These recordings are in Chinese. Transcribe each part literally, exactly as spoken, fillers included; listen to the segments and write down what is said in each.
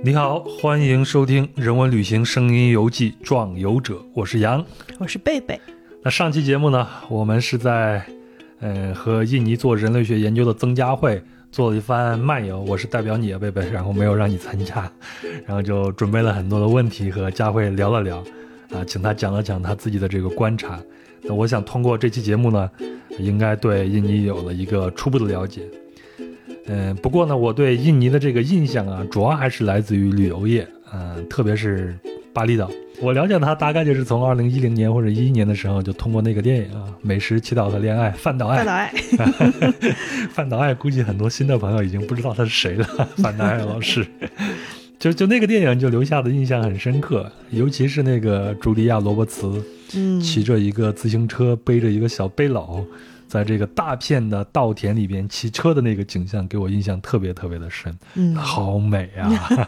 你好，欢迎收听人文旅行声音游记壮游者，我是杨， 我是贝贝。 那上期节目呢，我们是在呃和印尼做人类学研究的曾家慧做了一番漫游，我是代表你啊贝贝，然后没有让你参加，然后就准备了很多的问题和家慧聊了聊啊，请他讲了讲他自己的这个观察。那我想通过这期节目呢，应该对印尼有了一个初步的了解。嗯，不过呢，我对印尼的这个印象啊，主要还是来自于旅游业，嗯，特别是巴厘岛。我了解它大概就是从二零一零年或者一一年的时候，就通过那个电影啊，《美食、祈祷和恋爱》，范岛爱。 范岛爱， 范岛爱，估计很多新的朋友已经不知道他是谁了。范岛爱老师，就就那个电影就留下的印象很深刻，尤其是那个茱莉亚·罗伯茨，嗯，骑着一个自行车，背着一个小背篓。在这个大片的稻田里边骑车的那个景象给我印象特别特别的深，嗯，好美啊。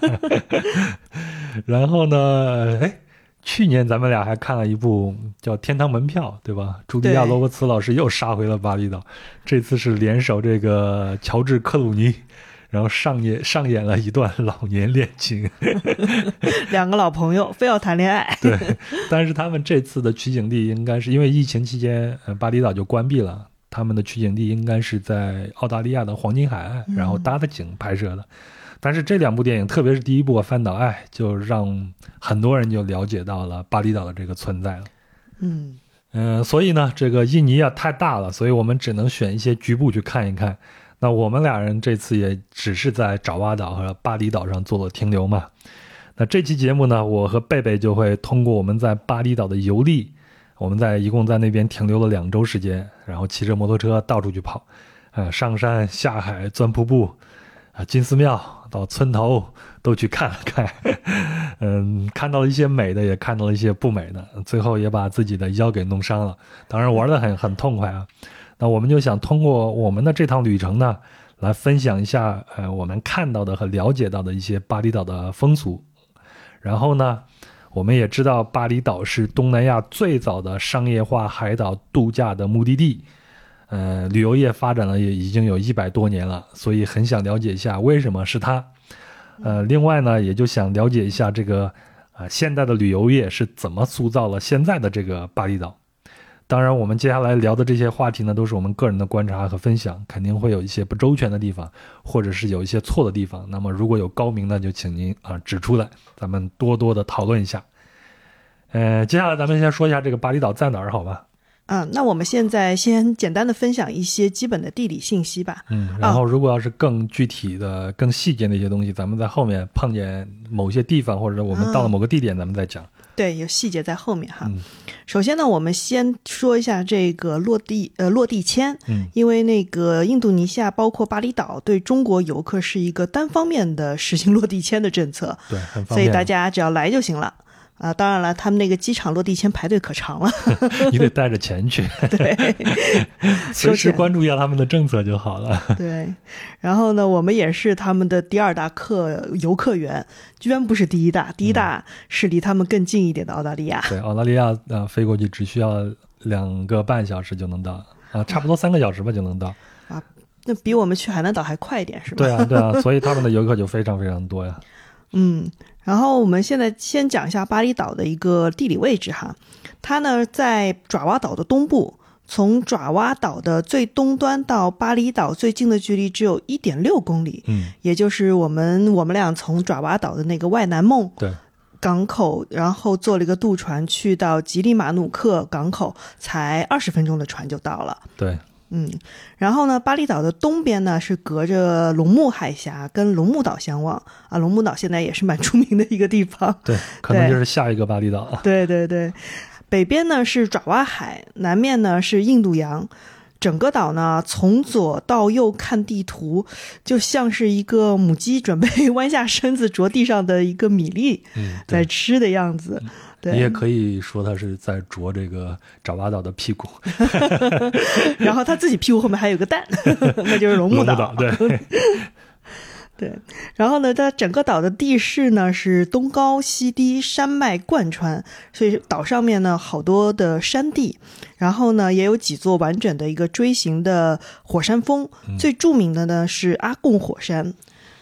然后呢，哎，去年咱们俩还看了一部叫《天堂门票》，对吧？茱莉亚·罗伯茨老师又杀回了巴厘岛，这次是联手这个乔治·克鲁尼，然后上演上演了一段老年恋情。 两个老朋友非要谈恋爱。 对，但是他们这次的取景地应该是因为疫情期间，呃，巴厘岛就关闭了。他们的取景地应该是在澳大利亚的黄金海岸，然后搭的景拍摄的。嗯、但是这两部电影，特别是第一部《范岛爱》，就让很多人就了解到了巴厘岛的这个存在了。嗯嗯、呃，所以呢，这个印尼啊太大了，所以我们只能选一些局部去看一看。那我们俩人这次也只是在爪哇岛和巴厘岛上做了停留嘛。那这期节目呢，我和贝贝就会通过我们在巴厘岛的游历。我们在一共在那边停留了两周时间，然后骑着摩托车到处去跑，呃，上山下海钻瀑布，啊、呃，金寺庙到村头都去看了看，嗯，看到了一些美的，也看到了一些不美的，最后也把自己的腰给弄伤了。当然玩得很很痛快啊。那我们就想通过我们的这趟旅程呢，来分享一下呃我们看到的和了解到的一些巴厘岛的风俗，然后呢。我们也知道巴厘岛是东南亚最早的商业化海岛度假的目的地，呃，旅游业发展了也已经有一百多年了，所以很想了解一下为什么是它。呃，另外呢，也就想了解一下这个呃现代的旅游业是怎么塑造了现在的这个巴厘岛。当然，我们接下来聊的这些话题呢，都是我们个人的观察和分享，肯定会有一些不周全的地方，或者是有一些错的地方。那么，如果有高明的，就请您啊指出来，咱们多多的讨论一下。呃，接下来咱们先说一下这个巴厘岛在哪儿，好吧？ 嗯，那我们现在先简单的分享一些基本的地理信息吧。 嗯，然后如果要是更具体的、更细节的一些东西，咱们在后面碰见某些地方，或者我们到了某个地点，咱们再讲。 对，有细节在后面哈。嗯、首先呢，我们先说一下这个落地呃落地签，嗯，因为那个印度尼西亚包括巴厘岛对中国游客是一个单方面的实行落地签的政策， 对，很方便， 所以大家只要来就行了。啊，当然了，他们那个机场落地签排队可长了， 你得带着钱去， 对， 随时关注一下他们的政策就好了。 对，然后呢，我们也是他们的第二大客游客源，居然不是第一大，第一大是离他们更近一点的澳大利亚。 嗯、对，澳大利亚呃飞过去只需要两个半小时就能到，啊，差不多三个小时吧就能到。 啊，那比我们去海南岛还快一点是吧？ 对啊，对啊，所以他们的游客就非常非常多呀。 嗯。然后我们现在先讲一下巴厘岛的一个地理位置哈，它呢在爪哇岛的东部，从爪哇岛的最东端到巴厘岛最近的距离只有 一点六公里，嗯，也就是我们我们俩从爪哇岛的那个外南梦对港口，然后坐了一个渡船去到吉里马努克港口，才二十分钟的船就到了。 对。 嗯，然后呢，巴厘岛的东边呢是隔着龙目海峡跟龙目岛相望啊，龙目岛现在也是蛮出名的一个地方， 对，可能就是下一个巴厘岛。 对对对，北边呢是爪哇海，南面呢是印度洋，整个岛呢从左到右看地图，就像是一个母鸡准备弯下身子啄地上的一个米粒，嗯，在吃的样子。嗯你也可以说他是在啄这个爪哇岛的屁股然后他自己屁股后面还有个蛋那就是龙目岛, 岛对对，然后呢它整个岛的地势呢是东高西低，山脉贯穿，所以岛上面呢好多的山地，然后呢也有几座完整的一个锥形的火山峰、嗯、最著名的呢是阿贡火山。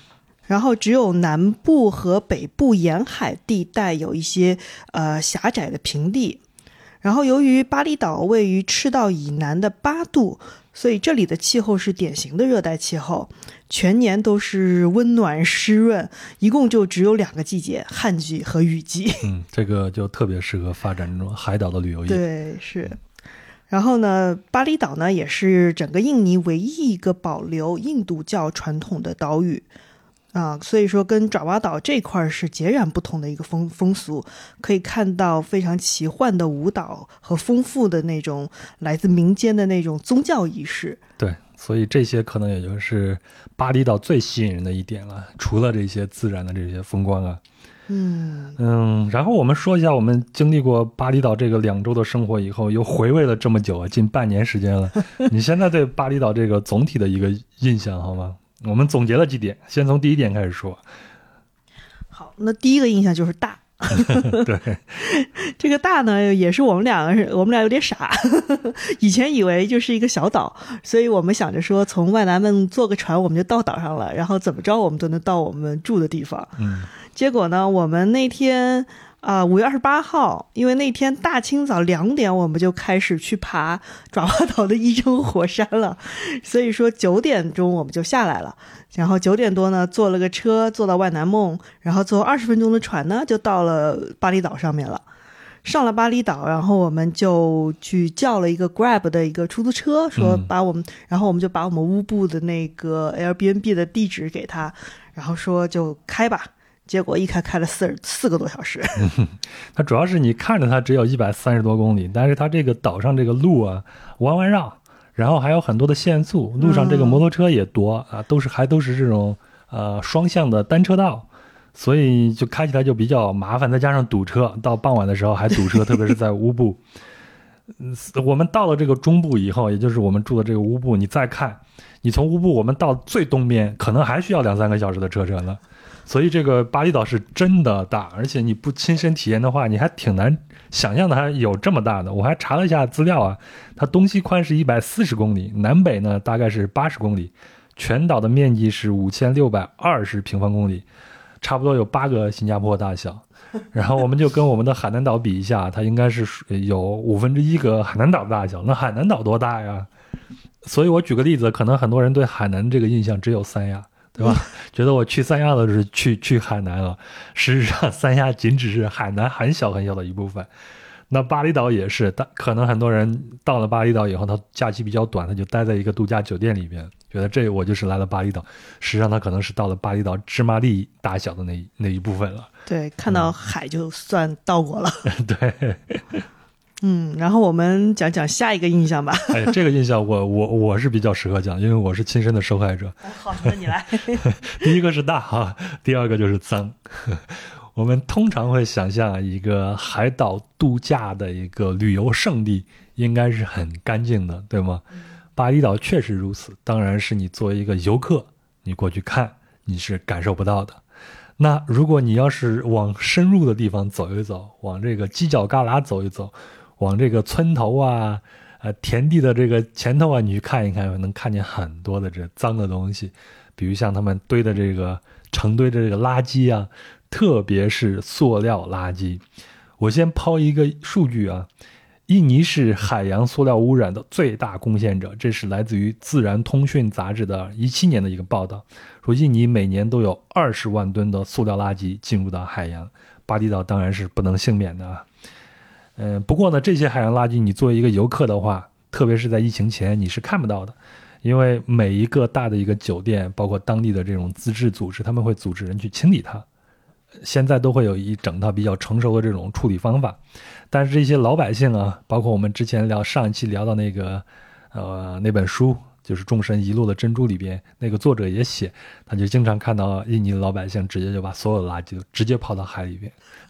然后只有南部和北部沿海地带有一些呃狭窄的平地。然后由于巴厘岛位于赤道以南的八度，所以这里的气候是典型的热带气候，全年都是温暖湿润，一共就只有两个季节，旱季和雨季。 嗯，这个就特别适合发展这种海岛的旅游业。 对，是。然后呢，巴厘岛呢也是整个印尼唯一一个保留印度教传统的岛屿。啊，所以说跟爪哇岛这块是截然不同的一个风风俗，可以看到非常奇幻的舞蹈和丰富的那种来自民间的那种宗教仪式。 对，所以这些可能也就是巴厘岛最吸引人的一点了，除了这些自然的这些风光啊。 嗯嗯，然后我们说一下，我们经历过巴厘岛这个两周的生活以后，又回味了这么久啊，近半年时间了。你现在对巴厘岛这个总体的一个印象好吗？我们总结了几点，先从第一点开始说。 好，那第一个印象就是大。 对， 这个大呢，也是我们俩，我们俩有点傻。以前以为就是一个小岛，所以我们想着说，从外南门坐个船，我们就到岛上了，然后怎么着我们都能到我们住的地方。 嗯， 结果呢，我们那天啊，五、呃、月二十八号，因为那天大清早两点我们就开始去爬爪哇岛的一真火山了，所以说九点钟我们就下来了，然后九点多呢坐了个车坐到万南梦，然后坐二十分钟的船呢就到了巴厘岛上面了。上了巴厘岛，然后我们就去叫了一个 Grab 的一个出租车，说把我们、嗯、然后我们就把我们乌布的那个 Airbnb 的地址给他，然后说就开吧。结果一开开了四四个多小时。 它主要是你看着它只有一百三十多公里，但是它这个岛上这个路啊弯弯绕，然后还有很多的限速，路上这个摩托车也多、嗯、啊，都是还都是这种呃双向的单车道，所以就开起来就比较麻烦，再加上堵车，到傍晚的时候还堵车，特别是在乌布。我们到了这个中部以后，也就是我们住的这个乌布，你再看，你从乌布我们到最东边，可能还需要两三个小时的车程了。所以这个巴厘岛是真的大，而且你不亲身体验的话，你还挺难想象的还有这么大的。我还查了一下资料啊，它东西宽是一百四十公里，南北呢大概是八十公里，全岛的面积是五千六百二十平方公里，差不多有八个新加坡大小。然后我们就跟我们的海南岛比一下，它应该是有五分之一个海南岛的大小。那海南岛多大呀？所以我举个例子，可能很多人对海南这个印象只有三亚，对吧？觉得我去三亚的是去去海南了，事实上三亚仅只是海南很小很小的一部分。那巴厘岛也是，但可能很多人到了巴厘岛以后，他假期比较短，他就待在一个度假酒店里边，觉得这我就是来了巴厘岛。实际上他可能是到了巴厘岛芝麻粒大小的那那一部分了。 对，看到海就算到过了。 嗯、对。 嗯，然后我们讲讲下一个印象吧。 哎，这个印象我我我是比较适合讲，因为我是亲身的受害者。 好，那你来。 第一个是大哈，第二个就是脏。我们通常会想象一个海岛度假的一个旅游胜地应该是很干净的，对吗？嗯、巴厘岛确实如此，当然是你作为一个游客，你过去看你是感受不到的。那如果你要是往深入的地方走一走，往这个犄角旮旯走一走，往这个村头啊、呃田地的这个前头啊，你去看一看，能看见很多的这脏的东西，比如像他们堆的这个成堆的这个垃圾啊，特别是塑料垃圾。我先抛一个数据啊，印尼是海洋塑料污染的最大贡献者，这是来自于《自然通讯》杂志的一七年的一个报道，说印尼每年都有二十万吨的塑料垃圾进入到海洋，巴厘岛当然是不能幸免的啊。嗯、呃，不过呢，这些海洋垃圾你作为一个游客的话，特别是在疫情前你是看不到的，因为每一个大的一个酒店，包括当地的这种自治组织，他们会组织人去清理它。现在都会有一整套比较成熟的这种处理方法，但是这些老百姓啊，包括我们之前聊上一期聊到那个呃那本书，就是众神遗落的珍珠里边，那个作者也写，他就经常看到印尼的老百姓直接就把所有的垃圾直接抛到海里边。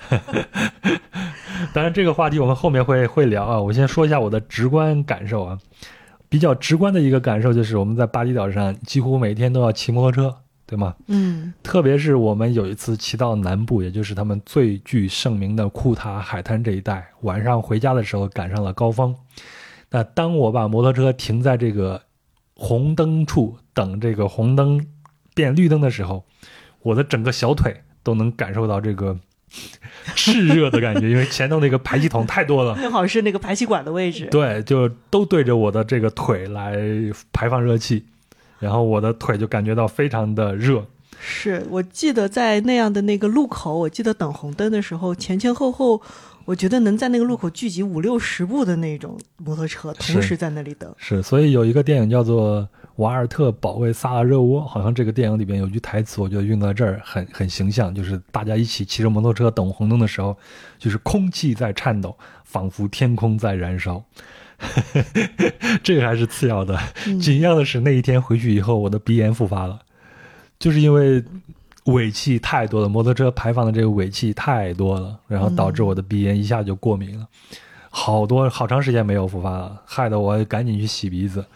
当然这个话题我们后面会会聊啊，我先说一下我的直观感受啊。比较直观的一个感受就是我们在巴厘岛上几乎每天都要骑摩托车，对吗？ 嗯， 特别是我们有一次骑到南部，也就是他们最具盛名的库塔海滩这一带，晚上回家的时候赶上了高峰。那当我把摩托车停在这个红灯处等这个红灯变绿灯的时候， 我的整个小腿都能感受到这个炽热的感觉，因为前头那个排气筒太多了， 正好是那个排气管的位置。 对，就都对着我的这个腿来排放热气，然后我的腿就感觉到非常的热。 是我记得在那样的那个路口，我记得等红灯的时候，前前后后我觉得能在那个路口聚集五六十部的那种摩托车同时在那里等。 是，所以有一个电影叫做《瓦尔特保卫萨拉热窝》，好像这个电影里边有句台词，我觉得用在这儿很很形象，就是大家一起骑着摩托车等红灯的时候，就是空气在颤抖，仿佛天空在燃烧。这个还是次要的，紧要的是那一天回去以后，我的鼻炎复发了，就是因为尾气太多了，摩托车排放的这个尾气太多了，然后导致我的鼻炎一下就过敏了，好多好长时间没有复发了，害得我赶紧去洗鼻子。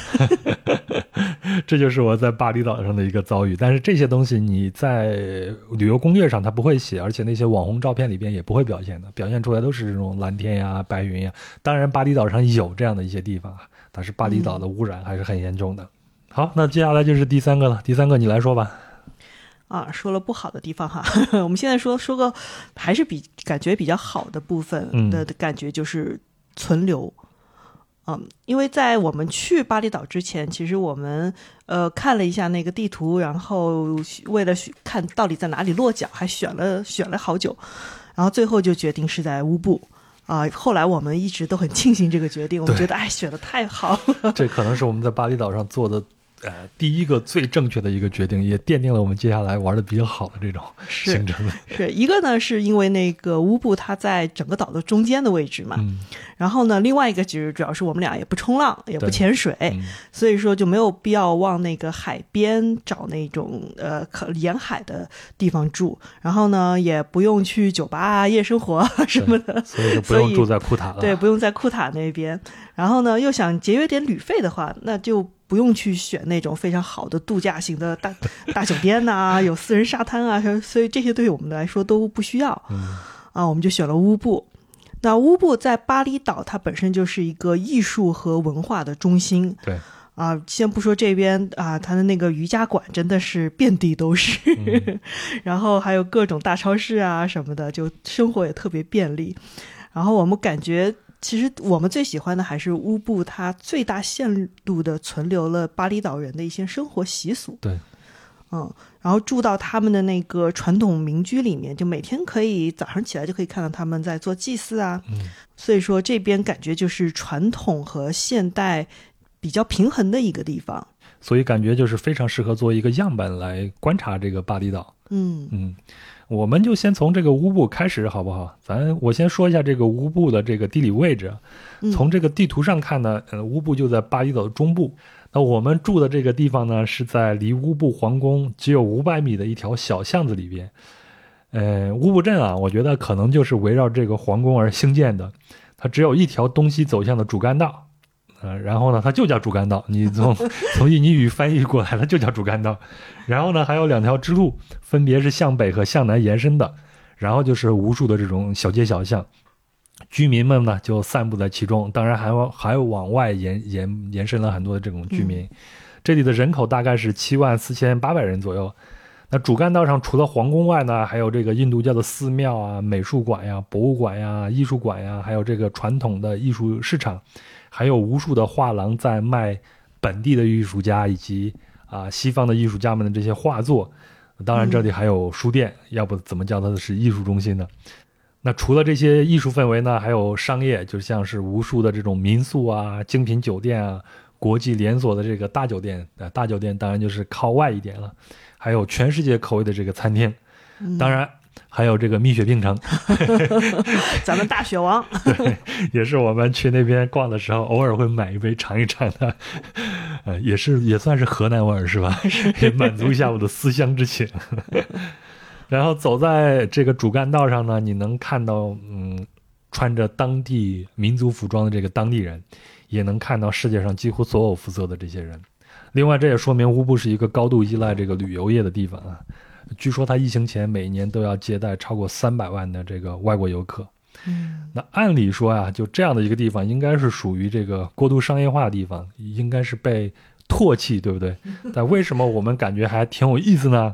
这就是我在巴厘岛上的一个遭遇。但是这些东西你在旅游攻略上它不会写，而且那些网红照片里边也不会表现的，表现出来都是这种蓝天呀、白云呀。当然巴厘岛上有这样的一些地方，但是巴厘岛的污染还是很严重的。好，那接下来就是第三个了，第三个你来说吧。 啊，说了不好的地方哈，我们现在说说个还是比感觉比较好的部分的感觉，就是存留。嗯，因为在我们去巴厘岛之前，其实我们呃看了一下那个地图，然后为了看到底在哪里落脚，还选了选了好久，然后最后就决定是在乌布。啊、呃，后来我们一直都很庆幸这个决定，我们觉得哎选的太好了。 这可能是我们在巴厘岛上做的呃，第一个最正确的一个决定，也奠定了我们接下来玩的比较好的这种行程。 是, 是一个呢，是因为那个乌布它在整个岛的中间的位置嘛，嗯、然后呢，另外一个其实主要是我们俩也不冲浪，也不潜水，嗯、所以说就没有必要往那个海边找那种呃沿海的地方住，然后呢，也不用去酒吧啊、夜生活啊什么的， 所以就不用住在库塔了。 对，不用在库塔那边。然后呢，又想节约点旅费的话，那就不用去选那种非常好的度假型的大大酒店呐、啊，有私人沙滩啊，所以这些对于我们来说都不需要。嗯，啊，我们就选了乌布。那乌布在巴厘岛，它本身就是一个艺术和文化的中心。 对。 啊，先不说这边啊，它的那个瑜伽馆真的是遍地都是，嗯、然后还有各种大超市啊什么的，就生活也特别便利。然后我们感觉。其实我们最喜欢的还是乌布，它最大限度的存留了巴厘岛人的一些生活习俗。 对， 嗯，然后住到他们的那个传统民居里面，就每天可以早上起来就可以看到他们在做祭祀啊。嗯，所以说这边感觉就是传统和现代比较平衡的一个地方。 所以感觉就是非常适合做一个样本来观察这个巴厘岛。 嗯嗯。我们就先从这个乌布开始好不好？咱我先说一下这个乌布的这个地理位置。从这个地图上看呢，呃，乌布就在巴厘岛的中部。那我们住的这个地方呢，是在离乌布皇宫只有五百米的一条小巷子里边。呃，乌布镇啊，我觉得可能就是围绕这个皇宫而兴建的。它只有一条东西走向的主干道。呃，然后呢，它就叫主干道，你从从印尼语翻译过来，它就叫主干道。然后呢，还有两条支路，分别是向北和向南延伸的。然后就是无数的这种小街小巷，居民们呢就散布在其中。当然还还往外延延延伸了很多的这种居民。嗯、这里的人口大概是七万四千八百人左右。那主干道上除了皇宫外呢，还有这个印度教的寺庙啊、美术馆呀、博物馆呀、艺术馆呀，还有这个传统的艺术市场。还有无数的画廊在卖本地的艺术家以及啊西方的艺术家们的这些画作。当然这里还有书店，嗯、要不怎么叫它的是艺术中心呢？那除了这些艺术氛围呢，还有商业，就像是无数的这种民宿啊、精品酒店啊、国际连锁的这个大酒店。大酒店当然就是靠外一点了，还有全世界口味的这个餐厅。嗯、当然还有这个蜜雪冰城咱们大雪王对，也是我们去那边逛的时候偶尔会买一杯尝一尝的，呃，也是也算是河南味儿是吧？也满足一下我的思乡之情然后走在这个主干道上呢，你能看到嗯，穿着当地民族服装的这个当地人，也能看到世界上几乎所有肤色的这些人。另外这也说明乌布是一个高度依赖这个旅游业的地方啊。据说他疫情前每年都要接待超过三百万的这个外国游客。嗯，那按理说啊，就这样的一个地方应该是属于这个过度商业化的地方，应该是被唾弃，对不对？但为什么我们感觉还挺有意思呢？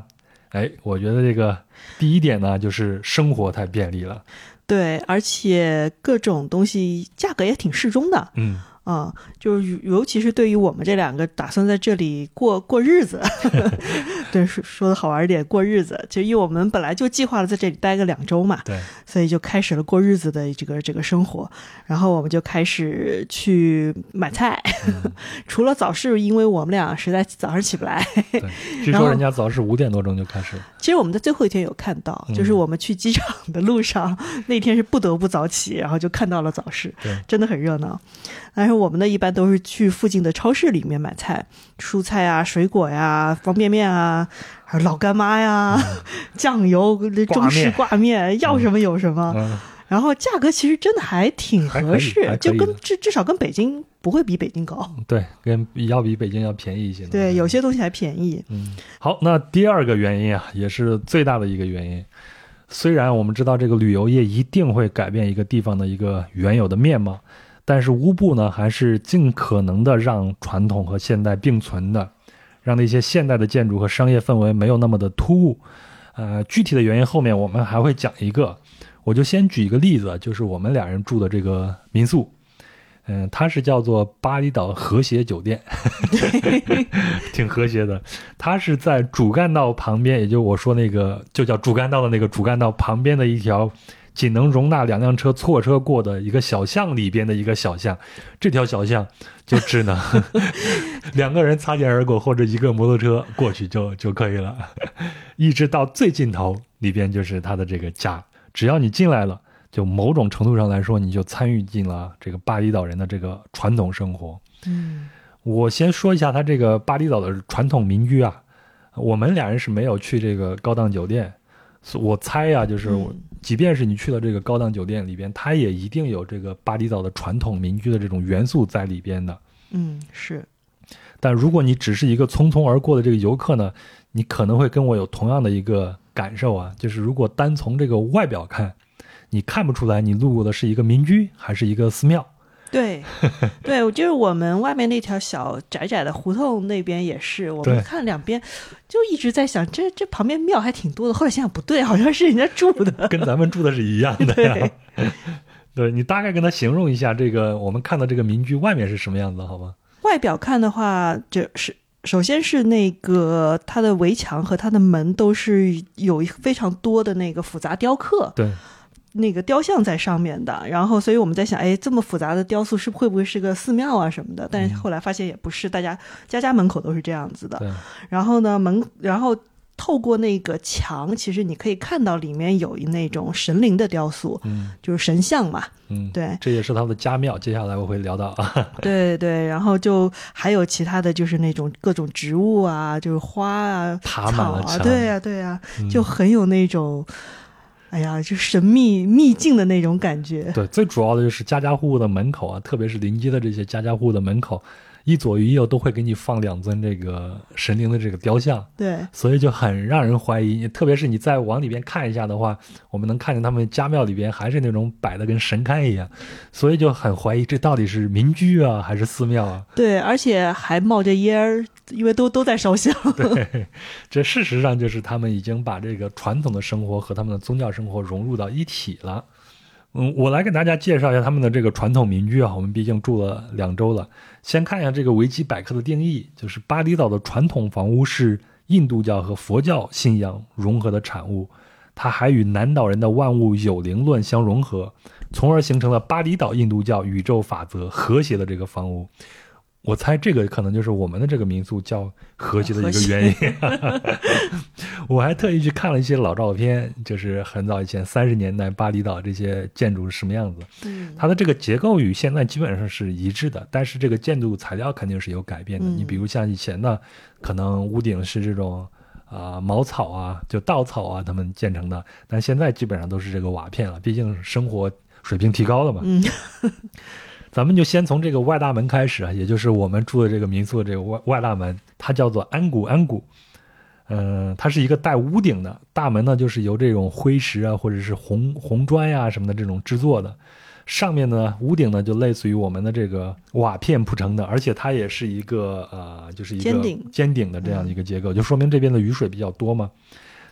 哎，我觉得这个第一点呢，就是生活太便利了。 对，而且各种东西价格也挺适中的。 嗯。 啊、嗯，就是尤其是对于我们这两个打算在这里过过日子，对，说的好玩一点，过日子。就因为我们本来就计划了在这里待个两周嘛， 对， 所以就开始了过日子的这个这个生活。然后我们就开始去买菜，嗯、除了早市，因为我们俩实在早上起不来。 对，据说人家早市五点多钟就开始了。 其实我们在最后一天有看到，嗯、就是我们去机场的路上，那天是不得不早起，然后就看到了早市， 对， 真的很热闹。但是我们呢，一般都是去附近的超市里面买菜，蔬菜啊、水果呀、方便面啊、还有老干妈呀、嗯、酱油、中式挂面，要什么有什么。嗯嗯、然后价格其实真的还挺合适，就跟至至少跟北京不会比北京高。 对，跟要比北京要便宜一些。 对，有些东西还便宜。 嗯，好，那第二个原因啊，也是最大的一个原因。虽然我们知道这个旅游业一定会改变一个地方的一个原有的面貌。但是乌布呢，还是尽可能的让传统和现代并存的，让那些现代的建筑和商业氛围没有那么的突兀。呃，具体的原因后面我们还会讲一个，我就先举一个例子，就是我们俩人住的这个民宿，嗯、呃，它是叫做巴厘岛和谐酒店，挺和谐的。它是在主干道旁边，也就我说那个就叫主干道的那个主干道旁边的一条。仅能容纳两辆车错车过的一个小巷里边的一个小巷，这条小巷就只能两个人擦肩而过，或者一个摩托车过去就就可以了，一直到最尽头里边就是他的这个家。只要你进来了，就某种程度上来说，你就参与进了这个巴厘岛人的这个传统生活。 嗯， 我先说一下他这个巴厘岛的传统民居啊，我们俩人是没有去这个高档酒店。我猜呀、啊，就是即便是你去了这个高档酒店里边，它也一定有这个巴厘岛的传统民居的这种元素在里边的。 嗯，是。 但如果你只是一个匆匆而过的这个游客呢，你可能会跟我有同样的一个感受啊，就是如果单从这个外表看，你看不出来你路过的是一个民居还是一个寺庙。 对，对，就是我们外面那条小窄窄的胡同那边也是，我们看两边就一直在想，这这旁边庙还挺多的。后来想想不对，好像是人家住的， 跟咱们住的是一样的呀。对，对，你大概跟他形容一下这个我们看到这个民居外面是什么样子，好吗？ 外表看的话，就是首先是那个它的围墙和它的门都是有非常多的那个复杂雕刻。 对。 那个雕像在上面的，然后所以我们在想，哎，这么复杂的雕塑是会不会是个寺庙啊什么的？但是后来发现也不是，大家家家门口都是这样子的。 对。 然后呢，门，然后透过那个墙，其实你可以看到里面有那种神灵的雕塑， 嗯， 就是神像嘛。 嗯， 对， 这也是他的家庙，接下来我会聊到啊。 对对，然后就还有其他的就是那种各种植物啊，就是花啊、 爬草啊， 满了墙对呀、啊、对呀、啊， 嗯、 就很有那种。哎呀，就神秘秘境的那种感觉。 对，最主要的就是家家户户的门口啊，特别是临街的这些家家户户的门口，一左一右都会给你放两尊这个神灵的这个雕像。 对， 所以就很让人怀疑，特别是你再往里边看一下的话，我们能看见他们家庙里边还是那种摆的跟神龛一样，所以就很怀疑这到底是民居啊还是寺庙啊？ 对，而且还冒着烟儿，因为都都在烧香。 对，这事实上就是他们已经把这个传统的生活和他们的宗教生活融入到一体了。嗯，我来给大家介绍一下他们的这个传统民居啊，我们毕竟住了两周了。先看一下这个维基百科的定义，就是巴厘岛的传统房屋是印度教和佛教信仰融合的产物，它还与南岛人的万物有灵论相融合，从而形成了巴厘岛印度教宇宙法则和谐的这个房屋。我猜这个可能就是我们的这个民宿叫和谐的一个原因。我还特意去看了一些老照片，就是很早以前三十年代巴厘岛这些建筑是什么样子。 嗯， 它的这个结构与现在基本上是一致的，但是这个建筑材料肯定是有改变的。 嗯、 你比如像以前呢，可能屋顶是这种啊、呃、茅草啊，就稻草啊他们建成的，但现在基本上都是这个瓦片了，毕竟生活水平提高了嘛。 嗯。 咱们就先从这个外大门开始啊，也就是我们住的这个民宿的这个外外大门，它叫做安古安古，嗯、呃，它是一个带屋顶的大门呢，就是由这种灰石啊或者是红红砖呀、啊、什么的这种制作的，上面呢屋顶呢就类似于我们的这个瓦片铺成的，而且它也是一个呃就是一个尖顶尖顶的这样一个结构，嗯、就说明这边的雨水比较多嘛。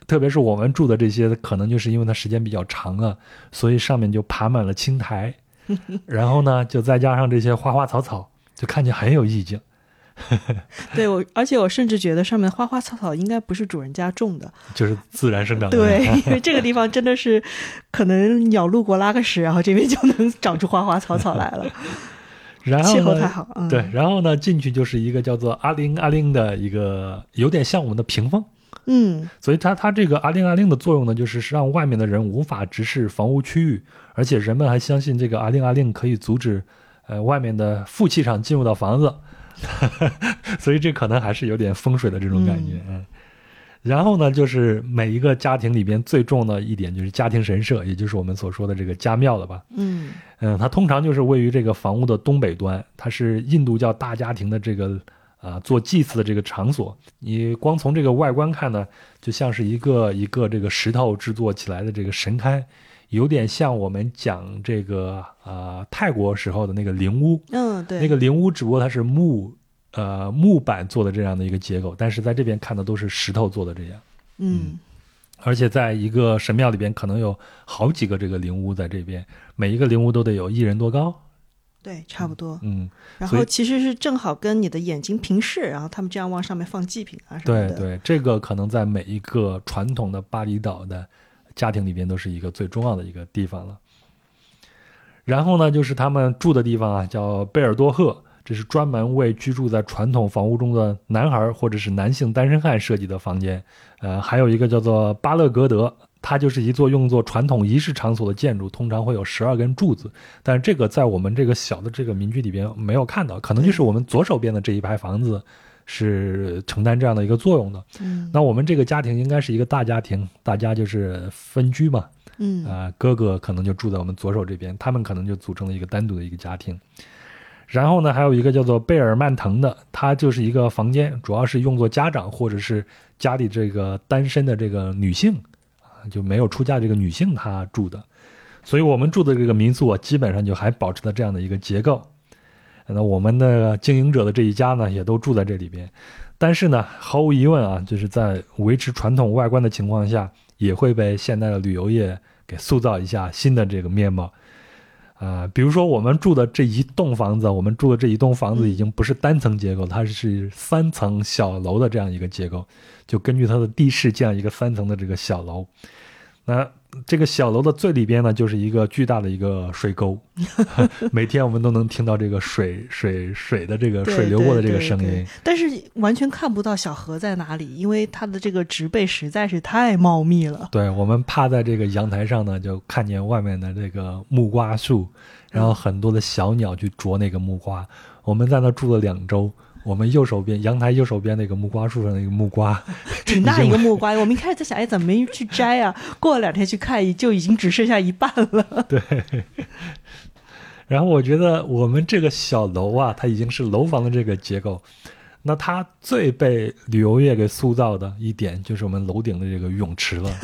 特别是我们住的这些，可能就是因为它时间比较长了，所以上面就爬满了青苔，然后呢，就再加上这些花花草草，就看起来很有意境。 对，我而且我甚至觉得上面花花草草应该不是主人家种的， 就是自然生长的。 对，因为这个地方真的是可能鸟路过拉个屎，然后这边就能长出花花草草来了。 然后气候太好，嗯、 对，然后呢，进去就是一个叫做阿灵阿灵的一个，有点像我们的屏风。 嗯， 所以它它这个阿灵阿灵的作用呢，就是让外面的人无法直视房屋区域，而且人们还相信这个阿灵阿灵可以阻止呃外面的负气场进入到房子。所以这可能还是有点风水的这种感觉。嗯，然后呢，就是每一个家庭里边最重的一点就是家庭神社，也就是我们所说的这个家庙了吧。 嗯嗯，它通常就是位于这个房屋的东北端，它是印度教大家庭的这个啊、呃、做祭祀的这个场所。你光从这个外观看呢，就像是一个一个这个石头制作起来的这个神龛，有点像我们讲这个啊、呃、泰国时候的那个灵屋。 嗯，对， 那个灵屋只不过它是木呃木板做的这样的一个结构，但是在这边看的都是石头做的这样。 嗯， 而且在一个神庙里边可能有好几个这个灵屋在这边，每一个灵屋都得有一人多高。 对，差不多。 嗯， 然后其实是正好跟你的眼睛平视，然后他们这样往上面放祭品啊什么的。 对对，这个可能在每一个传统的巴厘岛的家庭里边都是一个最重要的一个地方了。然后呢，就是他们住的地方啊，叫贝尔多赫，这是专门为居住在传统房屋中的男孩或者是男性单身汉设计的房间。呃，还有一个叫做巴勒格德，它就是一座用作传统仪式场所的建筑，通常会有十二根柱子，但是这个在我们这个小的这个民居里边没有看到，可能就是我们左手边的这一排房子是承担这样的一个作用的。 嗯， 那我们这个家庭应该是一个大家庭，大家就是分居嘛。 嗯， 呃，哥哥可能就住在我们左手这边，他们可能就组成了一个单独的一个家庭。然后呢，还有一个叫做贝尔曼腾的，它就是一个房间，主要是用作家长或者是家里这个单身的这个女性啊，就没有出嫁这个女性她住的。所以我们住的这个民宿啊，基本上就还保持了这样的一个结构。那我们的经营者的这一家呢，也都住在这里边。但是呢，毫无疑问啊，就是在维持传统外观的情况下，也会被现代的旅游业给塑造一下新的这个面貌。啊、呃，比如说我们住的这一栋房子，我们住的这一栋房子已经不是单层结构，它是三层小楼的这样一个结构，就根据它的地势建一个三层的这个小楼。那这个小楼的最里边呢，就是一个巨大的一个水沟，每天我们都能听到这个水水水的这个水流过的这个声音， 对对对对，但是完全看不到小河在哪里，因为它的这个植被实在是太茂密了。 对，我们趴在这个阳台上呢，就看见外面的这个木瓜树，然后很多的小鸟去啄那个木瓜。嗯、我们在那住了两周。我们右手边阳台右手边那个木瓜树上那个木瓜挺大一个木瓜，我们一开始在想，哎，怎么没去摘啊？过了两天去看，就已经只剩下一半了。 对。然后我觉得我们这个小楼啊，它已经是楼房的这个结构，那它最被旅游业给塑造的一点就是我们楼顶的这个泳池了。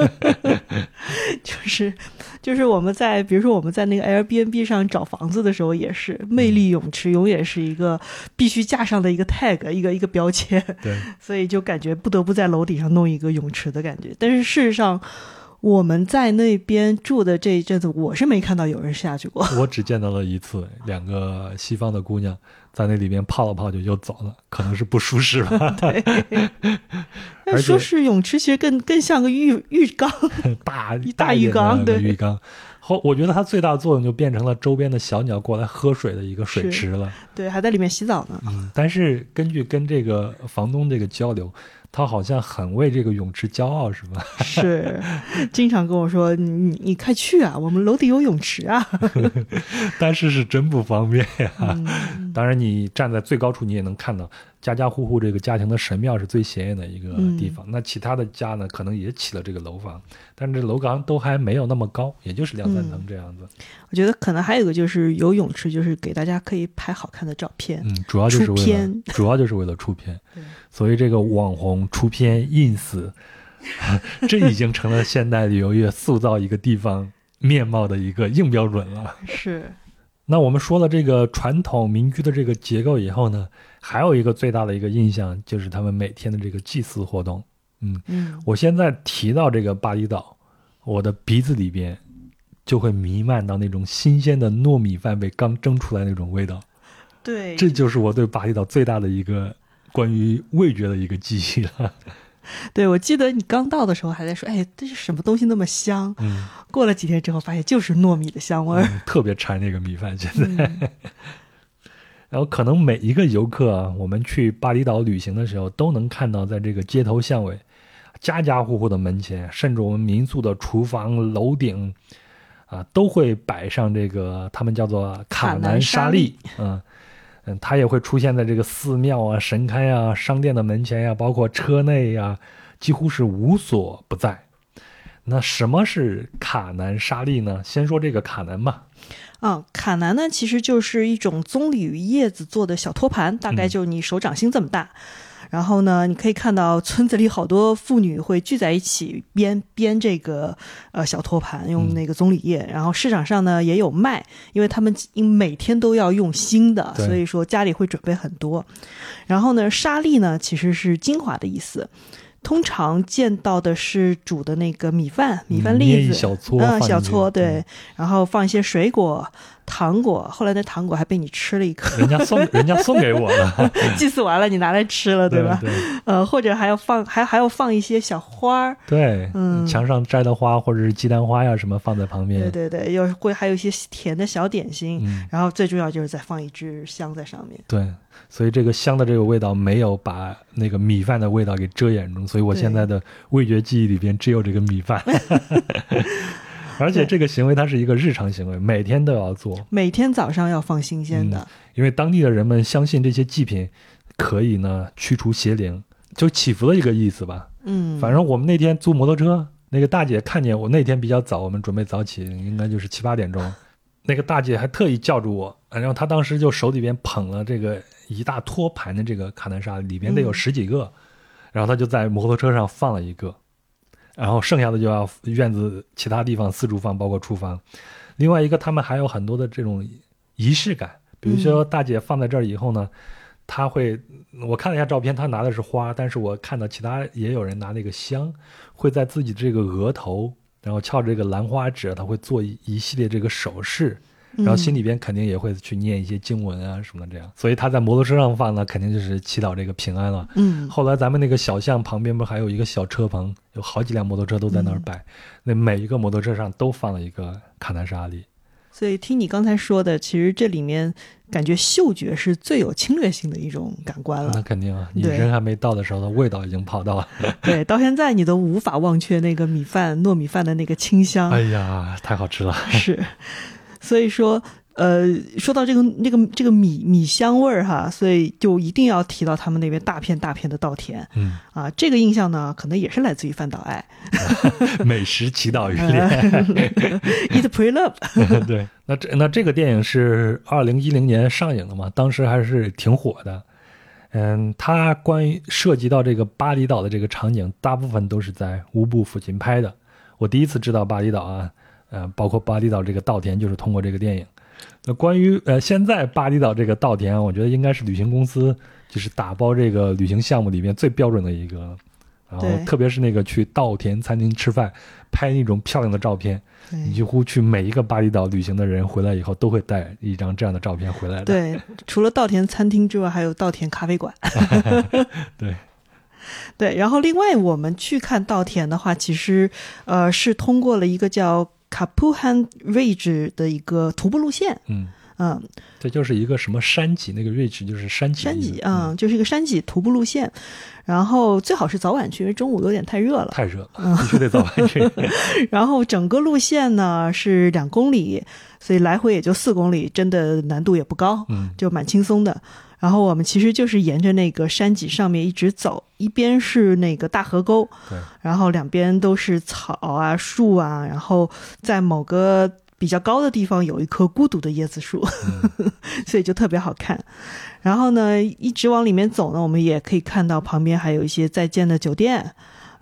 就是就是我们在比如说我们在那个 Airbnb 上找房子的时候也是，魅力泳池永远是一个必须架上的一个 tag， 一个一个标签。 对， 所以就感觉不得不在楼顶上弄一个泳池的感觉。但是事实上我们在那边住的这一阵子，我是没看到有人下去过。 我只见到了一次，两个西方的姑娘在那里面泡了泡就又走了，可能是不舒适吧。 对，但说是泳池，其实更更像个浴浴缸， 大大浴缸，对， 浴缸。后我觉得它最大的作用就变成了周边的小鸟过来喝水的一个水池了。 对，还在里面洗澡呢。 嗯，但是根据跟这个房东这个交流，他好像很为这个泳池骄傲，是吧？ 是，经常跟我说：“你你快去啊，我们楼底有泳池啊。” 但是是真不方便呀、啊。 嗯、 当然，你站在最高处，你也能看到家家户户这个家庭的神庙是最显眼的一个地方。嗯、那其他的家呢，可能也起了这个楼房，但是这楼房都还没有那么高，也就是两三层这样子。 嗯、我觉得可能还有一个就是有泳池，就是给大家可以拍好看的照片。 嗯，主要就是为了主要就是为了出片。所以这个网红出片 ins， 这已经成了现代旅游业塑造一个地方面貌的一个硬标准了。 是。 那我们说了这个传统民居的这个结构以后呢，还有一个最大的一个印象就是他们每天的这个祭祀活动。 嗯嗯， 我现在提到这个巴厘岛，我的鼻子里边就会弥漫到那种新鲜的糯米饭被刚蒸出来那种味道。 对， 这就是我对巴厘岛最大的一个关于味觉的一个记忆了。 对，我记得你刚到的时候还在说，哎，这是什么东西那么香？ 嗯， 过了几天之后发现就是糯米的香味儿、 嗯，特别馋这个米饭现在。 嗯、 然后可能每一个游客啊，我们去巴厘岛旅行的时候都能看到，在这个街头巷尾家家户户的门前，甚至我们民宿的厨房楼顶啊，都会摆上这个他们叫做卡南沙粒。嗯嗯，它也会出现在这个寺庙啊、神龛啊、商店的门前呀、啊，包括车内呀、啊，几乎是无所不在。那什么是卡南沙粒呢？先说这个卡南吧。 啊，卡南呢，其实就是一种棕榈叶子做的小托盘，大概就你手掌心这么大。嗯，然后呢，你可以看到村子里好多妇女会聚在一起编编这个呃小托盘，用那个棕榈叶、嗯。然后市场上呢也有卖，因为他们每天都要用新的，所以说家里会准备很多。然后呢，沙粒呢其实是精华的意思。通常见到的是煮的那个米饭，米饭粒子， 小撮， 嗯，小撮，对、嗯，然后放一些水果、糖果。后来那糖果还被你吃了一颗， 人家送，人家送给我了， 祭祀完了你拿来吃了，对吧？ 对，对呃，或者还要放，还还要放一些小花， 对， 嗯， 墙上摘的花或者是鸡蛋花呀什么放在旁边， 对对对，又会还有一些甜的小点心、 嗯， 然后最重要就是再放一支香在上面， 对。所以这个香的这个味道没有把那个米饭的味道给遮掩住，所以我现在的味觉记忆里边只有这个米饭。而且这个行为它是一个日常行为，每天都要做， 每天早上要放新鲜的、嗯、 因为当地的人们相信这些祭品可以呢驱除邪灵，就祈福的一个意思吧。 嗯， 反正我们那天租摩托车，那个大姐看见我那天比较早，我们准备早起，应该就是七八点钟，那个大姐还特意叫住我，然后她当时就手里边捧了这个一大托盘的这个卡南沙，里边得有十几个、嗯、然后她就在摩托车上放了一个，然后剩下的就要院子其他地方四处放，包括厨房。另外一个他们还有很多的这种仪式感，比如说大姐放在这儿以后呢，她会，我看了一下照片，她拿的是花，但是我看到其他也有人拿那个香，会在自己这个额头然后翘着这个兰花指，他会做一一系列这个手势，然后心里边肯定也会去念一些经文啊什么的这样，所以他在摩托车上放呢，肯定就是祈祷这个平安了。 嗯， 后来咱们那个小巷旁边不还有一个小车棚，有好几辆摩托车都在那儿摆、嗯、那每一个摩托车上都放了一个卡南沙粒。 所以听你刚才说的，其实这里面感觉嗅觉是最有侵略性的一种感官了。 那肯定啊，你人还没到的时候，味道已经跑到了。 对，到现在你都无法忘却那个米饭、糯米饭的那个清香。 哎呀，太好吃了。 是，所以说。呃，说到这个那个这个米米香味儿哈，所以就一定要提到他们那边大片大片的稻田。 嗯啊，这个印象呢，可能也是来自于范岛爱。 美食祈祷于恋 ，Eat Pray Love 。 对，那这那这个电影是二零一零年上映的嘛，当时还是挺火的。嗯，它关于涉及到这个巴厘岛的这个场景，大部分都是在乌布附近拍的。我第一次知道巴厘岛啊，呃，包括巴厘岛这个稻田，就是通过这个电影。那关于呃现在巴厘岛这个稻田，我觉得应该是旅行公司就是打包这个旅行项目里面最标准的一个，然后特别是那个去稻田餐厅吃饭拍那种漂亮的照片，你几乎去每一个巴厘岛旅行的人回来以后都会带一张这样的照片回来的。 对，除了稻田餐厅之外，还有稻田咖啡馆。 对。 对，然后另外我们去看稻田的话，其实呃是通过了一个叫Kapuhan Ridge 的一个徒步路线。 嗯嗯， 这就是一个什么山脊，那个 Ridge 就是山脊。 山脊，嗯，就是一个山脊徒步路线。然后最好是早晚去，因为中午有点太热了。 太热了，嗯、必须得早晚去。 然后整个路线呢是两公里，所以来回也就四公里，真的难度也不高， 嗯， 就蛮轻松的。然后我们其实就是沿着那个山脊上面一直走，一边是那个大河沟， 对， 然后两边都是草啊树啊，然后在某个比较高的地方有一棵孤独的椰子树，嗯、所以就特别好看。然后呢一直往里面走呢，我们也可以看到旁边还有一些在建的酒店，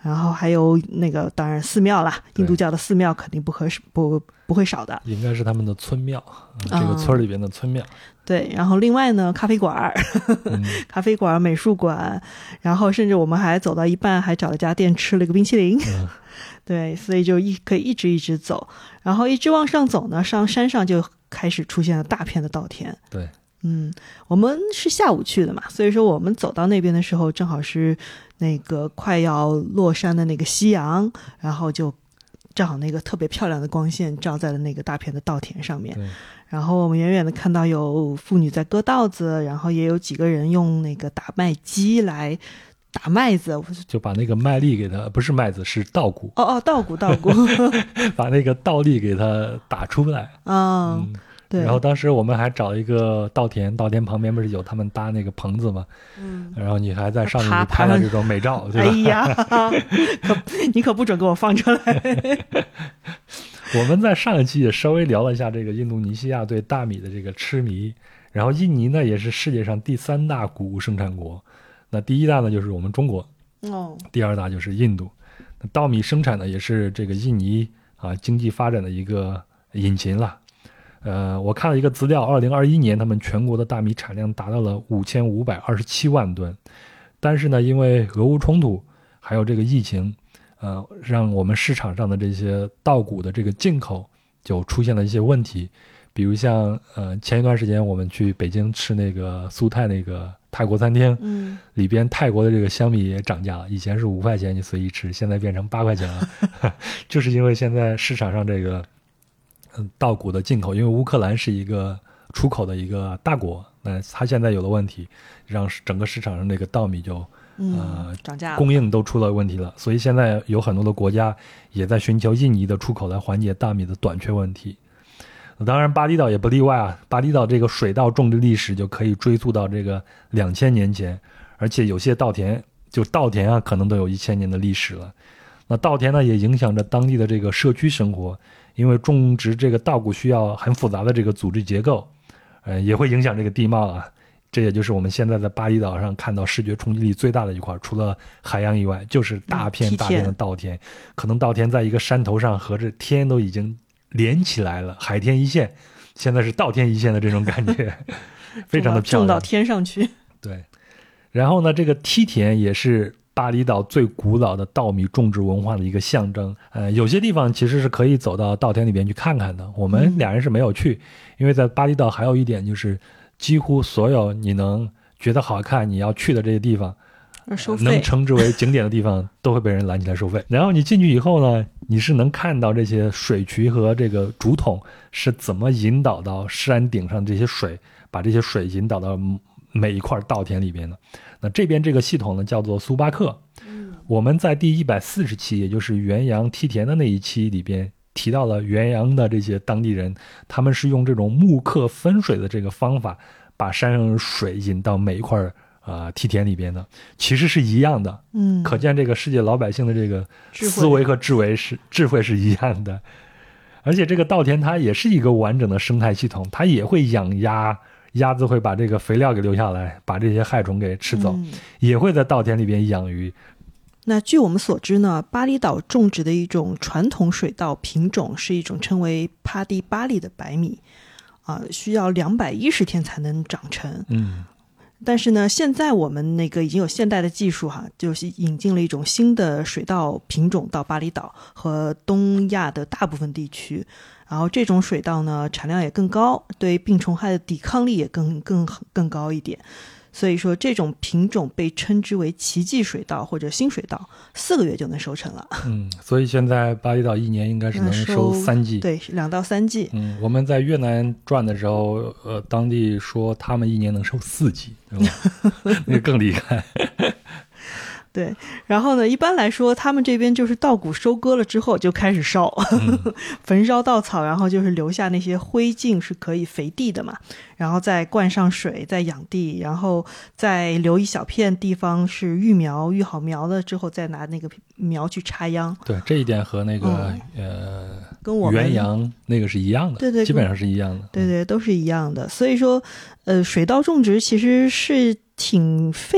然后还有那个当然寺庙啦，印度教的寺庙肯定不可不不会少的， 应该是他们的村庙、嗯、这个村里边的村庙、嗯、 对。然后另外呢，咖啡馆、嗯、咖啡馆、美术馆，然后甚至我们还走到一半还找了家店吃了个冰淇淋、嗯、对，所以就一可以一直一直走，然后一直往上走呢，上山上就开始出现了大片的稻田。 对， 嗯，我们是下午去的嘛，所以说我们走到那边的时候正好是那个快要落山的那个夕阳，然后就正好那个特别漂亮的光线照在了那个大片的稻田上面，然后我们远远的看到有妇女在割稻子，然后也有几个人用那个打麦机来打麦子， 就把那个麦粒给它，不是麦子是稻谷， 哦哦稻谷稻谷把那个稻粒给它打出来、 哦、嗯，对。 然后当时我们还找一个稻田，稻田旁边不是有他们搭那个棚子吗？嗯，然后你还在上面拍了这种美照，对吧？ 哎呀，可你可不准给我放出来。 我们在上一期也稍微聊了一下这个印度尼西亚对大米的这个痴迷，然后印尼呢也是世界上第三大谷物生产国，那第一大呢就是我们中国，哦，第二大就是印度。那稻米生产呢也是这个印尼啊经济发展的一个引擎了。呃，我看了一个资料，二零二一年他们全国的大米产量达到了五千五百二十七万吨，但是呢，因为俄乌冲突还有这个疫情，呃，让我们市场上的这些稻谷的这个进口就出现了一些问题，比如像呃前一段时间我们去北京吃那个苏泰那个泰国餐厅，嗯，里边泰国的这个香米也涨价了，以前是五块钱你随意吃，现在变成八块钱了，就是因为现在市场上这个。嗯，稻谷的进口，因为乌克兰是一个出口的一个大国，那它现在有了问题，让整个市场上这个稻米就、 嗯、呃涨价， 供应都出了问题了，所以现在有很多的国家也在寻求印尼的出口来缓解大米的短缺问题。当然巴厘岛也不例外啊，巴厘岛这个水稻种植历史就可以追溯到这个两千年前，而且有些稻田就稻田啊可能都有一千年的历史了。那稻田呢也影响着当地的这个社区生活，因为种植这个稻谷需要很复杂的这个组织结构，呃，也会影响这个地貌啊。这也就是我们现在在巴厘岛上看到视觉冲击力最大的一块，除了海洋以外，就是大片大片的稻田。嗯、可能稻田在一个山头上和这天都已经连起来了，海天一线，现在是稻田一线的这种感觉，非常的漂亮， 种到天上去。 对，然后呢，这个梯田也是巴厘岛最古老的稻米种植文化的一个象征，呃，有些地方其实是可以走到稻田里边去看看的。我们俩人是没有去，嗯、因为在巴厘岛还有一点就是，几乎所有你能觉得好看、你要去的这些地方， 收费、 呃、能称之为景点的地方，都会被人拦起来收费。然后你进去以后呢，你是能看到这些水渠和这个竹筒是怎么引导到山顶上这些水，把这些水引导到每一块稻田里边的。那这边这个系统呢叫做苏巴克，嗯，我们在第一百四十期，也就是元阳梯田的那一期里边提到了元阳的这些当地人，他们是用这种木刻分水的这个方法，把山上的水引到每一块呃梯田里边的，其实是一样的，嗯，可见这个世界老百姓的这个思维和智慧是智慧是一样的，而且这个稻田它也是一个完整的生态系统，它也会养鸭。鸭子会把这个肥料给留下来，把这些害虫给吃走，嗯、也会在稻田里边养鱼。 那据我们所知呢，巴厘岛种植的一种传统水稻品种是一种称为帕蒂巴利的白米，啊、呃，需要两百一十天才能长成。嗯，但是呢，现在我们那个已经有现代的技术哈，就是引进了一种新的水稻品种到巴厘岛和东亚的大部分地区。然后这种水稻呢，产量也更高，对病虫害的抵抗力也更更更高一点。所以说这种品种被称之为奇迹水稻或者新水稻，四个月就能收成了。 嗯，所以现在巴厘岛一年应该是能收三季， 对，两到三季。 嗯，我们在越南转的时候，呃，当地说他们一年能收四季，对吧？那个更厉害。 对，然后呢，一般来说他们这边就是稻谷收割了之后就开始烧、嗯、焚烧稻草，然后就是留下那些灰烬是可以肥地的嘛，然后再灌上水，再养地，然后再留一小片地方是育苗，育好苗了之后再拿那个苗去插秧。 对，这一点和那个、嗯、呃跟我们元阳那个是一样的， 对对， 基本上是一样的， 对对，都是一样的。所以说呃水稻种植其实是挺费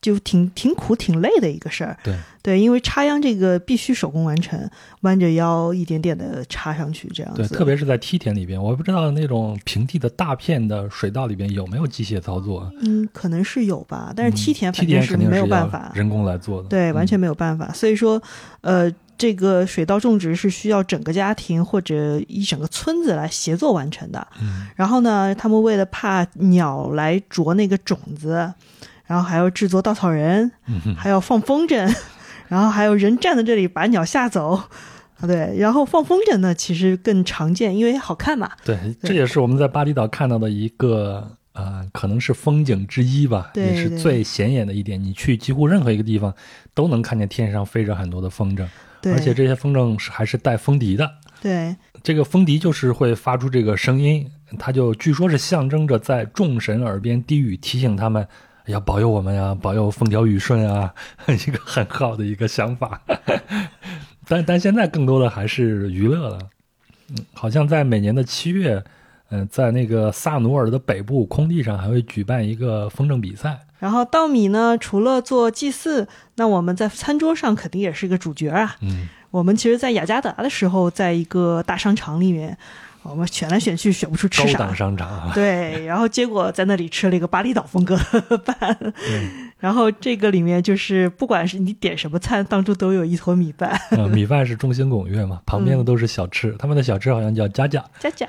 就挺挺苦挺累的一个事儿。 对对，因为插秧这个必须手工完成，弯着腰一点点的插上去这样子。 对，特别是在梯田里边，我不知道那种平地的大片的水稻里边有没有机械操作。 嗯，可能是有吧，但是梯田嗯、 反正是没有办法， 人工来做的。 对，完全没有办法。嗯、所以说，呃，这个水稻种植是需要整个家庭或者一整个村子来协作完成的。 嗯， 然后呢，他们为了怕鸟来啄那个种子，然后还要制作稻草人， 嗯、 还要放风筝，然后还有人站在这里把鸟吓走。对，然后放风筝呢，其实更常见，因为好看嘛。 对，这也是我们在巴厘岛看到的一个呃，可能是风景之一吧， 对， 也是最显眼的一点。你去几乎任何一个地方，都能看见天上飞着很多的风筝，而且这些风筝是还是带风笛的。 对， 这个风笛就是会发出这个声音，它就据说是象征着在众神耳边低语，提醒他们要保佑我们呀，保佑风调雨顺啊，一个很好的一个想法。但但现在更多的还是娱乐了，嗯，好像在每年的七月，嗯、呃，在那个萨努尔的北部空地上还会举办一个风筝比赛。 然后稻米呢，除了做祭祀，那我们在餐桌上肯定也是个主角啊。 嗯， 我们其实，在雅加达的时候，在一个大商场里面，我们选来选去选不出吃啥， 高档商场啊。 对，然后结果在那里吃了一个巴厘岛风格的饭。然后这个里面就是不管是你点什么菜，当中都有一坨米饭。 嗯，米饭是众星拱月嘛，旁边的都是小吃，嗯、他们的小吃好像叫佳佳。 佳佳。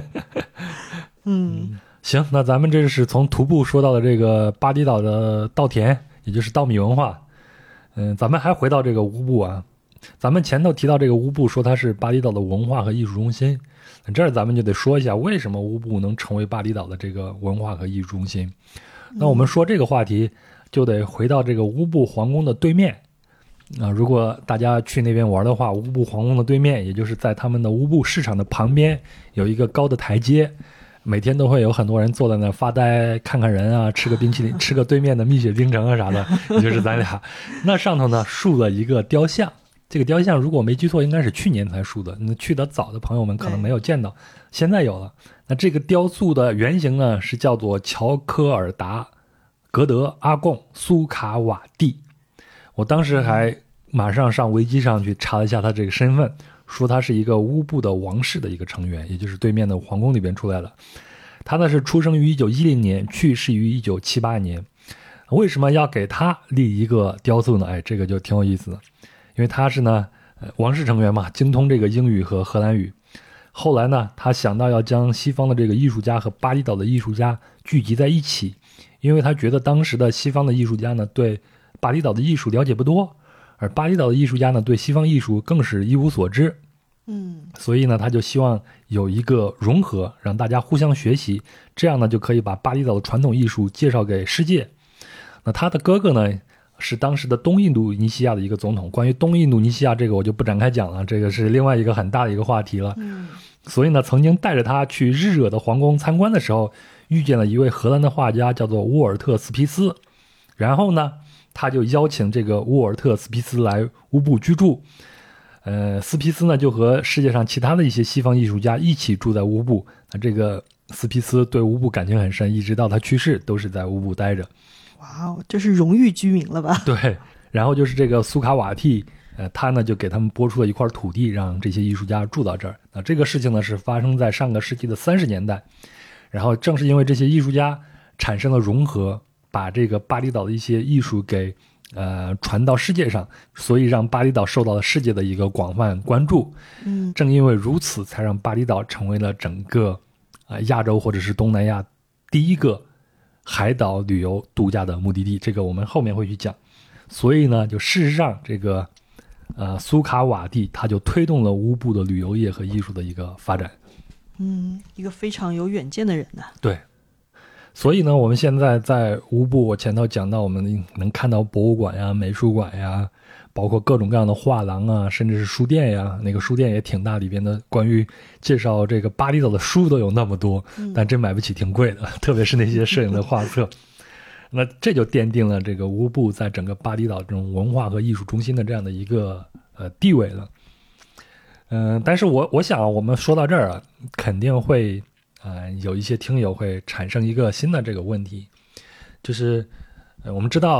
嗯， 行，那咱们这是从徒步说到了这个巴厘岛的稻田，也就是稻米文化。嗯，咱们还回到这个乌布啊，咱们前头提到这个乌布，说它是巴厘岛的文化和艺术中心。这儿咱们就得说一下，为什么乌布能成为巴厘岛的这个文化和艺术中心。那我们说这个话题，就得回到这个乌布皇宫的对面啊。如果大家去那边玩的话，乌布皇宫的对面，也就是在他们的乌布市场的旁边，有一个高的台阶，每天都会有很多人坐在那发呆，看看人啊，吃个冰淇淋，吃个对面的蜜雪冰城啊啥的，也就是咱俩。那上头呢竖了一个雕像。这个雕像如果我没记错应该是去年才竖的，那去得早的朋友们可能没有见到，现在有了。那这个雕塑的原型呢是叫做乔科尔达格德阿贡苏卡瓦蒂。我当时还马上上维基上去查了一下他这个身份，说他是一个乌布的王室的一个成员，也就是对面的皇宫里边出来的。他呢是出生于一九一零年，去世于一九七八年。为什么要给他立一个雕塑呢？哎，这个就挺有意思的。因为他是呢，呃，王室成员嘛，精通这个英语和荷兰语。后来呢，他想到要将西方的这个艺术家和巴厘岛的艺术家聚集在一起，因为他觉得当时的西方的艺术家呢，对巴厘岛的艺术了解不多，而巴厘岛的艺术家呢，对西方艺术更是一无所知。 嗯， 所以呢，他就希望有一个融合，让大家互相学习，这样呢，就可以把巴厘岛的传统艺术介绍给世界。那他的哥哥呢？是当时的东印度尼西亚的一个总统。关于东印度尼西亚这个我就不展开讲了，这个是另外一个很大的一个话题了。 嗯， 所以呢，曾经带着他去日惹的皇宫参观的时候，遇见了一位荷兰的画家，叫做沃尔特斯皮斯。然后呢，他就邀请这个沃尔特斯皮斯来乌布居住。呃，斯皮斯呢就和世界上其他的一些西方艺术家一起住在乌布。那这个斯皮斯对乌布感情很深，一直到他去世都是在乌布待着。 哇哦，这是荣誉居民了吧？ 对，然后就是这个苏卡瓦蒂，呃，他呢就给他们拨出了一块土地，让这些艺术家住到这儿。那这个事情呢是发生在上个世纪的三十年代，然后正是因为这些艺术家产生了融合，把这个巴厘岛的一些艺术给呃传到世界上，所以让巴厘岛受到了世界的一个广泛关注。 嗯， 正因为如此，才让巴厘岛成为了整个啊、呃、亚洲或者是东南亚第一个海岛旅游度假的目的地，这个我们后面会去讲。所以呢，就事实上这个呃苏卡瓦蒂他就推动了乌布的旅游业和艺术的一个发展。 嗯，一个非常有远见的人呢。 对，所以呢，我们现在在乌布，我前头讲到我们能看到博物馆呀、美术馆呀，包括各种各样的画廊啊，甚至是书店呀，那个书店也挺大，里边的关于介绍这个巴厘岛的书都有那么多，但真买不起，挺贵的，特别是那些摄影的画册。那这就奠定了这个乌布在整个巴厘岛这种文化和艺术中心的这样的一个呃地位了。嗯、呃，但是我我想我们说到这儿啊，肯定会呃有一些听友会产生一个新的这个问题，就是呃我们知道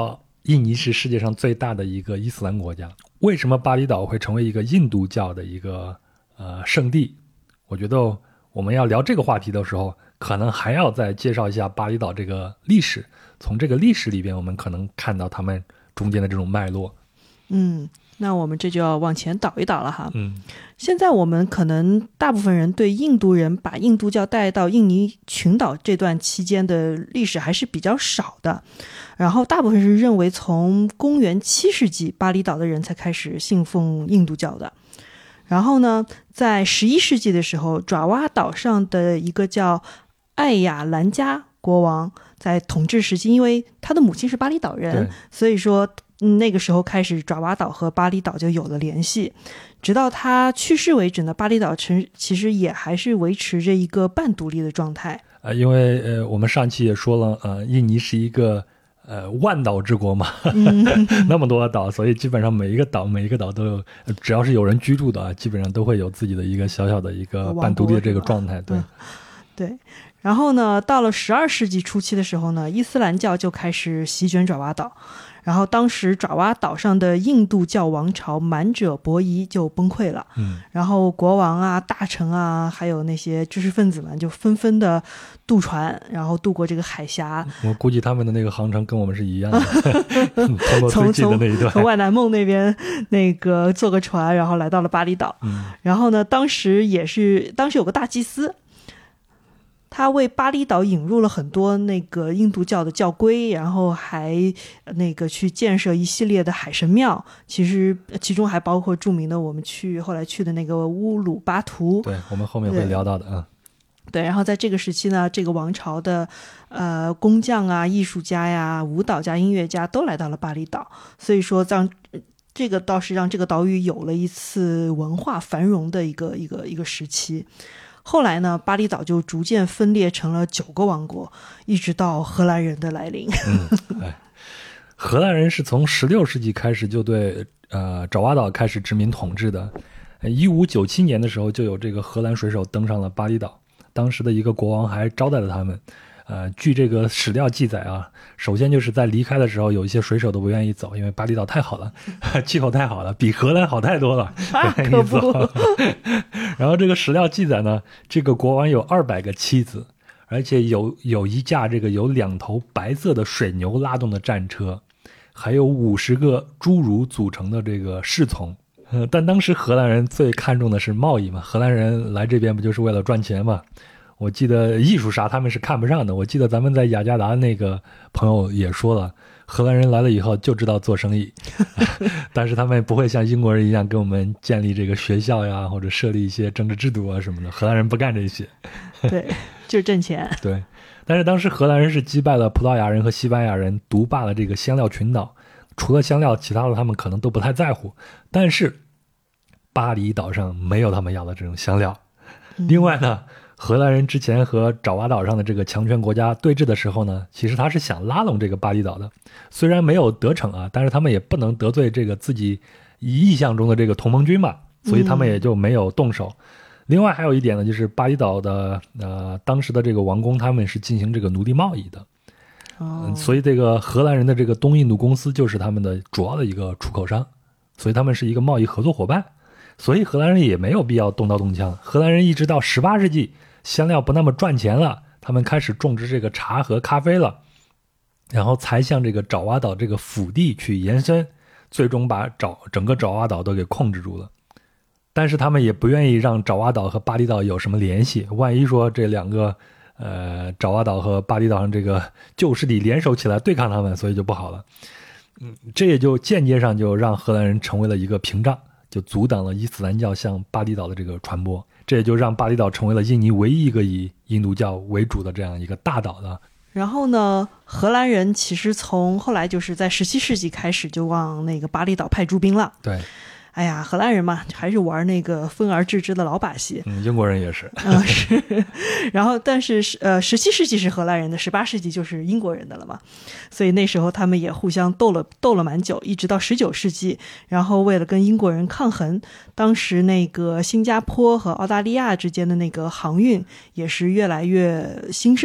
印尼是世界上最大的一个伊斯兰国家。为什么巴厘岛会成为一个印度教的一个呃圣地？我觉得我们要聊这个话题的时候，可能还要再介绍一下巴厘岛这个历史。从这个历史里边，我们可能看到他们中间的这种脉络。 嗯，那我们这就要往前倒一倒了哈。 嗯， 现在我们可能大部分人对印度人把印度教带到印尼群岛这段期间的历史还是比较少的，然后大部分是认为从公元七世纪巴厘岛的人才开始信奉印度教的。然后呢，在十一世纪的时候，爪哇岛上的一个叫艾亚兰加国王在统治时期，因为他的母亲是巴厘岛人，所以说嗯，那个时候开始爪哇岛和巴厘岛就有了联系，直到他去世为止呢，巴厘岛城其实也还是维持着一个半独立的状态。 呃，因为呃，我们上期也说了，呃，印尼是一个呃万岛之国嘛，嗯、那么多的岛，所以基本上每一个岛每一个岛都有，只要是有人居住的，基本上都会有自己的一个小小的一个半独立的这个状态。对、嗯， 对。然后呢，到了十二世纪初期的时候呢，伊斯兰教就开始席卷爪哇岛。然后当时爪哇岛上的印度教王朝满者伯夷就崩溃了， 嗯， 然后国王啊、大臣啊，还有那些知识分子们就纷纷的渡船，然后渡过这个海峡。 我估计他们的那个航程跟我们是一样的，通过最近的那一段， 从万南梦那边那个坐个船，然后来到了巴厘岛。 嗯， 然后呢，当时也是当时有个大祭司。他为巴厘岛引入了很多那个印度教的教规，然后还那个去建设一系列的海神庙，其实其中还包括著名的我们去后来去的那个乌鲁巴图。 对，我们后面会聊到的啊。 对，然后在这个时期呢，这个王朝的呃工匠啊、艺术家呀、舞蹈家、音乐家都来到了巴厘岛，所以说让这个倒是让这个岛屿有了一次文化繁荣的一个一个一个时期。后来呢，巴厘岛就逐渐分裂成了九个王国，一直到荷兰人的来临。 嗯，哎，荷兰人是从十六世纪开始就对呃爪哇岛开始殖民统治的。一五九七年的时候，就有这个荷兰水手登上了巴厘岛，当时的一个国王还招待了他们。呃，据这个史料记载啊，首先就是在离开的时候，有一些水手都不愿意走，因为巴厘岛太好了，气候太好了，比荷兰好太多了，不愿意走。然后这个史料记载呢，这个国王有二百个妻子，而且有有一架这个有两头白色的水牛拉动的战车，还有五十个侏儒组成的这个侍从。呃，但当时荷兰人最看重的是贸易嘛，荷兰人来这边不就是为了赚钱嘛？我记得艺术啥他们是看不上的。我记得咱们在雅加达那个朋友也说了，荷兰人来了以后就知道做生意，但是他们不会像英国人一样给我们建立这个学校呀，或者设立一些政治制度啊什么的。荷兰人不干这些， 对，就是挣钱。 对，但是当时荷兰人是击败了葡萄牙人和西班牙人，独霸了这个香料群岛。除了香料，其他的他们可能都不太在乎。但是巴厘岛上没有他们要的这种香料。 嗯、 另外呢，荷兰人之前和爪哇岛上的这个强权国家对峙的时候呢，其实他是想拉拢这个巴厘岛的，虽然没有得逞啊，但是他们也不能得罪这个自己意象中的这个同盟军嘛，所以他们也就没有动手。嗯、另外还有一点呢，就是巴厘岛的呃当时的这个王公他们是进行这个奴隶贸易的， 哦， 所以这个荷兰人的这个东印度公司就是他们的主要的一个出口商，所以他们是一个贸易合作伙伴。所以荷兰人也没有必要动刀动枪。荷兰人一直到十八世纪，香料不那么赚钱了，他们开始种植这个茶和咖啡了，然后才向这个爪哇岛这个腹地去延伸，最终把爪整个爪哇岛都给控制住了。但是他们也不愿意让爪哇岛和巴厘岛有什么联系，万一说这两个呃爪哇岛和巴厘岛上这个旧势力联手起来对抗他们，所以就不好了。嗯，这也就间接上就让荷兰人成为了一个屏障，就阻挡了伊斯兰教向巴厘岛的这个传播，这也就让巴厘岛成为了印尼唯一一个以印度教为主的这样一个大岛的。 然后呢，荷兰人其实从后来就是在十七世纪开始就往那个巴厘岛派驻兵了。 对， 哎呀，荷兰人嘛，还是玩那个分而治之的老把戏。 嗯，英国人也是。 嗯，是。然后，但是呃，十七世纪是荷兰人的，十八世纪就是英国人的了嘛。所以那时候他们也互相斗了斗了蛮久，一直到十九世纪。然后为了跟英国人抗衡，当时那个新加坡和澳大利亚之间的那个航运也是越来越兴盛。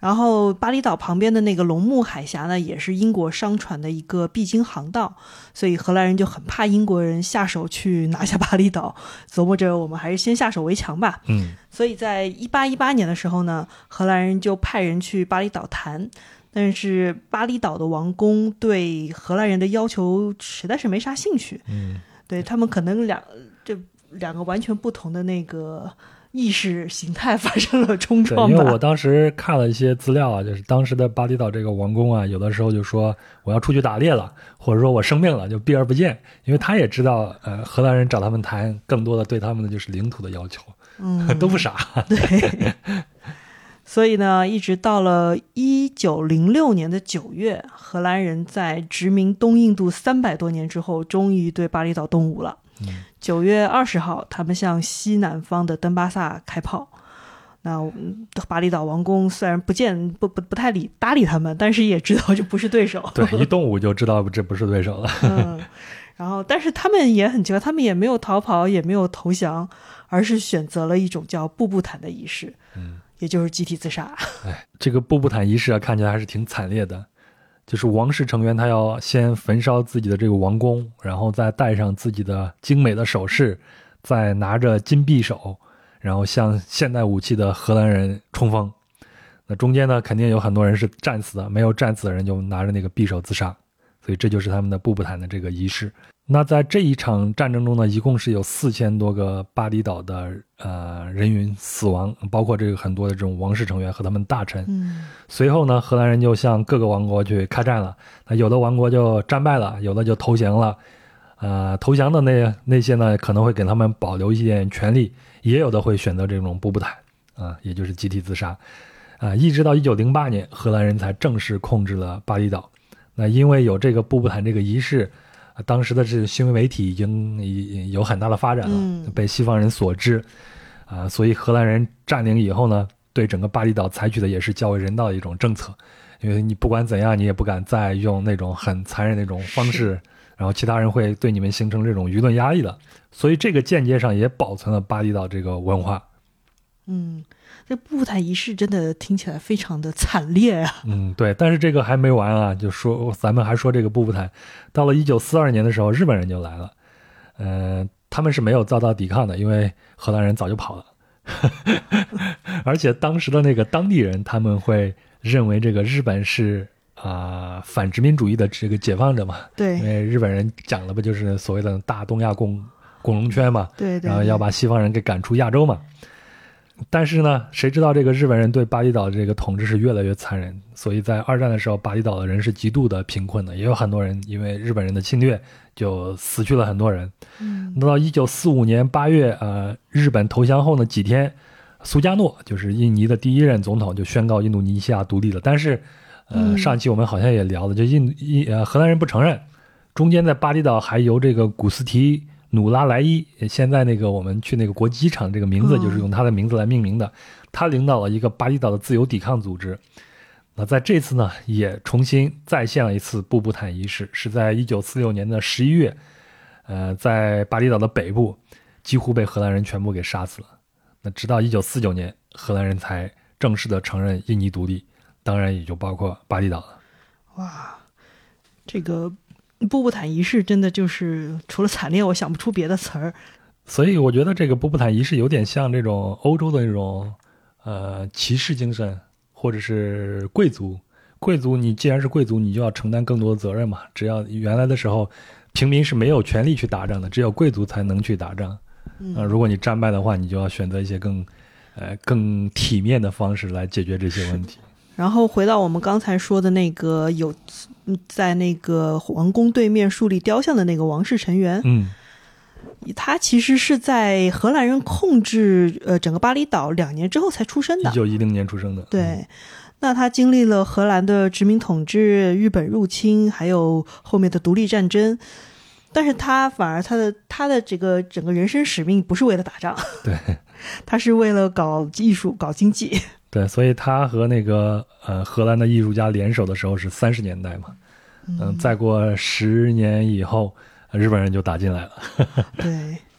然后巴厘岛旁边的那个龙目海峡呢，也是英国商船的一个必经航道，所以荷兰人就很怕英国人下手去拿下巴厘岛，琢磨着我们还是先下手为强吧。 嗯， 所以在一八一八年的时候呢，荷兰人就派人去巴厘岛谈，但是巴厘岛的王公对荷兰人的要求实在是没啥兴趣。 嗯， 对，他们可能两这两个完全不同的那个意识形态发生了冲撞吧。 因为我当时看了一些资料啊，就是当时的巴厘岛这个王公啊，有的时候就说我要出去打猎了，或者说我生病了，就避而不见，因为他也知道，呃，荷兰人找他们谈，更多的对他们的就是领土的要求，嗯，都不傻。 对。所以呢，一直到了一九零六年的九月，荷兰人在殖民东印度三百多年之后，终于对巴厘岛动武了。九、嗯、月二十号，他们向西南方的登巴萨开炮。那巴厘岛王公虽然不见不不不太理搭理他们，但是也知道这不是对手。 对，一动武就知道这不是对手了。 嗯，然后但是他们也很奇怪，他们也没有逃跑，也没有投降，而是选择了一种叫布布坦的仪式。嗯。也就是集体自杀。 哎，这个布布坦仪式啊，看起来还是挺惨烈的。就是王室成员他要先焚烧自己的这个王宫，然后再戴上自己的精美的首饰，再拿着金匕首，然后向现代武器的荷兰人冲锋。那中间呢，肯定有很多人是战死的，没有战死的人就拿着那个匕首自杀。所以这就是他们的布布坦的这个仪式。那在这一场战争中呢，一共是有四千多个巴厘岛的呃人员死亡，包括这个很多的这种王室成员和他们大臣。嗯，随后呢，荷兰人就向各个王国去开战了。那有的王国就战败了，有的就投降了。呃，投降的那那些呢，可能会给他们保留一点权利，也有的会选择这种布布坦啊、呃，也就是集体自杀。啊、呃，一直到一九零八年，荷兰人才正式控制了巴厘岛。那因为有这个布布坦这个仪式。当时的这个新闻媒体已经有很大的发展了，嗯、被西方人所知，啊、呃，所以荷兰人占领以后呢，对整个巴厘岛采取的也是较为人道的一种政策，因为你不管怎样，你也不敢再用那种很残忍的那种方式，然后其他人会对你们形成这种舆论压力的，所以这个间接上也保存了巴厘岛这个文化。 嗯，这布布坦仪式真的听起来非常的惨烈啊。 嗯，对，但是这个还没完啊，就说咱们还说这个布布坦，到了一九四二年的时候，日本人就来了，呃，他们是没有遭到抵抗的，因为荷兰人早就跑了，而且当时的那个当地人他们会认为这个日本是啊、呃、反殖民主义的这个解放者嘛， 对， 因为日本人讲了不就是所谓的大东亚共共荣圈嘛， 对 对, 对， 然后要把西方人给赶出亚洲嘛。但是呢，谁知道这个日本人对巴厘岛这个统治是越来越残忍，所以在二战的时候，巴厘岛的人是极度的贫困的，也有很多人因为日本人的侵略就死去了很多人。嗯，到一九四五年八月，呃，日本投降后呢几天，苏加诺就是印尼的第一任总统就宣告印度尼西亚独立了。但是，呃，上期我们好像也聊了，就印印呃荷兰人不承认，中间在巴厘岛还由这个古斯提努拉莱伊，现在那个我们去那个国际机场这个名字就是用他的名字来命名的，他领导了一个巴厘岛的自由抵抗组织。那在这次呢，也重新再现了一次布布坦仪式，是在一九四六年的十一月，呃，在巴厘岛的北部，几乎被荷兰人全部给杀死了。那直到一九四九年，荷兰人才正式的承认印尼独立，当然也就包括巴厘岛了。 哇，这个布布坦仪式真的就是除了惨烈我想不出别的词儿。 所以我觉得这个布布坦仪式有点像这种欧洲的那种呃骑士精神，或者是贵族贵族你既然是贵族，你就要承担更多的责任嘛。只要原来的时候平民是没有权利去打仗的，只有贵族才能去打仗。嗯、呃，如果你战败的话，你就要选择一些更呃更体面的方式来解决这些问题。 然后回到我们刚才说的那个有在那个王宫对面树立雕像的那个王室成员， 嗯， 他其实是在荷兰人控制呃整个巴厘岛两年之后才出生的， 一九一零年出生的。 对、 嗯， 那他经历了荷兰的殖民统治、日本入侵，还有后面的独立战争，但是他反而他的他的这个整个人生使命不是为了打仗， 对， 他是为了搞艺术、搞经济。 对，所以他和那个呃荷兰的艺术家联手的时候是三十年代嘛，嗯、呃，再过十年以后，日本人就打进来了。 对，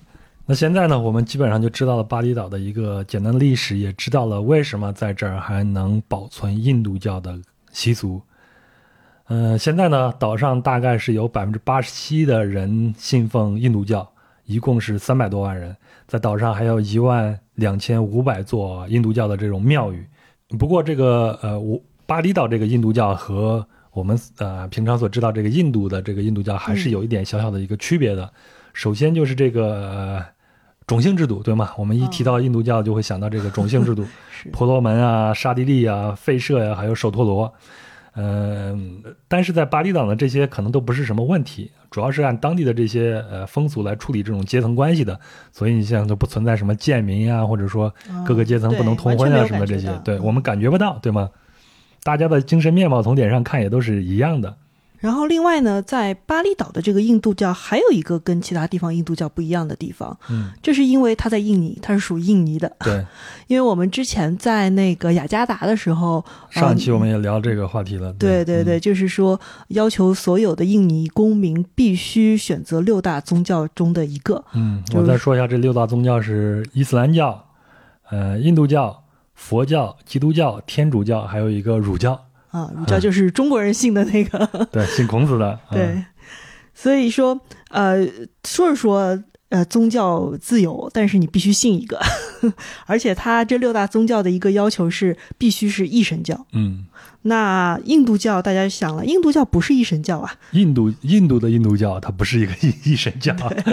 那现在呢，我们基本上就知道了巴厘岛的一个简单的历史，也知道了为什么在这儿还能保存印度教的习俗。呃，现在呢，岛上大概是有百分之八十七的人信奉印度教，一共是三百多万人。在岛上还有一万两千五百座印度教的这种庙宇。不过这个呃，我巴厘岛这个印度教和我们呃平常所知道这个印度的这个印度教还是有一点小小的一个区别的。嗯、首先就是这个、呃、种姓制度，对吗？我们一提到印度教就会想到这个种姓制度，哦、婆罗门啊、刹帝利啊、吠舍呀、啊，还有首陀罗。嗯、呃，但是在巴厘岛呢，这些可能都不是什么问题，主要是按当地的这些呃风俗来处理这种阶层关系的，所以你像就不存在什么贱民呀、啊，或者说各个阶层不能通婚啊什么的这些，哦、对, 对我们感觉不到，对吗？大家的精神面貌从脸上看也都是一样的。 然后另外呢，在巴厘岛的这个印度教还有一个跟其他地方印度教不一样的地方，嗯，这是因为它在印尼，它是属印尼的。 对， 因为我们之前在那个雅加达的时候， 上一期我们也聊这个话题了。 对对 对, 对、嗯，就是说要求所有的印尼公民必须选择六大宗教中的一个。 嗯，我再说一下，这六大宗教是伊斯兰教、呃，印度教、佛教、基督教、天主教，还有一个儒教。 啊，儒教就是中国人信的那个， 嗯、对，信孔子的。 对， 嗯、 所以说，呃，说是说，呃，宗教自由，但是你必须信一个，而且他这六大宗教的一个要求是必须是一神教。 嗯， 那印度教大家想了，印度教不是一神教啊， 印度印度的印度教它不是一个一神教。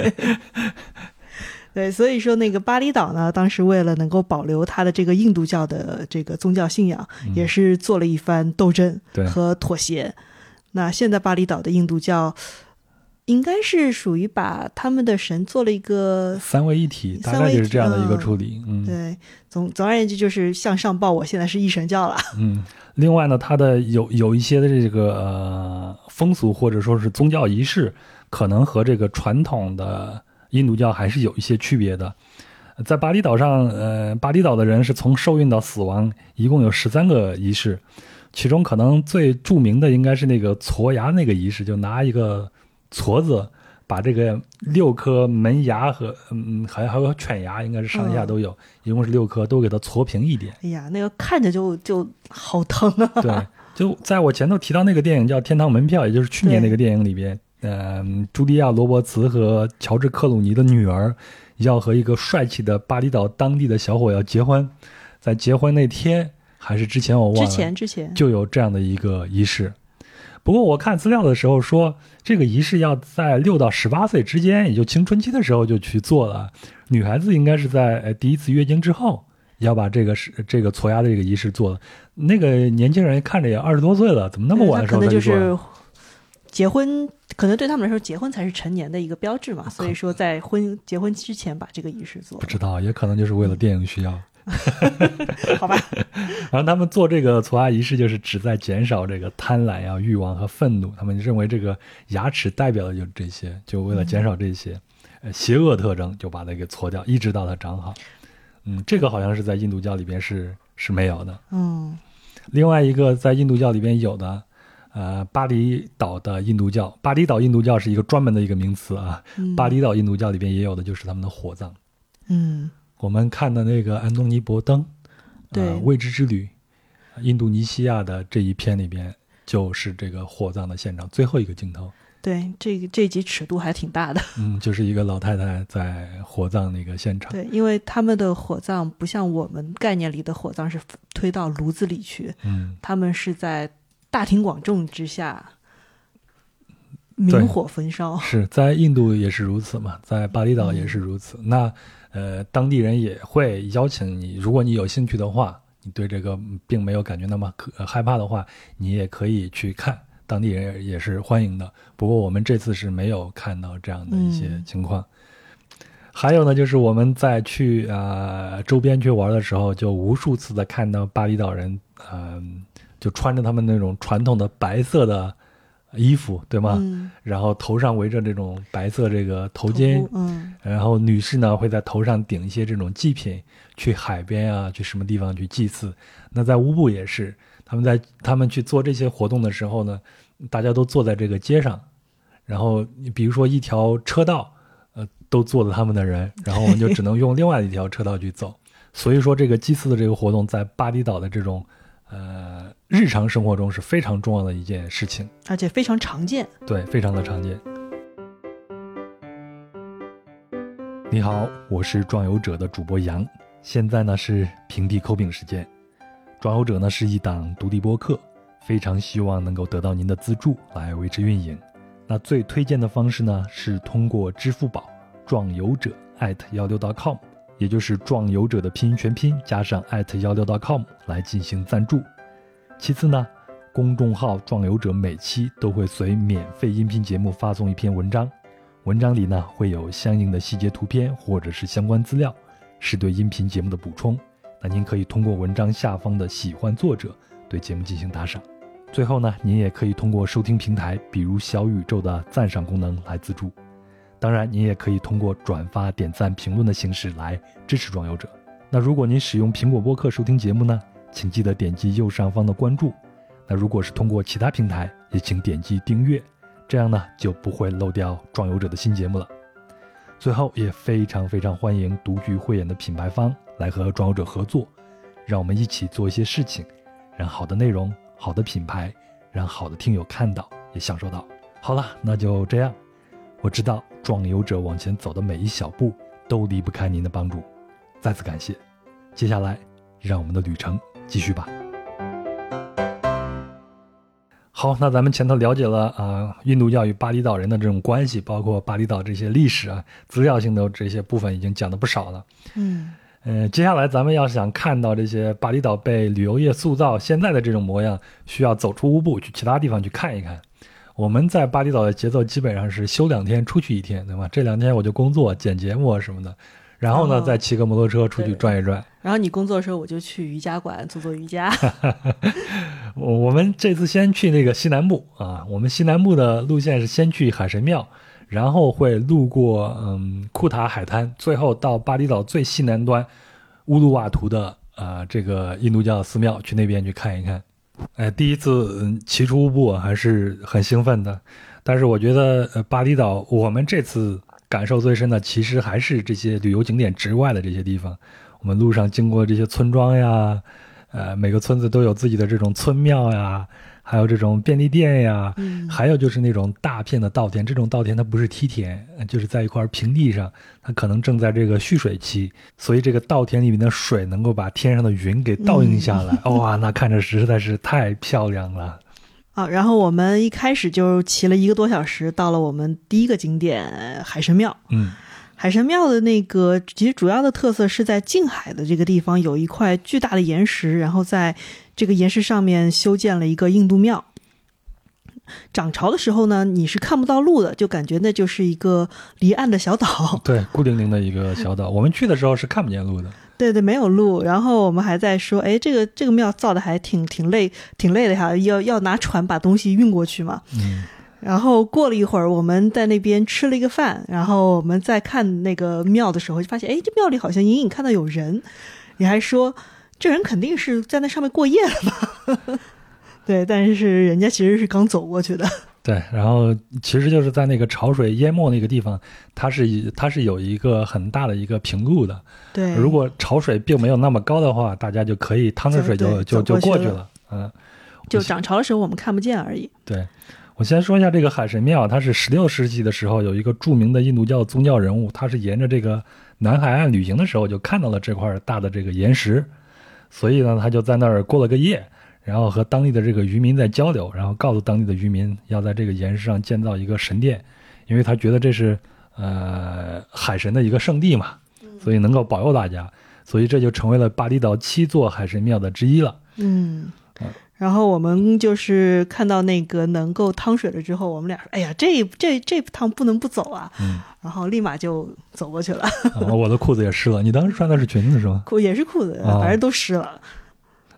对，所以说那个巴厘岛呢，当时为了能够保留它的这个印度教的这个宗教信仰，嗯、也是做了一番斗争和妥协。那现在巴厘岛的印度教应该是属于把他们的神做了一个三位一体，大概就是这样的一个处理。嗯， 对，总总而言之就是向上报，我现在是一神教了。 嗯，另外呢，它的有有一些的这个呃风俗或者说是宗教仪式，可能和这个传统的印度教还是有一些区别的。在巴厘岛上，呃，巴厘岛的人是从受孕到死亡，一共有十三个仪式，其中可能最著名的应该是那个矬牙那个仪式，就拿一个矬子把这个六颗门牙和嗯，还还有犬牙，应该是上下都有，嗯、一共是六颗，都给它矬平一点。 哎呀，那个看着就就好疼啊！ 对，就在我前头提到那个电影叫《天堂门票》，也就是去年那个电影里边。嗯，茱莉亚·罗伯茨和乔治·克鲁尼的女儿要和一个帅气的巴厘岛当地的小伙要结婚，在结婚那天还是之前我忘了， 之前之前就有这样的一个仪式。不过我看资料的时候说，这个仪式要在六到十八岁之间，也就青春期的时候就去做了。女孩子应该是在第一次月经之后要把这个这个矬牙的这个仪式做了。那个年轻人看着也二十多岁了，怎么那么晚的时候才去做？ 可能就是结婚，可能对他们来说，结婚才是成年的一个标志嘛。所以说，在婚结婚之前把这个仪式做。 不知道，也可能就是为了电影需要。 好吧。 然后他们做这个矬牙仪式，就是旨在减少这个贪婪呀、欲望和愤怒。他们认为这个牙齿代表的就是这些，就为了减少这些、嗯、邪恶特征，就把它给搓掉，一直到它长好。嗯，这个好像是在印度教里边是是没有的。 嗯， 另外一个在印度教里边有的。呃，巴厘岛的印度教，巴厘岛印度教是一个专门的一个名词啊。嗯、巴厘岛印度教里边也有的就是他们的火葬。 嗯， 我们看的那个安东尼·伯登， 对， 呃，未知之旅，印度尼西亚的这一篇里边就是这个火葬的现场最后一个镜头。 对，这个这集尺度还挺大的。 嗯，就是一个老太太在火葬那个现场。 对，因为他们的火葬不像我们概念里的火葬是推到炉子里去，嗯，他们是在大庭广众之下明火焚烧。 是在印度也是如此嘛，在巴厘岛也是如此。嗯、那呃，当地人也会邀请你，如果你有兴趣的话，你对这个并没有感觉那么可、呃、害怕的话，你也可以去看，当地人也是欢迎的。不过我们这次是没有看到这样的一些情况。嗯、还有呢，就是我们在去啊、呃、周边去玩的时候，就无数次的看到巴厘岛人，嗯、呃。就穿着他们那种传统的白色的衣服，对吗？嗯、然后头上围着这种白色这个头巾， 头嗯， 然后女士呢会在头上顶一些这种祭品，去海边啊，去什么地方去祭祀。那在乌布也是，他们在他们去做这些活动的时候呢，大家都坐在这个街上，然后比如说一条车道，呃， 都坐了他们的人，然后我们就只能用另外一条车道去走。所以说这个祭祀的这个活动在巴厘岛的这种呃日常生活中是非常重要的一件事情， 而且非常常见。 对，非常的常见。你好，我是壮游者的主播杨，现在呢是平地抠饼时间。壮游者呢是一档独立播客，非常希望能够得到您的资助来维持运营。那最推荐的方式呢是通过支付宝壮游者 at 一六 点 com， 也就是壮游者的拼音全拼加上 at 一六 点 com 来进行赞助。其次呢，公众号壮游者每期都会随免费音频节目发送一篇文章，文章里呢会有相应的细节图片或者是相关资料，是对音频节目的补充。那您可以通过文章下方的喜欢作者对节目进行打赏。最后呢，您也可以通过收听平台比如小宇宙的赞赏功能来资助。当然您也可以通过转发点赞评论的形式来支持壮游者。那如果您使用苹果播客收听节目呢，请记得点击右上方的关注。那如果是通过其他平台，也请点击订阅，这样呢就不会漏掉壮游者的新节目了。最后也非常非常欢迎独具慧眼的品牌方来和壮游者合作，让我们一起做一些事情，让好的内容好的品牌让好的听友看到也享受到。好了，那就这样。我知道壮游者往前走的每一小步都离不开您的帮助，再次感谢。接下来让我们的旅程继续吧。好，那咱们前头了解了啊、呃，印度教与巴厘岛人的这种关系，包括巴厘岛这些历史啊、资料性的这些部分已经讲得不少了。 嗯， 呃，接下来咱们要想看到这些巴厘岛被旅游业塑造现在的这种模样，需要走出乌布去其他地方去看一看。我们在巴厘岛的节奏基本上是休两天出去一天，对吧？这两天我就工作剪节目什么的，然后呢、哦、再骑个摩托车出去转一转。 然后你工作的时候我就去瑜伽馆做做瑜伽。 我们这次先去那个西南部啊，我们西南部的路线是先去海神庙，然后会路过嗯库塔海滩，最后到巴厘岛最西南端乌鲁瓦图的呃这个印度教寺庙，去那边去看一看。哎，第一次嗯骑出乌布还是很兴奋的，但是我觉得呃巴厘岛我们这次感受最深的其实还是这些旅游景点之外的这些地方。我们路上经过这些村庄呀，呃每个村子都有自己的这种村庙呀，还有这种便利店呀、嗯、还有就是那种大片的稻田，这种稻田它不是梯田，就是在一块平地上，它可能正在这个蓄水期，所以这个稻田里面的水能够把天上的云给倒映下来、嗯、哇，那看着实在是太漂亮了啊。然后我们一开始就骑了一个多小时到了我们第一个景点海神庙。嗯，海神庙的那个其实主要的特色是在近海的这个地方有一块巨大的岩石，然后在这个岩石上面修建了一个印度庙。涨潮的时候呢，你是看不到路的，就感觉那就是一个离岸的小岛。 对，孤零零的一个小岛。我们去的时候是看不见路的。 对对，没有路。然后我们还在说，哎，这个这个庙造的还挺挺累，挺累的呀，要要拿船把东西运过去嘛。嗯。然后过了一会儿，我们在那边吃了一个饭，然后我们在看那个庙的时候，就发现，哎，这庙里好像隐隐看到有人。你还说，这人肯定是在那上面过夜了吧？对，但是人家其实是刚走过去的。 对，然后其实就是在那个潮水淹没那个地方，它是它是有一个很大的一个平路的。 对， 如果潮水并没有那么高的话，大家就可以趟着水就就就过去了。嗯， 就涨潮的时候我们看不见而已。 对，我先说一下这个海神庙，它是十六世纪的时候有一个著名的印度教宗教人物，他是沿着这个南海岸旅行的时候就看到了这块大的这个岩石，所以呢他就在那儿过了个夜。然后和当地的这个渔民在交流，然后告诉当地的渔民要在这个岩石上建造一个神殿，因为他觉得这是呃海神的一个圣地嘛，所以能够保佑大家，所以这就成为了巴厘岛七座海神庙的之一了。 嗯，然后我们就是看到那个能够趟水了之后，我们俩说，哎呀，这这这趟不能不走啊，嗯，然后立马就走过去了。 哦、我的裤子也湿了，你当时穿的是裙子是吗？ 裤也是裤子，反正都湿了。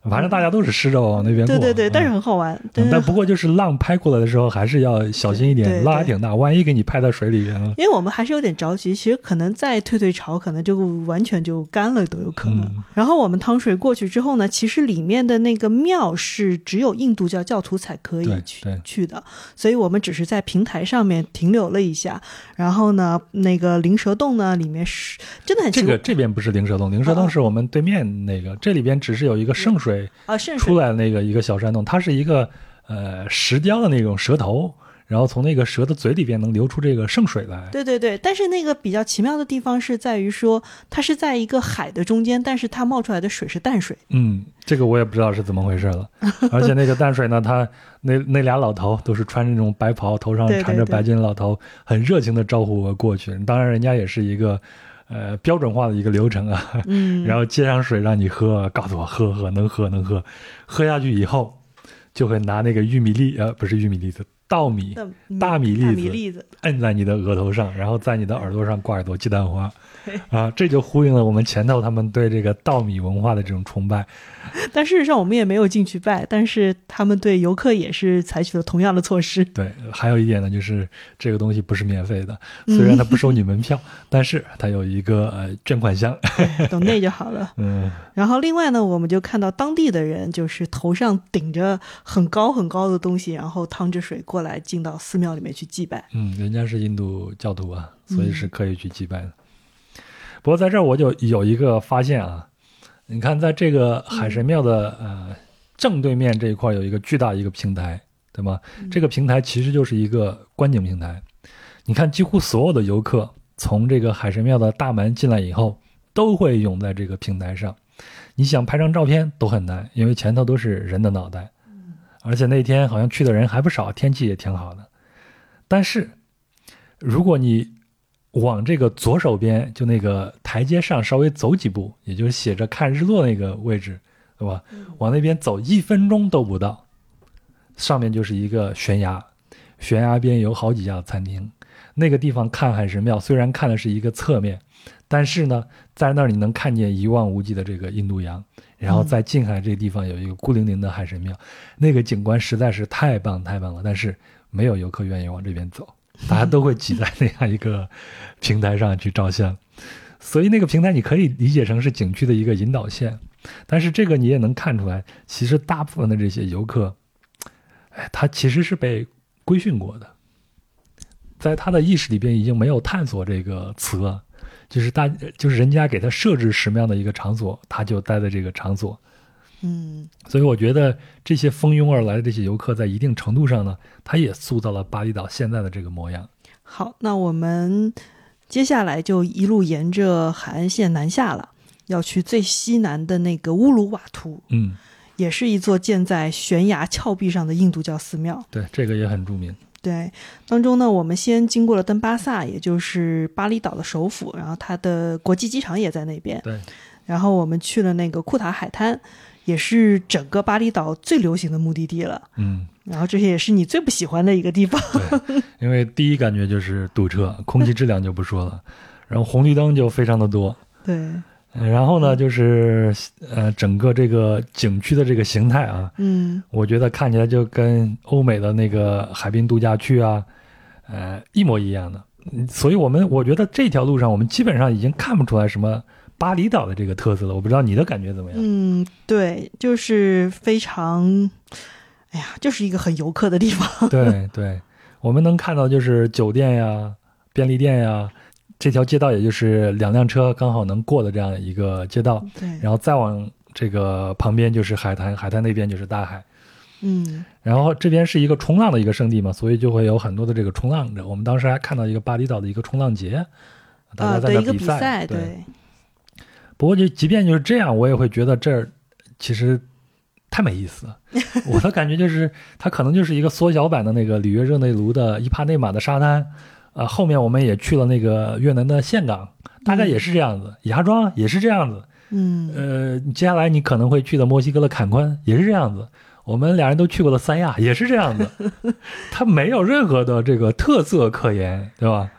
反正大家都是湿着往那边过。 对对对，但是很好玩。 嗯、但不过就是浪拍过来的时候，还是要小心一点，对对对，浪还挺大，万一给你拍到水里边了。 因为我们还是有点着急，其实可能再退退潮，可能就完全就干了都有可能。嗯、然后我们趟水过去之后呢，其实里面的那个庙是只有印度教教徒才可以去去的，所以我们只是在平台上面停留了一下。然后呢，那个灵蛇洞呢，里面是真的很奇怪。 这个这边不是灵蛇洞，灵蛇洞是我们对面那个，啊、这里边只是有一个圣水啊，圣水出来的那个一个小山洞，它是一个呃石雕的那种蛇头。然后从那个蛇的嘴里边能流出这个圣水来。 对对对，但是那个比较奇妙的地方是在于说，它是在一个海的中间，但是它冒出来的水是淡水。 嗯，这个我也不知道是怎么回事了。而且那个淡水呢，他那那俩老头都是穿着那种白袍，头上缠着白巾的老头，对对对，很热情的招呼我过去。当然，人家也是一个呃标准化的一个流程啊。嗯。然后接上水让你喝，告诉我喝喝能喝能喝，喝下去以后就会拿那个玉米粒呃不是玉米粒子。稻米、大米粒子摁在你的额头上，然后在你的耳朵上挂一朵鸡蛋花，啊，这就呼应了我们前头他们对这个稻米文化的这种崇拜。 但事实上我们也没有进去拜，但是他们对游客也是采取了同样的措施。 对，还有一点呢，就是这个东西不是免费的，虽然它不收你门票，嗯、但是它有一个呃捐款箱， 懂内就好了。 嗯。 然后另外呢，我们就看到当地的人就是头上顶着很高很高的东西，然后趟着水过来进到寺庙里面去祭拜。 嗯，人家是印度教徒啊，所以是可以去祭拜的。嗯、不过在这儿我就有一个发现啊。你看，在这个海神庙的、嗯、呃正对面这一块有一个巨大一个平台，对吗？嗯、这个平台其实就是一个观景平台。你看，几乎所有的游客从这个海神庙的大门进来以后，都会涌在这个平台上。你想拍张照片都很难，因为前头都是人的脑袋。嗯、而且那天好像去的人还不少，天气也挺好的。但是，如果你往这个左手边就那个台阶上稍微走几步，也就是写着看日落那个位置，对吧？嗯、往那边走一分钟都不到，上面就是一个悬崖，悬崖边有好几家餐厅。那个地方看海神庙，虽然看的是一个侧面，但是呢，在那儿你能看见一望无际的这个印度洋，然后在近海这个地方有一个孤零零的海神庙，嗯、那个景观实在是太棒太棒了，但是没有游客愿意往这边走。大家都会挤在那样一个平台上去照相，所以那个平台你可以理解成是景区的一个引导线，但是这个你也能看出来，其实大部分的这些游客，哎，他其实是被规训过的，在他的意识里边已经没有探索这个词了，就是大就是人家给他设置什么样的一个场所，他就待在这个场所。 嗯， 所以我觉得这些蜂拥而来的这些游客，在一定程度上呢，他也塑造了巴厘岛现在的这个模样。 好，那我们接下来就一路沿着海岸线南下了，要去最西南的那个乌鲁瓦图。 嗯， 也是一座建在悬崖峭壁上的印度教寺庙。 对，这个也很著名。 对，当中呢，我们先经过了登巴萨，也就是巴厘岛的首府，然后它的国际机场也在那边。 对， 然后我们去了那个库塔海滩。也是整个巴厘岛最流行的目的地了， 嗯， 然后这些也是你最不喜欢的一个地方。 对，因为第一感觉就是堵车，空气质量就不说了，然后红绿灯就非常的多， 对， 然后呢就是呃整个这个景区的这个形态啊， 嗯， 我觉得看起来就跟欧美的那个海滨度假区啊，呃一模一样的，所以我们我觉得这条路上我们基本上已经看不出来什么巴厘岛的这个特色了，我不知道你的感觉怎么样？ 嗯，对，就是非常，哎呀，就是一个很游客的地方。 对对，我们能看到就是酒店呀、便利店呀，这条街道也就是两辆车刚好能过的这样一个街道。 对， 然后再往这个旁边就是海滩，海滩那边就是大海。 嗯， 然后这边是一个冲浪的一个圣地嘛，所以就会有很多的这个冲浪者。我们当时还看到一个巴厘岛的一个冲浪节，大家在那比赛。 啊、对，一个比赛， 对。 对不过就即便就是这样，我也会觉得这儿其实太没意思了。我的感觉就是它可能就是一个缩小版的那个里约热内卢的伊帕内马的沙滩，呃，后面我们也去了那个越南的岘港，大概也是这样子，嗯、芽庄也是这样子， 嗯， 呃，接下来你可能会去的墨西哥的坎昆也是这样子，我们俩人都去过的三亚也是这样子，它没有任何的这个特色可言，对吧？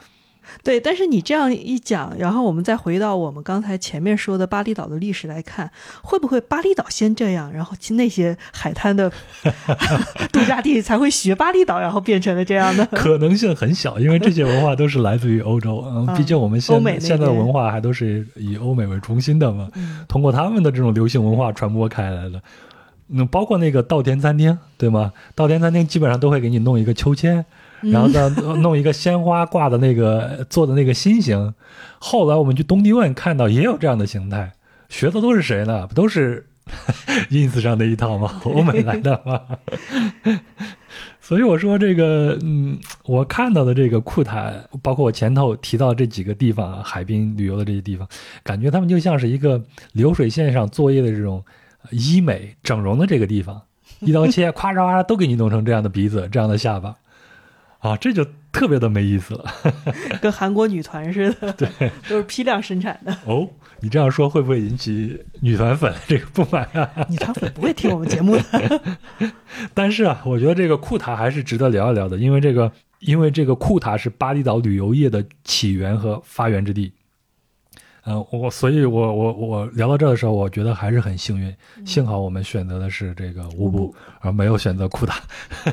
对，但是你这样一讲，然后我们再回到我们刚才前面说的巴厘岛的历史来看，会不会巴厘岛先这样，然后那些海滩的度假地才会学巴厘岛，然后变成了这样的？ 可能性很小，因为这些文化都是来自于欧洲，嗯，毕竟我们现在现在的文化还都是以欧美为中心的嘛，嗯、通过他们的这种流行文化传播开来的。嗯，包括那个稻田餐厅，对吗？稻田餐厅基本上都会给你弄一个秋千。然后再弄一个鲜花挂的那个做的那个心形，后来我们去东帝汶看到也有这样的形态，学的都是谁呢？不都是 ins 上的一套吗？欧美来的吗？所以我说这个，嗯，我看到的这个库塔，包括我前头提到这几个地方，海滨旅游的这些地方，感觉他们就像是一个流水线上作业的这种医美整容的这个地方，一刀切，咵嚓咵嚓都给你弄成这样的鼻子，这样的下巴。啊，这就特别的没意思了， 跟韩国女团似的， 对， 都是批量生产的。 哦，你这样说会不会引起女团粉这个不满啊？ 女团粉不会听我们节目的。 但是啊，我觉得这个库塔还是值得聊一聊的，因为这个，因为这个库塔是巴厘岛旅游业的起源和发源之地。嗯，我所以我我我聊到这的时候，我觉得还是很幸运，幸好我们选择的是这个乌布，而没有选择库塔。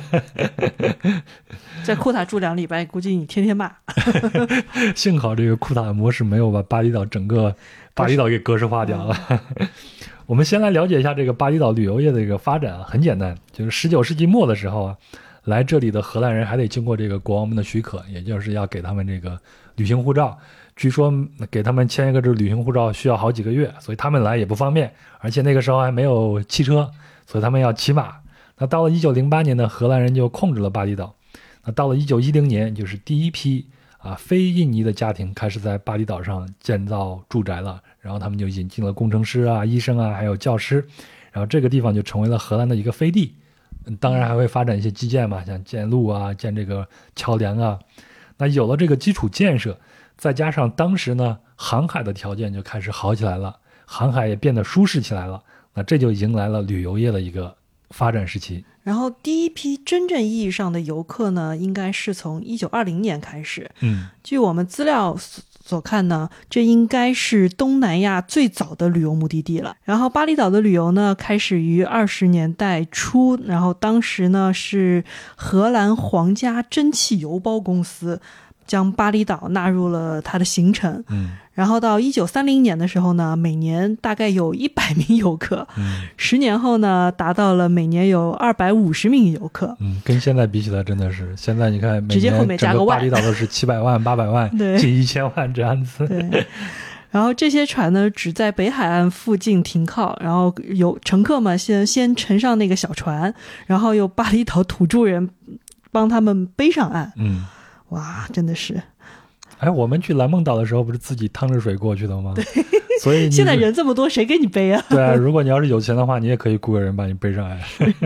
在库塔住两礼拜，估计你天天骂。 幸好这个库塔的模式没有把巴厘岛整个巴厘岛给格式化掉了。我们先来了解一下这个巴厘岛旅游业的这个发展啊，很简单，就是十九世纪末的时候啊，来这里的荷兰人还得经过这个国王们的许可，也就是要给他们这个旅行护照。据说给他们签一个这旅行护照需要好几个月，所以他们来也不方便，而且那个时候还没有汽车，所以他们要骑马。那到了一九零八年呢，荷兰人就控制了巴厘岛。那到了一九一零年，就是第一批啊非印尼的家庭开始在巴厘岛上建造住宅了，然后他们就引进了工程师啊、医生啊，还有教师，然后这个地方就成为了荷兰的一个飞地。当然还会发展一些基建嘛，像建路啊、建这个桥梁啊。那有了这个基础建设，再加上当时呢航海的条件就开始好起来了，航海也变得舒适起来了，那这就迎来了旅游业的一个发展时期。 然后第一批真正意义上的游客呢，应该是从一九二零年开始。 嗯， 据我们资料所看呢，这应该是东南亚最早的旅游目的地了。然后巴厘岛的旅游呢，开始于二十年代初，然后当时呢是荷兰皇家蒸汽邮包公司将巴厘岛纳入了它的行程。 嗯， 然后到一九三零年的时候呢，每年大概有一百名游客。 嗯， 十年后呢，达到了每年有二百五十名游客。 嗯，跟现在比起来真的是，现在你看每直接后面年整个加个万巴厘岛都是七百万、八百万， 对， 近一千万这样子。 对。然后这些船呢，只在北海岸附近停靠，然后有乘客嘛，先先乘上那个小船，然后由巴厘岛土著人帮他们背上岸。 嗯， 哇，真的是。 哎，我们去蓝梦岛的时候不是自己趟着水过去的吗？ 对， 所以现在人这么多，谁给你背啊？ 对啊，如果你要是有钱的话，你也可以雇个人把你背上来。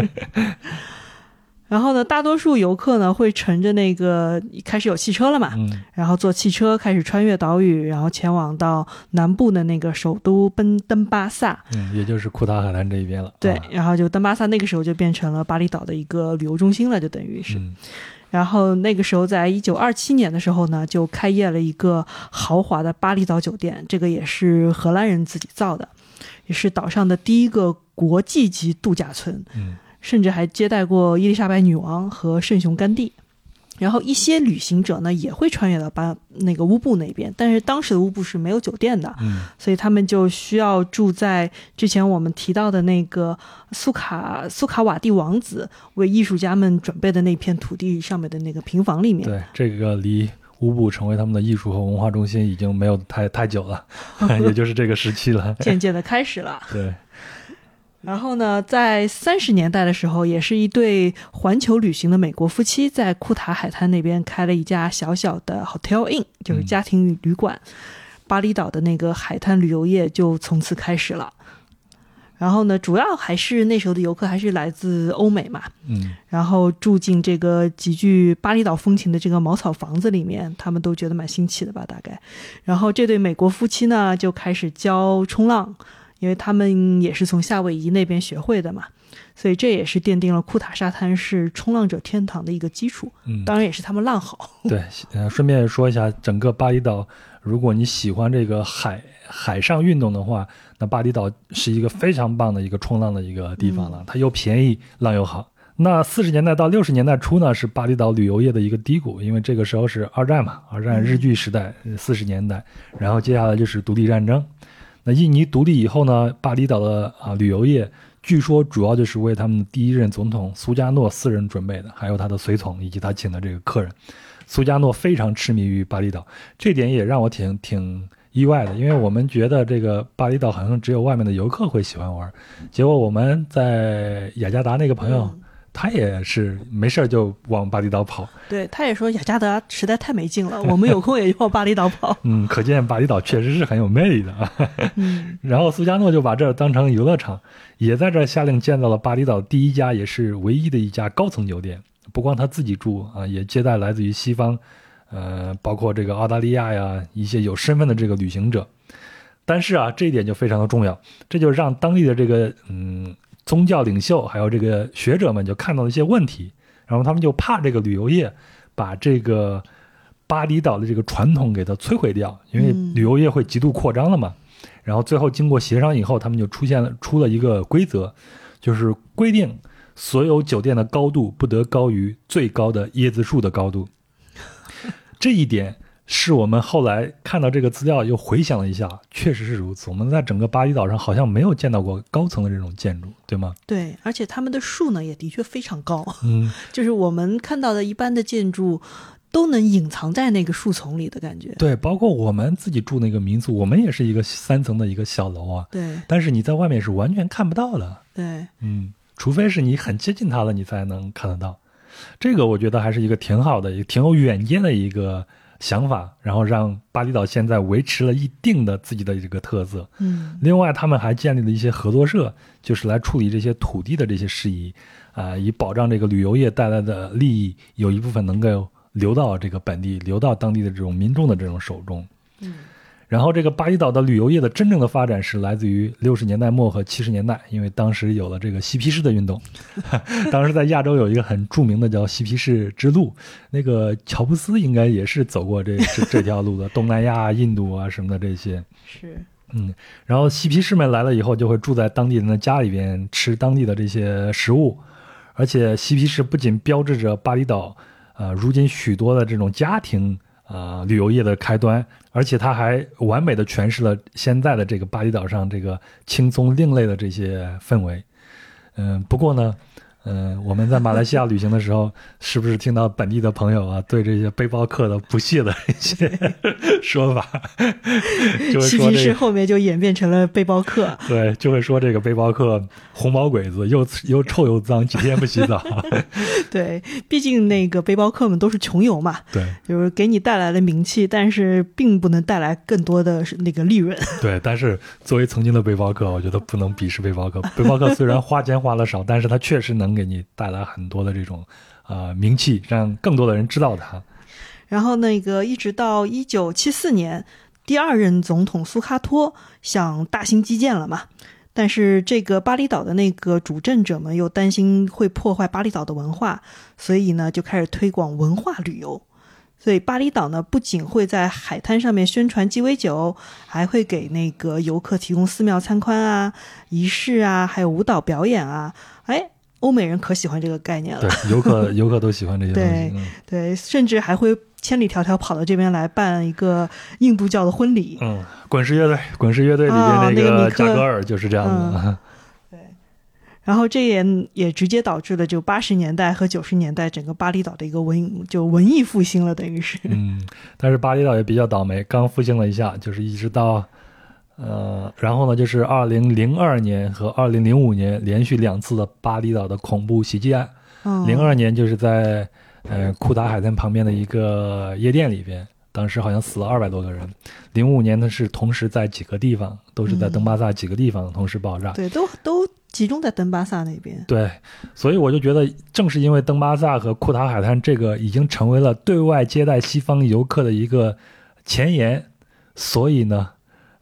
然后呢，大多数游客呢会乘着那个开始有汽车了嘛， 嗯， 然后坐汽车开始穿越岛屿，然后前往到南部的那个首都奔登巴萨， 嗯，也就是库塔海滩这一边了。 对， 啊、 然后就登巴萨那个时候就变成了巴厘岛的一个旅游中心了，就等于是。 嗯， 然后那个时候在一九二七年的时候呢，就开业了一个豪华的巴厘岛酒店，这个也是荷兰人自己造的，也是岛上的第一个国际级度假村。 嗯， 甚至还接待过伊丽莎白女王和圣雄甘地。然后一些旅行者呢也会穿越到巴那个乌布那边，但是当时的乌布是没有酒店的， 嗯， 所以他们就需要住在之前我们提到的那个苏卡苏卡瓦蒂王子为艺术家们准备的那片土地上面的那个平房里面。 对，这个离乌布成为他们的艺术和文化中心已经没有太太久了，也就是这个时期了， 渐渐的开始了。 对。 然后呢，在三十年代的时候，也是一对环球旅行的美国夫妻在库塔海滩那边开了一家小小的 Hotel Inn， 就是家庭旅馆。嗯、巴厘岛的那个海滩旅游业就从此开始了。然后呢，主要还是那时候的游客还是来自欧美嘛， 嗯， 然后住进这个极具巴厘岛风情的这个茅草房子里面，他们都觉得蛮新奇的吧，大概。然后这对美国夫妻呢，就开始教冲浪。因为他们也是从夏威夷那边学会的嘛， 所以这也是奠定了库塔沙滩是冲浪者天堂的一个基础。 嗯， 当然也是他们浪好。 对，呃，顺便说一下，整个巴厘岛，如果你喜欢这个海海上运动的话，那巴厘岛是一个非常棒的一个冲浪的一个地方了，它又便宜，浪又好。那四十年代到六十年代初呢，是巴厘岛旅游业的一个低谷，因为这个时候是二战嘛，二战日据时代，四十年代，然后接下来就是独立战争。那印尼独立以后呢，巴厘岛的啊旅游业，据说主要就是为他们第一任总统苏加诺私人准备的，还有他的随从以及他请的这个客人。苏加诺非常痴迷于巴厘岛，这点也让我挺挺意外的，因为我们觉得这个巴厘岛好像只有外面的游客会喜欢玩，结果我们在雅加达那个朋友。嗯，他也是没事就往巴厘岛跑， 对，他也说雅加达实在太没劲了，我们有空也就往巴厘岛跑。 嗯，可见巴厘岛确实是很有魅力的啊。嗯，然后苏加诺就把这儿当成游乐场，也在这儿下令建造了巴厘岛第一家也是唯一的一家高层酒店，不光他自己住啊，也接待来自于西方，呃，包括这个澳大利亚呀一些有身份的这个旅行者。但是啊，这一点就非常的重要，这就让当地的这个嗯。宗教领袖还有这个学者们就看到了一些问题，然后他们就怕这个旅游业把这个巴厘岛的这个传统给它摧毁掉，因为旅游业会极度扩张了嘛。然后最后经过协商以后，他们就出现了出了一个规则，就是规定所有酒店的高度不得高于最高的椰子树的高度。这一点是我们后来看到这个资料又回想了一下，确实是如此。我们在整个巴厘岛上好像没有见到过高层的这种建筑，对吗？ 对，而且他们的树呢也的确非常高， 嗯， 就是我们看到的一般的建筑都能隐藏在那个树丛里的感觉。 对，包括我们自己住那个民宿，我们也是一个三层的一个小楼啊， 对， 但是你在外面是完全看不到的。 对， 嗯，除非是你很接近它了，你才能看得到。这个我觉得还是一个挺好的，也挺有远见的一个想法，然后让巴厘岛现在维持了一定的自己的这个特色。 嗯， 另外他们还建立了一些合作社，就是来处理这些土地的这些事宜啊、呃，以保障这个旅游业带来的利益有一部分能够流到这个本地，流到当地的这种民众的这种手中。 嗯， 然后这个巴厘岛的旅游业的真正的发展是来自于六十年代末和七十年代，因为当时有了这个嬉皮士的运动。当时在亚洲有一个很著名的叫嬉皮士之路，那个乔布斯应该也是走过这这这条路的，东南亚、印度啊什么的这些。 是， 嗯，然后嬉皮士们来了以后，就会住在当地人的家里边，吃当地的这些食物，而且嬉皮士不仅标志着巴厘岛，呃，如今许多的这种家庭。呃，旅游业的开端，而且它还完美的诠释了现在的这个巴厘岛上这个轻松另类的这些氛围。嗯，不过呢，嗯，我们在马来西亚旅行的时候，是不是听到本地的朋友啊对这些背包客的不屑的一些说法？就会说嬉皮士后面就演变成了背包客。 对，就会说这个背包客红毛鬼子，又又臭又脏，几天不洗澡。 对，毕竟那个背包客们都是穷游嘛， 对， 就是给你带来了名气，但是并不能带来更多的那个利润。 对，但是作为曾经的背包客，我觉得不能鄙视背包客。背包客虽然花钱花的少，但是他确实能给你带来很多的这种呃名气，让更多的人知道他。 然后那个一直到一九七四年，第二任总统苏哈托想大兴基建了嘛。但是这个巴厘岛的那个主政者们又担心会破坏巴厘岛的文化，所以呢就开始推广文化旅游。所以巴厘岛呢不仅会在海滩上面宣传鸡尾酒，还会给那个游客提供寺庙参观啊、仪式啊，还有舞蹈表演啊。哎，欧美人可喜欢这个概念了。 对，游客游客都喜欢这些东西。 对、嗯、对，甚至还会千里迢迢跑到这边来办一个印度教的婚礼。 嗯，滚石乐队，滚石乐队里边那个加格尔就是这样的。 嗯、对，然后这也也直接导致了就八十年代和九十年代整个巴厘岛的一个文就文艺复兴了，等于是。 嗯，但是巴厘岛也比较倒霉，刚复兴了一下，就是一直到呃，然后呢，就是二零零二年和二零零五年连续两次的巴厘岛的恐怖袭击案。零二、哦、年就是在。呃，库达海滩旁边的一个夜店里边，当时好像死了二百多个人。零五年呢是同时在几个地方，都是在登巴萨几个地方同时爆炸。 嗯、对，都都集中在登巴萨那边。 对，所以我就觉得，正是因为登巴萨和库达海滩这个已经成为了对外接待西方游客的一个前沿，所以呢，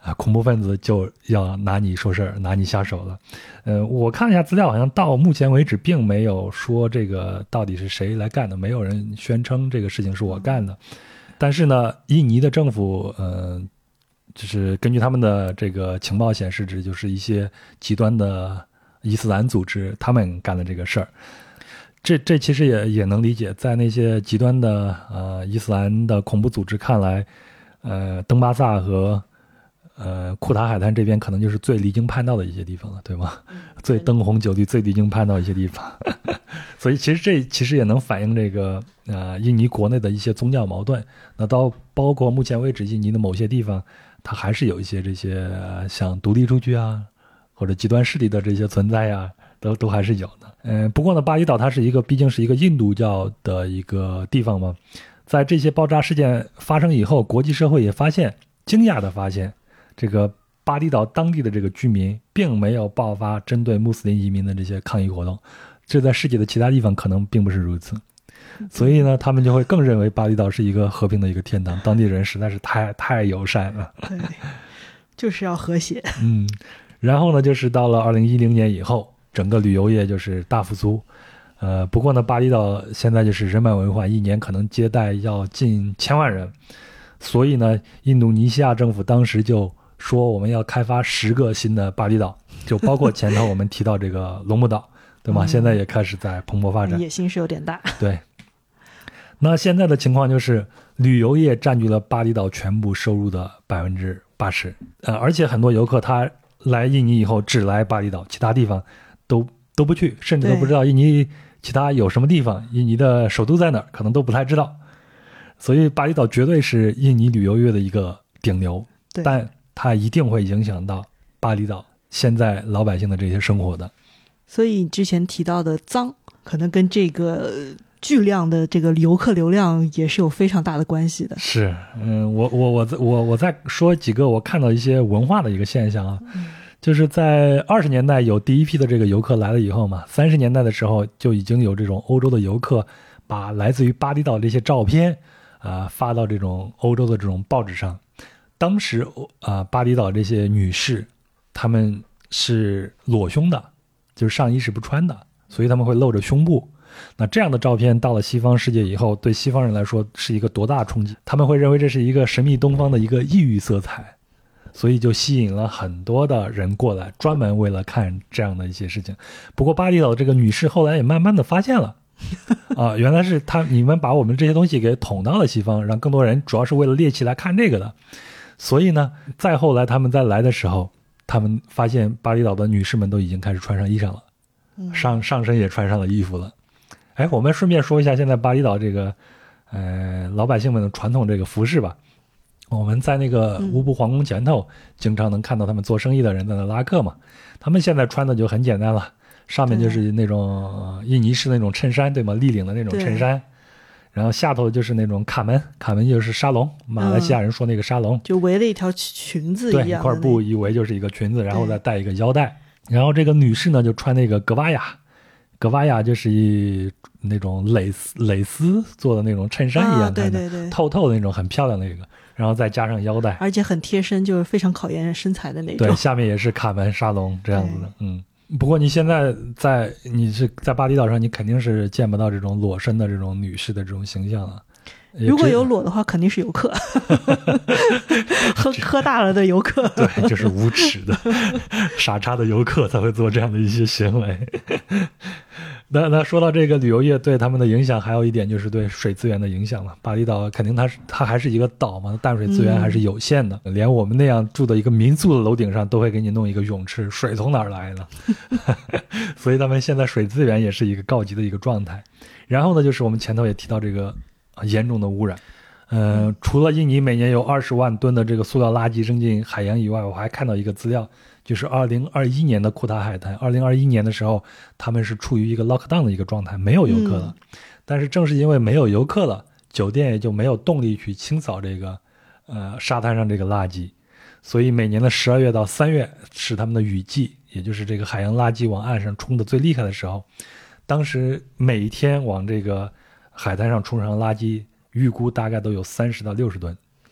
啊，恐怖分子就要拿你说事儿，拿你下手了。呃，我看了一下资料，好像到目前为止并没有说这个到底是谁来干的，没有人宣称这个事情是我干的。但是呢，印尼的政府，呃，就是根据他们的这个情报显示，这就是一些极端的伊斯兰组织他们干的这个事儿。这这其实也也能理解，在那些极端的呃伊斯兰的恐怖组织看来，呃，登巴萨和呃库塔海滩这边可能就是最离经叛道的一些地方了，对吗？嗯、最灯红酒绿、最离经叛道的一些地方。所以其实这其实也能反映这个呃印尼国内的一些宗教矛盾。那到包括目前为止，印尼的某些地方，它还是有一些这些像独立出去啊，或者极端势力的这些存在呀、啊，都都还是有的。嗯，不过呢，巴厘岛它是一个毕竟是一个印度教的一个地方嘛，在这些爆炸事件发生以后，国际社会也发现，惊讶的发现，这个巴厘岛当地的这个居民并没有爆发针对穆斯林移民的这些抗议活动，这在世界的其他地方可能并不是如此。所以呢，他们就会更认为巴厘岛是一个和平的一个天堂，当地人实在是太太友善了。 对，就是要和谐。 嗯，然后呢，就是到了二零一零年以后，整个旅游业就是大复苏。呃，不过呢，巴厘岛现在就是人满为患，一年可能接待要近千万人，所以呢，印度尼西亚政府当时就说我们要开发十个新的巴厘岛，就包括前头我们提到这个龙目岛，对吗？嗯、现在也开始在蓬勃发展， 野心是有点大。 对。那现在的情况就是，旅游业占据了巴厘岛全部收入的百分之八十，呃，而且很多游客他来印尼以后只来巴厘岛，其他地方都都不去，甚至都不知道印尼其他有什么地方，印尼的首都在哪儿，可能都不太知道。所以巴厘岛绝对是印尼旅游业的一个顶流，但它一定会影响到巴厘岛现在老百姓的这些生活的。 所以你之前提到的脏，可能跟这个巨量的这个游客流量也是有非常大的关系的。 是，嗯，我我我我我再说几个我看到一些文化的一个现象啊，嗯、就是在二十年代有第一批的这个游客来了以后嘛，三十年代的时候就已经有这种欧洲的游客把来自于巴厘岛这些照片啊、呃、发到这种欧洲的这种报纸上。当时啊、呃、巴厘岛这些女士她们是裸胸的，就是上衣是不穿的，所以她们会露着胸部。那这样的照片到了西方世界以后，对西方人来说是一个多大冲击，他们会认为这是一个神秘东方的一个异域色彩，所以就吸引了很多的人过来，专门为了看这样的一些事情。不过巴厘岛这个女士后来也慢慢的发现了啊，原来是他你们把我们这些东西给捅到了西方，让更多人主要是为了猎奇来看这个的。所以呢，再后来他们再来的时候，他们发现巴厘岛的女士们都已经开始穿上衣裳了，上上身也穿上了衣服了。哎，我们顺便说一下现在巴厘岛这个呃老百姓们的传统这个服饰吧。我们在那个乌布皇宫前头、嗯、经常能看到他们做生意的人在那拉客嘛，他们现在穿的就很简单了，上面就是那种、呃、印尼式那种衬衫，对吗？立领的那种衬衫，然后下头就是那种卡门，卡门就是沙龙，马来西亚人说那个沙龙、嗯、 就围了一条裙子一样的， 对，一块布一围就是一个裙子，然后再带一个腰带。然后这个女士呢就穿那个格瓦雅，格瓦雅就是一那种蕾丝蕾丝做的那种衬衫一样的、啊、对对对，透透的那种很漂亮的那个，然后再加上腰带， 而且很贴身，就是非常考验身材的那种。 对，下面也是卡门沙龙这样子的。嗯，不过你现在在你是在巴厘岛上，你肯定是见不到这种裸身的这种女士的这种形象了。 如果有裸的话，肯定是游客，喝喝大了的游客。 对，就是无耻的、傻叉的游客才会做这样的一些行为。那那说到这个旅游业对他们的影响，还有一点就是对水资源的影响了。巴厘岛肯定它是它还是一个岛嘛，淡水资源还是有限的、嗯、连我们那样住的一个民宿的楼顶上都会给你弄一个泳池，水从哪儿来呢？所以他们现在水资源也是一个告急的一个状态。然后呢，就是我们前头也提到这个严重的污染。呃，除了印尼每年有二十万吨的这个塑料垃圾扔进海洋以外，我还看到一个资料，就是二零二一年的库塔海滩，二零二一年的时候，他们是处于一个 lockdown 的一个状态，没有游客了、嗯。但是正是因为没有游客了，酒店也就没有动力去清扫这个呃沙滩上这个垃圾，所以每年的十二月到三月是他们的雨季，也就是这个海洋垃圾往岸上冲的最厉害的时候。当时每一天往这个海滩上冲上垃圾，预估大概都有三十到六十吨。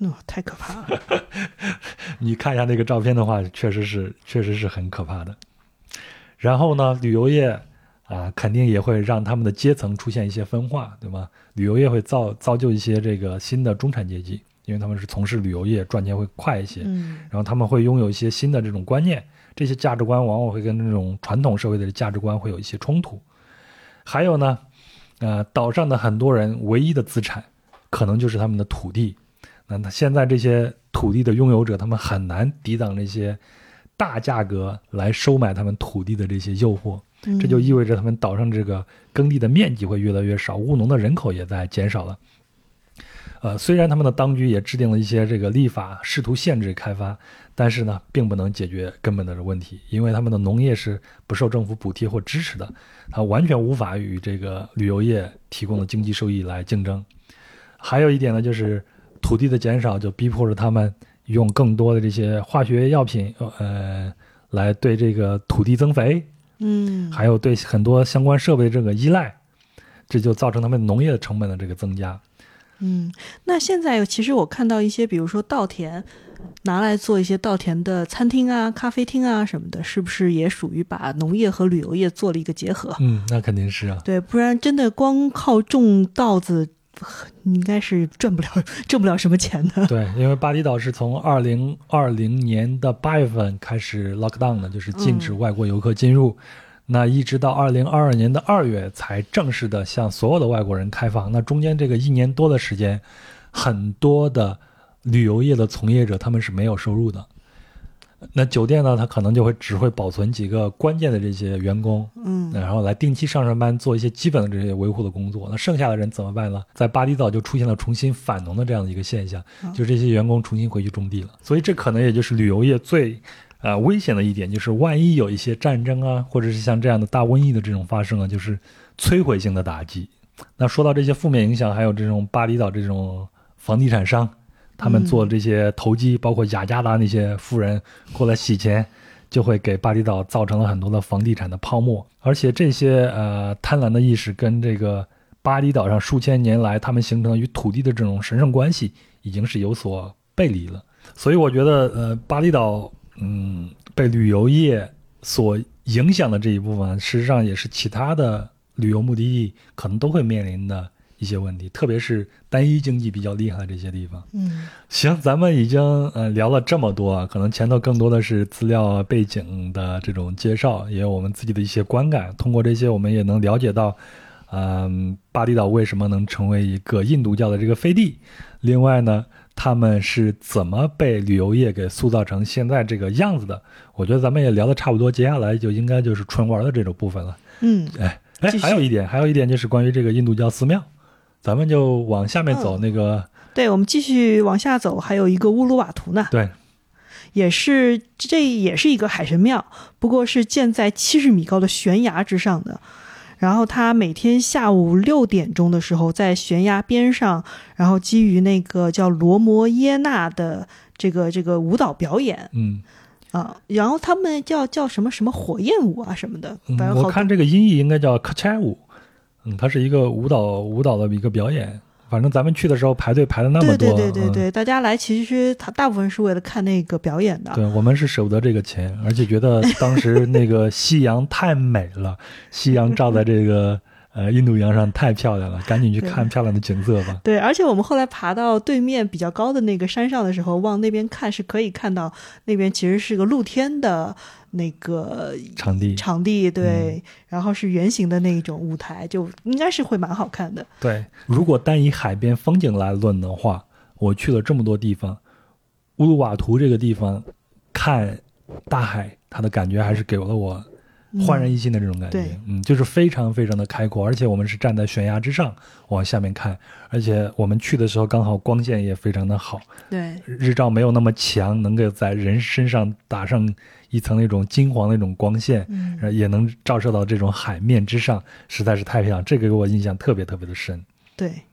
哦，太可怕了。 你看一下那个照片的话，确实是确实是很可怕的。然后呢，旅游业啊，肯定也会让他们的阶层出现一些分化，对吗？旅游业会造造就一些这个新的中产阶级，因为他们是从事旅游业，赚钱会快一些。 嗯， 然后他们会拥有一些新的这种观念，这些价值观往往会跟这种传统社会的价值观会有一些冲突。还有呢，呃，岛上的很多人唯一的资产可能就是他们的土地。那现在这些土地的拥有者，他们很难抵挡这些大价格来收买他们土地的这些诱惑，这就意味着他们岛上这个耕地的面积会越来越少，务农的人口也在减少了。呃，虽然他们的当局也制定了一些这个立法，试图限制开发，但是呢，并不能解决根本的问题，因为他们的农业是不受政府补贴或支持的，它完全无法与这个旅游业提供的经济收益来竞争。还有一点呢，就是土地的减少就逼迫着他们用更多的这些化学药品，呃，来对这个土地增肥， 嗯， 还有对很多相关设备的这个依赖，这就造成他们农业的成本的这个增加。 嗯，那现在其实我看到一些，比如说稻田拿来做一些稻田的餐厅啊、咖啡厅啊什么的，是不是也属于把农业和旅游业做了一个结合？ 嗯，那肯定是啊。 对，不然真的光靠种稻子，应该是赚不了挣不了什么钱的。 对，因为巴厘岛是从二零二零年的八月份开始 lockdown 的，就是禁止外国游客进入。嗯，那一直到二零二二年的二月才正式的向所有的外国人开放。那中间这个一年多的时间，很多的旅游业的从业者他们是没有收入的。那酒店呢，他可能就会只会保存几个关键的这些员工， 嗯， 然后来定期上上班做一些基本的这些维护的工作。那剩下的人怎么办呢？在巴厘岛就出现了重新返农的这样的一个现象，就这些员工重新回去种地了。所以这可能也就是旅游业最呃，危险的一点，就是万一有一些战争啊，或者是像这样的大瘟疫的这种发生啊，就是摧毁性的打击。那说到这些负面影响，还有这种巴厘岛这种房地产商，他们做这些投机，嗯、包括雅加达那些富人过来洗钱，就会给巴厘岛造成了很多的房地产的泡沫。而且这些呃贪婪的意识跟这个巴厘岛上数千年来他们形成与土地的这种神圣关系，已经是有所背离了。所以我觉得呃巴厘岛嗯，被旅游业所影响的这一部分，事实上也是其他的旅游目的地可能都会面临的一些问题，特别是单一经济比较厉害的这些地方。 嗯， 行，咱们已经呃聊了这么多啊，可能前头更多的是资料背景的这种介绍，也有我们自己的一些观感。通过这些，我们也能了解到，嗯，巴厘岛为什么能成为一个印度教的这个飞地。另外呢，他们是怎么被旅游业给塑造成现在这个样子的？我觉得咱们也聊得差不多，接下来就应该就是纯玩的这种部分了。 嗯， 哎哎，还有一点，还有一点就是关于这个印度教寺庙，咱们就往下面走。那个， 嗯、对，我们继续往下走，还有一个乌鲁瓦图呢。 对， 也是这也是一个海神庙，不过是建在七十米高的悬崖之上的。然后他每天下午六点钟的时候，在悬崖边上，然后基于那个叫罗摩耶纳的这个这个舞蹈表演， 嗯啊，然后他们叫叫什么什么火焰舞啊什么的， 嗯、我看这个音译应该叫卡恰舞，嗯，它是一个舞蹈舞蹈的一个表演。反正咱们去的时候排队排的那么多， 对对对对对、嗯，大家来其实他大部分是为了看那个表演的。 对，我们是舍不得这个钱，而且觉得当时那个夕阳太美了，夕阳照在这个呃印度洋上太漂亮了，赶紧去看漂亮的景色吧。 对，而且我们后来爬到对面比较高的那个山上的时候，往那边看是可以看到那边其实是个露天的那个场地场地对、嗯，然后是圆形的那种舞台，就应该是会蛮好看的。 对，如果单以海边风景来论的话，我去了这么多地方，乌鲁瓦图这个地方看大海，它的感觉还是给了我焕然一新的这种感觉。嗯, 嗯，就是非常非常的开阔，而且我们是站在悬崖之上往下面看，而且我们去的时候刚好光线也非常的好， 对， 日照没有那么强，能够在人身上打上一层那种金黄的那种光线、嗯、也能照射到这种海面之上，实在是太漂亮，这个给我印象特别特别的深。 对，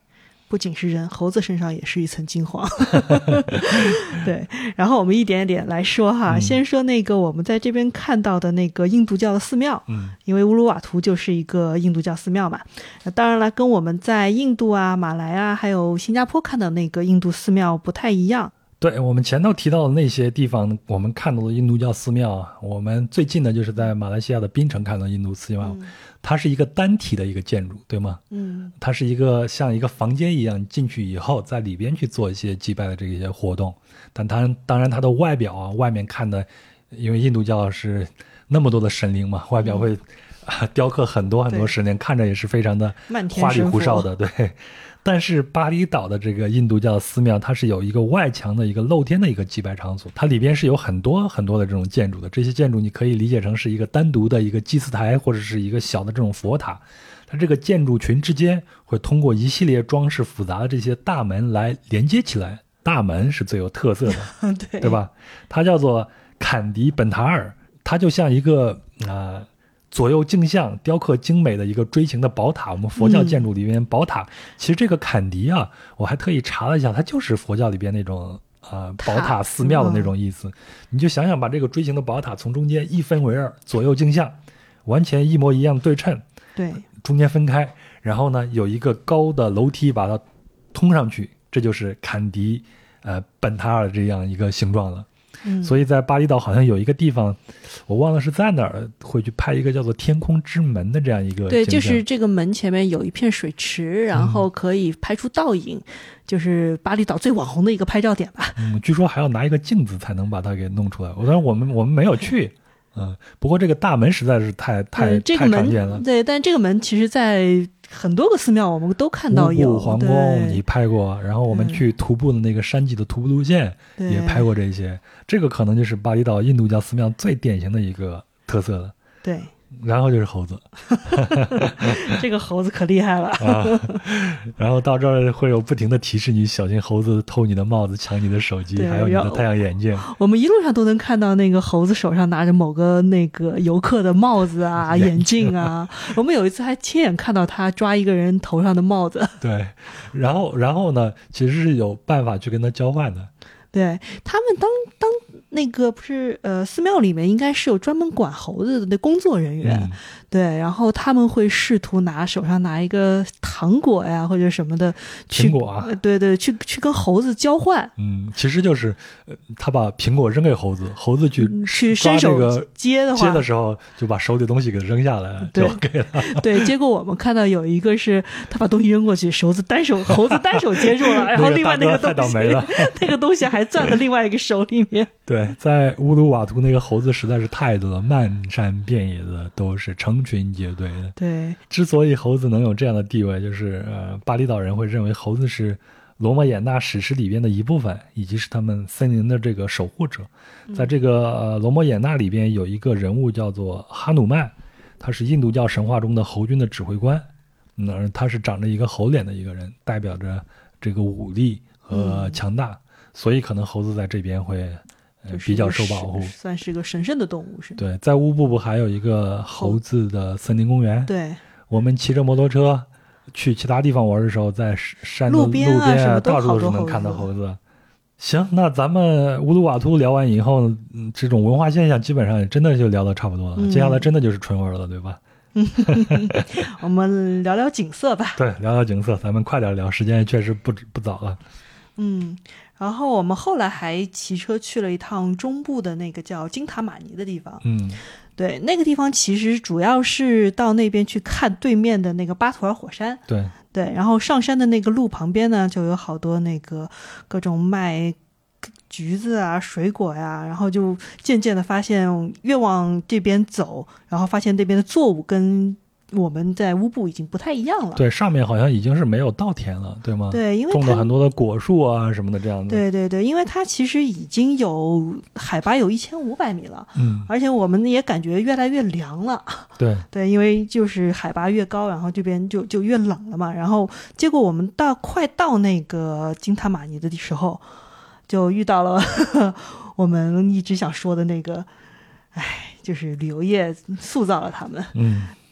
不仅是人，猴子身上也是一层金黄。对，然后我们一点点来说哈、嗯、先说那个我们在这边看到的那个印度教的寺庙， 嗯， 因为乌鲁瓦图就是一个印度教寺庙嘛。当然了，跟我们在印度啊、马来啊还有新加坡看到那个印度寺庙不太一样。 对，我们前头提到的那些地方我们看到的印度教寺庙，我们最近的就是在马来西亚的槟城看到的印度寺庙、嗯、它是一个单体的一个建筑，对吗？ 嗯， 它是一个像一个房间一样，进去以后在里边去做一些祭拜的这些活动。但它当然它的外表啊，外面看的，因为印度教是那么多的神灵嘛，外表会、嗯啊、雕刻很多很多神灵，看着也是非常的花里胡哨的。对，但是巴厘岛的这个印度教寺庙，它是有一个外墙的一个露天的一个祭拜场所，它里边是有很多很多的这种建筑的。这些建筑你可以理解成是一个单独的一个祭祀台，或者是一个小的这种佛塔。它这个建筑群之间会通过一系列装饰复杂的这些大门来连接起来。大门是最有特色的， 对对吧？它叫做坎迪本塔尔，它就像一个啊。呃左右镜像雕刻精美的一个锥形的宝塔，我们佛教建筑里面宝塔、嗯、其实这个坎迪啊，我还特意查了一下，它就是佛教里边那种呃宝塔寺庙的那种意思、嗯、你就想想把这个锥形的宝塔从中间一分为二，左右镜像完全一模一样对称， 对， 中间分开，然后呢有一个高的楼梯把它通上去，这就是坎迪呃本塔尔这样一个形状了。 嗯、 所以在巴厘岛好像有一个地方我忘了是在哪儿，会去拍一个叫做天空之门的这样一个， 对，就是这个门前面有一片水池，然后可以拍出倒影、嗯、就是巴厘岛最网红的一个拍照点吧。 嗯，据说还要拿一个镜子才能把它给弄出来，当然我们我们没有去，嗯，不过这个大门实在是太太、嗯、 这个门太常见了。 对，但这个门其实在很多个寺庙我们都看到有， 乌布皇宫你拍过，然后我们去徒步的那个山脊的徒步路线也拍过这些，这个可能就是巴厘岛印度教寺庙最典型的一个特色了。 对， 然后就是猴子。 这个猴子可厉害了、 啊、然后到这儿会有不停的提示你小心猴子偷你的帽子，抢你的手机，还有你的太阳眼镜。 我们一路上都能看到那个猴子手上拿着某个那个游客的帽子啊眼镜啊，我们有一次还亲眼看到他抓一个人头上的帽子。 对，然后然后呢其实是有办法去跟他交换的。 对，他们当当那个不是呃寺庙里面应该是有专门管猴子的工作人员、嗯、对，然后他们会试图拿手上拿一个糖果呀或者什么的去， 苹果啊， 对对，去去跟猴子交换。 嗯，其实就是呃他把苹果扔给猴子，猴子去去伸手接的话， 接的时候就把手里东西给扔下来就给了。 对，结果我们看到有一个是他把东西扔过去，猴子单手猴子单手接住了，然后另外那个东西、那个、太倒霉了那个东西还攥在另外一个手里面。 对，在乌鲁瓦图那个猴子实在是太多了，漫山遍野的都是，成群结队的。 对， 之所以猴子能有这样的地位，就是呃，巴厘岛人会认为猴子是罗摩衍那史诗里边的一部分，以及是他们森林的这个守护者。在这个呃罗摩衍那里边有一个人物叫做哈努曼，他是印度教神话中的猴军的指挥官。嗯，他是长着一个猴脸的一个人，代表着这个武力和强大、嗯、所以可能猴子在这边会呃、比较受保护， 算是个神圣的动物是。 对，在乌布布还有一个猴子的森林公园。 对， 我们骑着摩托车去其他地方玩的时候，在山的路边啊， 边啊到处都是能看到猴子。行，那咱们乌鲁瓦图聊完以后、嗯、这种文化现象基本上真的就聊得差不多了、嗯、接下来真的就是春味了，对吧？ 我们聊聊景色吧。 对，聊聊景色，咱们快点聊，时间确实不不早了。 嗯，然后我们后来还骑车去了一趟中部的那个叫金塔玛尼的地方。 嗯， 对，那个地方其实主要是到那边去看对面的那个巴图尔火山。 对对，然后上山的那个路旁边呢，就有好多那个各种卖橘子啊水果呀、啊，然后就渐渐的发现越往这边走，然后发现那边的作物跟我们在乌布已经不太一样了。 对，上面好像已经是没有稻田了，对吗？ 对，因为种了很多的果树啊什么的这样的。 对对对，因为它其实已经有海拔有一千五百米了， 嗯， 而且我们也感觉越来越凉了。 对对，因为就是海拔越高，然后这边就就越冷了嘛。然后结果我们到快到那个金塔玛尼的时候，就遇到了呵呵我们一直想说的那个，哎，就是旅游业塑造了他们。 嗯。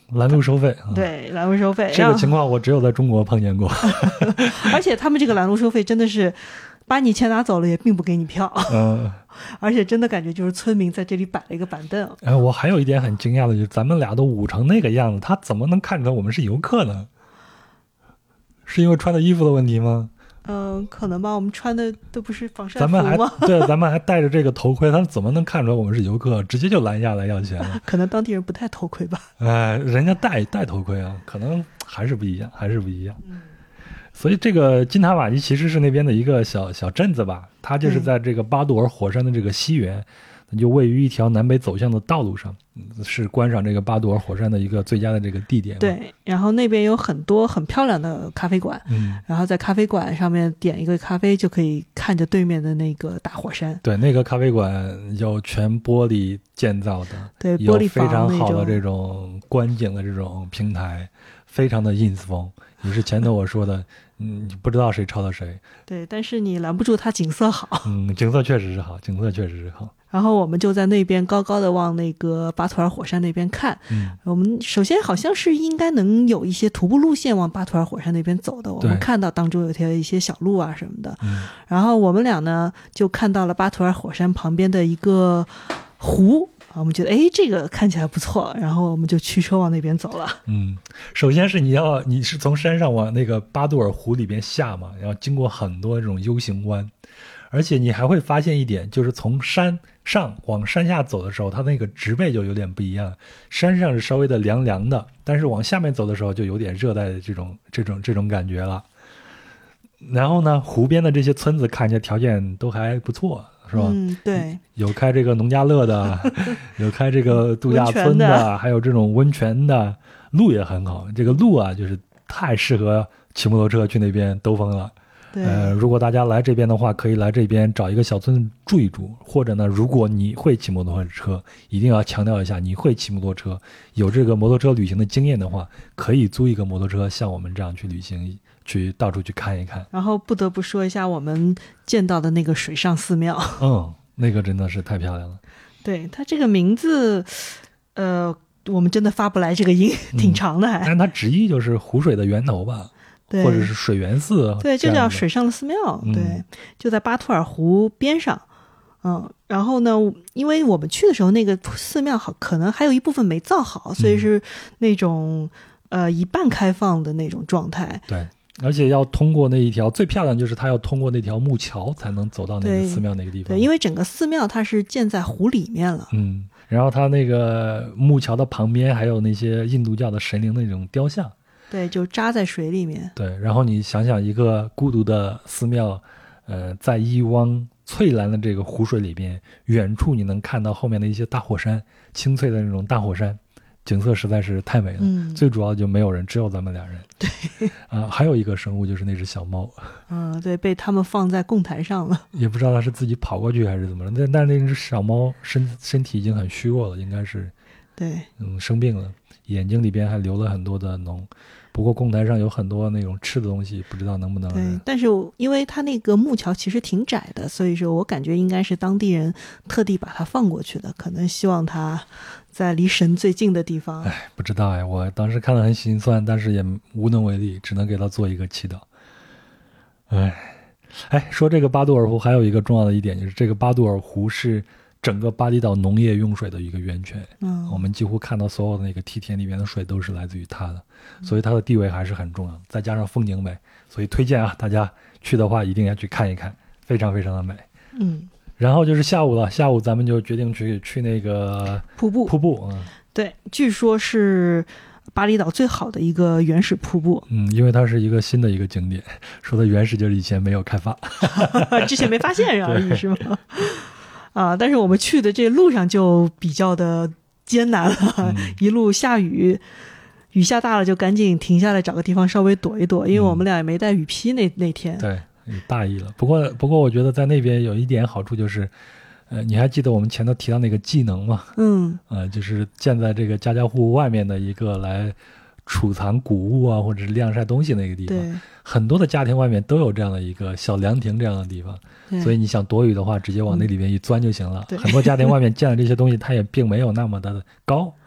拦路收费， 对，拦路收费。 这个情况我只有在中国碰见过。 而且他们这个拦路收费真的是把你钱拿走了也并不给你票。 嗯， 而且真的感觉就是村民在这里摆了一个板凳。 哎，我还有一点很惊讶的就是咱们俩都捂成那个样子，他怎么能看出来我们是游客呢？是因为穿的衣服的问题吗？ 嗯，可能吧，我们穿的都不是防晒服咱们还吗？ 对，咱们还戴着这个头盔，他怎么能看出来我们是游客？直接就拦下来要钱了。 可能当地人不戴头盔吧。 哎，人家戴戴头盔啊，可能还是不一样，还是不一样。 嗯， 所以这个金塔瓦尼其实是那边的一个小小镇子吧，它就是在这个巴杜尔火山的这个西缘，就位于一条南北走向的道路上，是观赏这个巴杜尔火山的一个最佳的这个地点。 对，然后那边有很多很漂亮的咖啡馆， 嗯， 然后在咖啡馆上面点一个咖啡就可以看着对面的那个大火山。 对，那个咖啡馆有全玻璃建造的， 对， 有玻璃非常好的房那种这种观景的这种平台，非常的 ins 风，也是前头我说的，嗯，不知道谁抄的谁。 对，但是你拦不住它景色好。 嗯，景色确实是好，景色确实是好。 然后我们就在那边高高的往那个巴图尔火山那边看。 嗯， 我们首先好像是应该能有一些徒步路线往巴图尔火山那边走的，我们看到当中有条一些小路啊什么的。 嗯， 然后我们俩呢就看到了巴图尔火山旁边的一个湖。我们觉得哎，这个看起来不错，然后我们就驱车往那边走了。 嗯，首先是你要你是从山上往那个巴杜尔湖里边下嘛，然后经过很多这种 U 型弯，而且你还会发现一点，就是从山上往山下走的时候，它那个植被就有点不一样。山上是稍微的凉凉的，但是往下面走的时候就有点热带的这种这种这种感觉了。然后呢，湖边的这些村子看起来条件都还不错。是吧？ 嗯，对， 有开这个农家乐的，有开这个度假村的， 的，还有这种温泉的，路也很好。这个路啊，就是太适合骑摩托车去那边兜风了。 对， 呃，如果大家来这边的话，可以来这边找一个小村住一住，或者呢，如果你会骑摩托车，一定要强调一下，你会骑摩托车，有这个摩托车旅行的经验的话，可以租一个摩托车，像我们这样去旅行。去到处去看一看， 然后不得不说一下我们见到的那个水上寺庙， 嗯，那个真的是太漂亮了。 对，它这个名字，呃，我们真的发不来这个音，嗯、挺长的还。 但它直译就是湖水的源头吧， 对， 或者是水源寺， 对，就叫水上的寺庙， 嗯、 对，就在巴图尔湖边上。嗯，然后呢，因为我们去的时候那个寺庙好，可能还有一部分没造好，所以是那种、嗯、呃一半开放的那种状态。 对。而且要通过那一条最漂亮，就是它要通过那条木桥才能走到那个寺庙那个地方。 对，因为整个寺庙它是建在湖里面了。 嗯，然后它那个木桥的旁边还有那些印度教的神灵的那种雕像。 对，就扎在水里面。 对，然后你想想一个孤独的寺庙，呃，在一汪翠蓝的这个湖水里边，远处你能看到后面的一些大火山，青翠的那种大火山。景色实在是太美了、 嗯、 最主要就没有人，只有咱们俩人。 对啊、呃，还有一个生物就是那只小猫， 嗯，对，被他们放在供台上了， 也不知道它是自己跑过去还是怎么了。但但那只小猫身身体已经很虚弱了，应该是对， 嗯，生病了，眼睛里边还流了很多的脓。不过供台上有很多那种吃的东西，不知道能不能。 对，但是因为它那个木桥其实挺窄的，所以说我感觉应该是当地人特地把它放过去的，可能希望它在离神最近的地方。 哎，不知道哎，我当时看了很心酸，但是也无能为力，只能给他做一个祈祷。哎，哎，说这个巴杜尔湖还有一个重要的一点，就是这个巴杜尔湖是整个巴厘岛农业用水的一个源泉。 嗯， 我们几乎看到所有的那个梯田里面的水都是来自于它的，所以它的地位还是很重要。再加上风景美，所以推荐啊，大家去的话一定要去看一看，非常非常的美。 嗯。 然后就是下午了，下午咱们就决定去去那个瀑布。 瀑布，嗯， 对，据说是巴厘岛最好的一个原始瀑布。 嗯，因为它是一个新的一个景点，说的原始就是以前没有开发， 之前没发现而已，是吗？啊，但是我们去的这路上就比较的艰难了，嗯、一路下雨。雨下大了就赶紧停下来找个地方稍微躲一躲，因为我们俩也没带雨披那、嗯、那天。 对。大意了，不过不过我觉得在那边有一点好处就是，呃，你还记得我们前头提到那个技能吗？ 嗯， 呃，就是建在这个家家户户外面的一个来储藏谷物啊，或者是晾晒东西那个地方。 对， 很多的家庭外面都有这样的一个小凉亭这样的地方，所以你想躲雨的话，直接往那里面一钻就行了。 嗯、 很多家庭外面建的这些东西，它也并没有那么的高。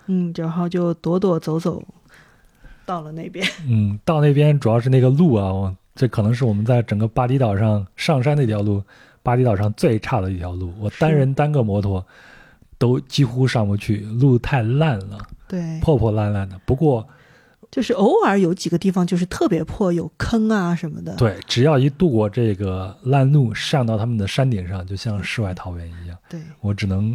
嗯，然后就躲躲走走到了那边。 嗯，到那边主要是那个路啊，我这可能是我们在整个巴厘岛上上山那条路，巴厘岛上最差的一条路，我单人单个摩托都几乎上不去，路太烂了， 对， 破破烂烂的。不过就是偶尔有几个地方就是特别破，有坑啊什么的。 对，只要一渡过这个烂路，上到他们的山顶上，就像世外桃源一样。 对， 我只能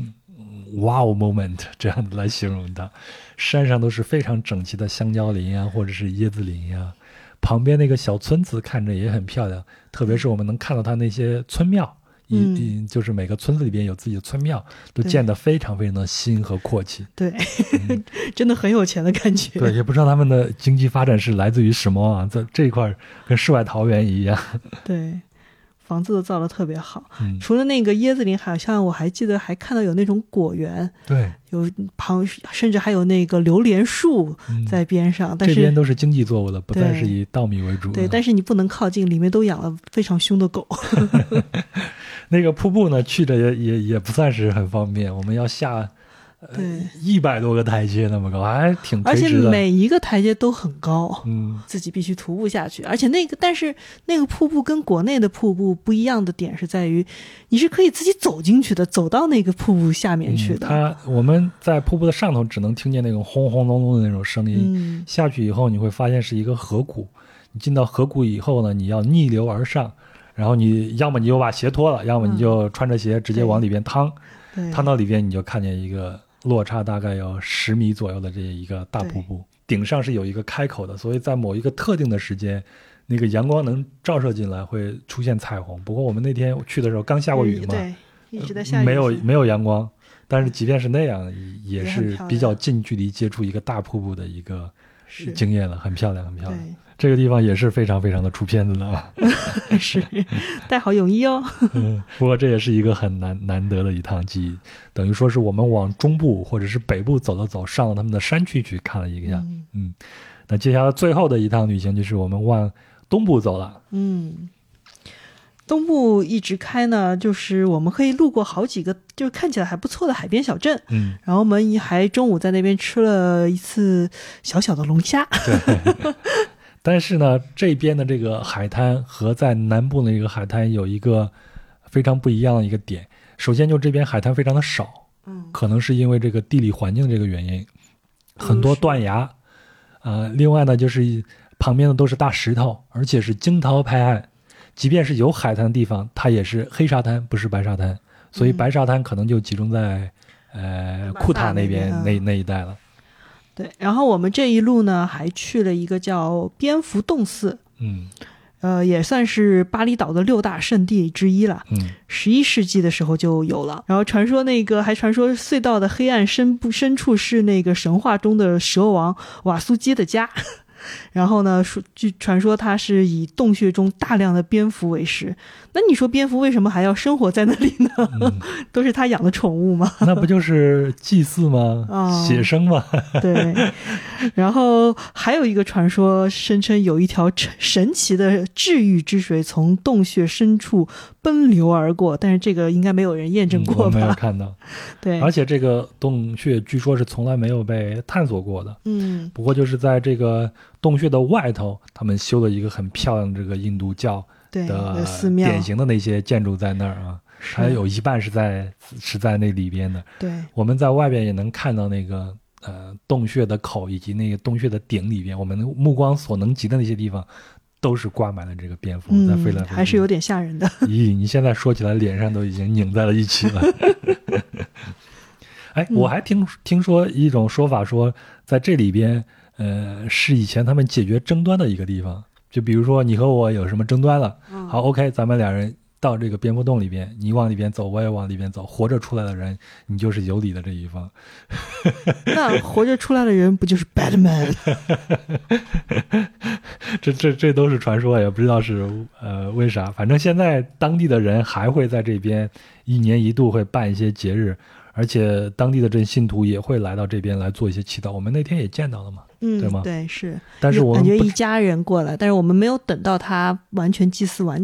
wow moment 这样来形容它。山上都是非常整齐的香蕉林啊，或者是椰子林呀、啊，旁边那个小村子看着也很漂亮，特别是我们能看到它那些村庙。嗯，就是每个村子里边有自己的村庙，都建得非常非常的新和阔气。 对，嗯、真的很有钱的感觉。 对，也不知道他们的经济发展是来自于什么啊，在这一块跟世外桃源一样。 对，房子都造得特别好。 嗯， 除了那个椰子林，好像我还记得还看到有那种果园。 对， 有旁甚至还有那个榴莲树在边上。嗯、但是这边都是经济作物的，不再是以稻米为主。 对，但是你不能靠近，里面都养了非常凶的狗。 那个瀑布呢，去着也也也不算是很方便，我们要下对一百多个台阶那么高，还挺垂直的， 而且每一个台阶都很高， 嗯， 自己必须徒步下去。而且那个，但是那个瀑布跟国内的瀑布不一样的点是在于，你是可以自己走进去的，走到那个瀑布下面去的。 嗯、它我们在瀑布的上头只能听见那种轰轰隆隆的那种声音， 嗯、 下去以后你会发现是一个河谷，你进到河谷以后呢，你要逆流而上。然后你要么你就把鞋脱了，要么你就穿着鞋直接往里边趟， 嗯、 趟到里边你就看见一个落差大概有十米左右的这一个大瀑布，顶上是有一个开口的，所以在某一个特定的时间，那个阳光能照射进来，会出现彩虹。不过我们那天去的时候刚下过雨嘛， 对，一直在下雨， 没有没有阳光，但是即便是那样，也是比较近距离接触一个大瀑布的一个经验了，很漂亮，很漂亮。这个地方也是非常非常的出片子的啊， 是带好泳衣哦。 嗯，不过这也是一个很难难得的一趟记忆，等于说是我们往中部或者是北部走了走，上了他们的山区去看了一下。嗯, 嗯，那接下来最后的一趟旅行就是我们往东部走了。 嗯，东部一直开呢，就是我们可以路过好几个就是看起来还不错的海边小镇。 嗯， 然后我们还中午在那边吃了一次小小的龙虾。 对。但是呢，这边的这个海滩和在南部的这个海滩有一个非常不一样的一个点。首先就这边海滩非常的少， 嗯， 可能是因为这个地理环境这个原因，很多断崖，啊、呃，另外呢就是旁边的都是大石头，而且是惊涛拍岸，即便是有海滩的地方，它也是黑沙滩，不是白沙滩，所以白沙滩可能就集中在、嗯、呃库塔那边那、嗯、那一带了。 对，然后我们这一路呢还去了一个叫蝙蝠洞寺， 嗯， 呃，也算是巴厘岛的六大圣地之一了。 嗯， 十一世纪的时候就有了。然后传说那个还传说隧道的黑暗深部深处是那个神话中的蛇王瓦苏基的家。然后呢，据传说它是以洞穴中大量的蝙蝠为食。那你说蝙蝠为什么还要生活在那里呢？嗯、都是他养的宠物吗？ 那不就是祭祀吗？哦、写生吗？ 对。然后还有一个传说声称有一条神奇的治愈之水从洞穴深处奔流而过，但是这个应该没有人验证过吧？ 嗯、我没有看到。 对， 而且这个洞穴据说是从来没有被探索过的。 嗯， 不过就是在这个洞穴的外头，他们修了一个很漂亮的这个印度教的寺庙， 典型的那些建筑在那儿啊，还有一半是在是在那里边的。 对， 我们在外边也能看到那个呃洞穴的口以及那个洞穴的顶里边，我们目光所能及的那些地方，都是挂满了这个蝙蝠、嗯、在飞来飞去， 还是有点吓人的。 咦，你现在说起来，脸上都已经拧在了一起了。哎，我还听听说一种说法说，在这里边，呃，是以前他们解决争端的一个地方。就比如说你和我有什么争端了，嗯、好 ，OK， 咱们俩人到这个蝙蝠洞里边，你往里边走，我也往里边走，活着出来的人，你就是有理的这一方。 那活着出来的人不就是 bad man？ 这这这都是传说，也不知道是呃为啥。反正现在当地的人还会在这边一年一度会办一些节日。而且当地的这信徒也会来到这边来做一些祈祷，我们那天也见到了嘛， 嗯， 对吗？ 对，是。 但是我们感觉一家人过来，但是我们没有等到他完全祭祀完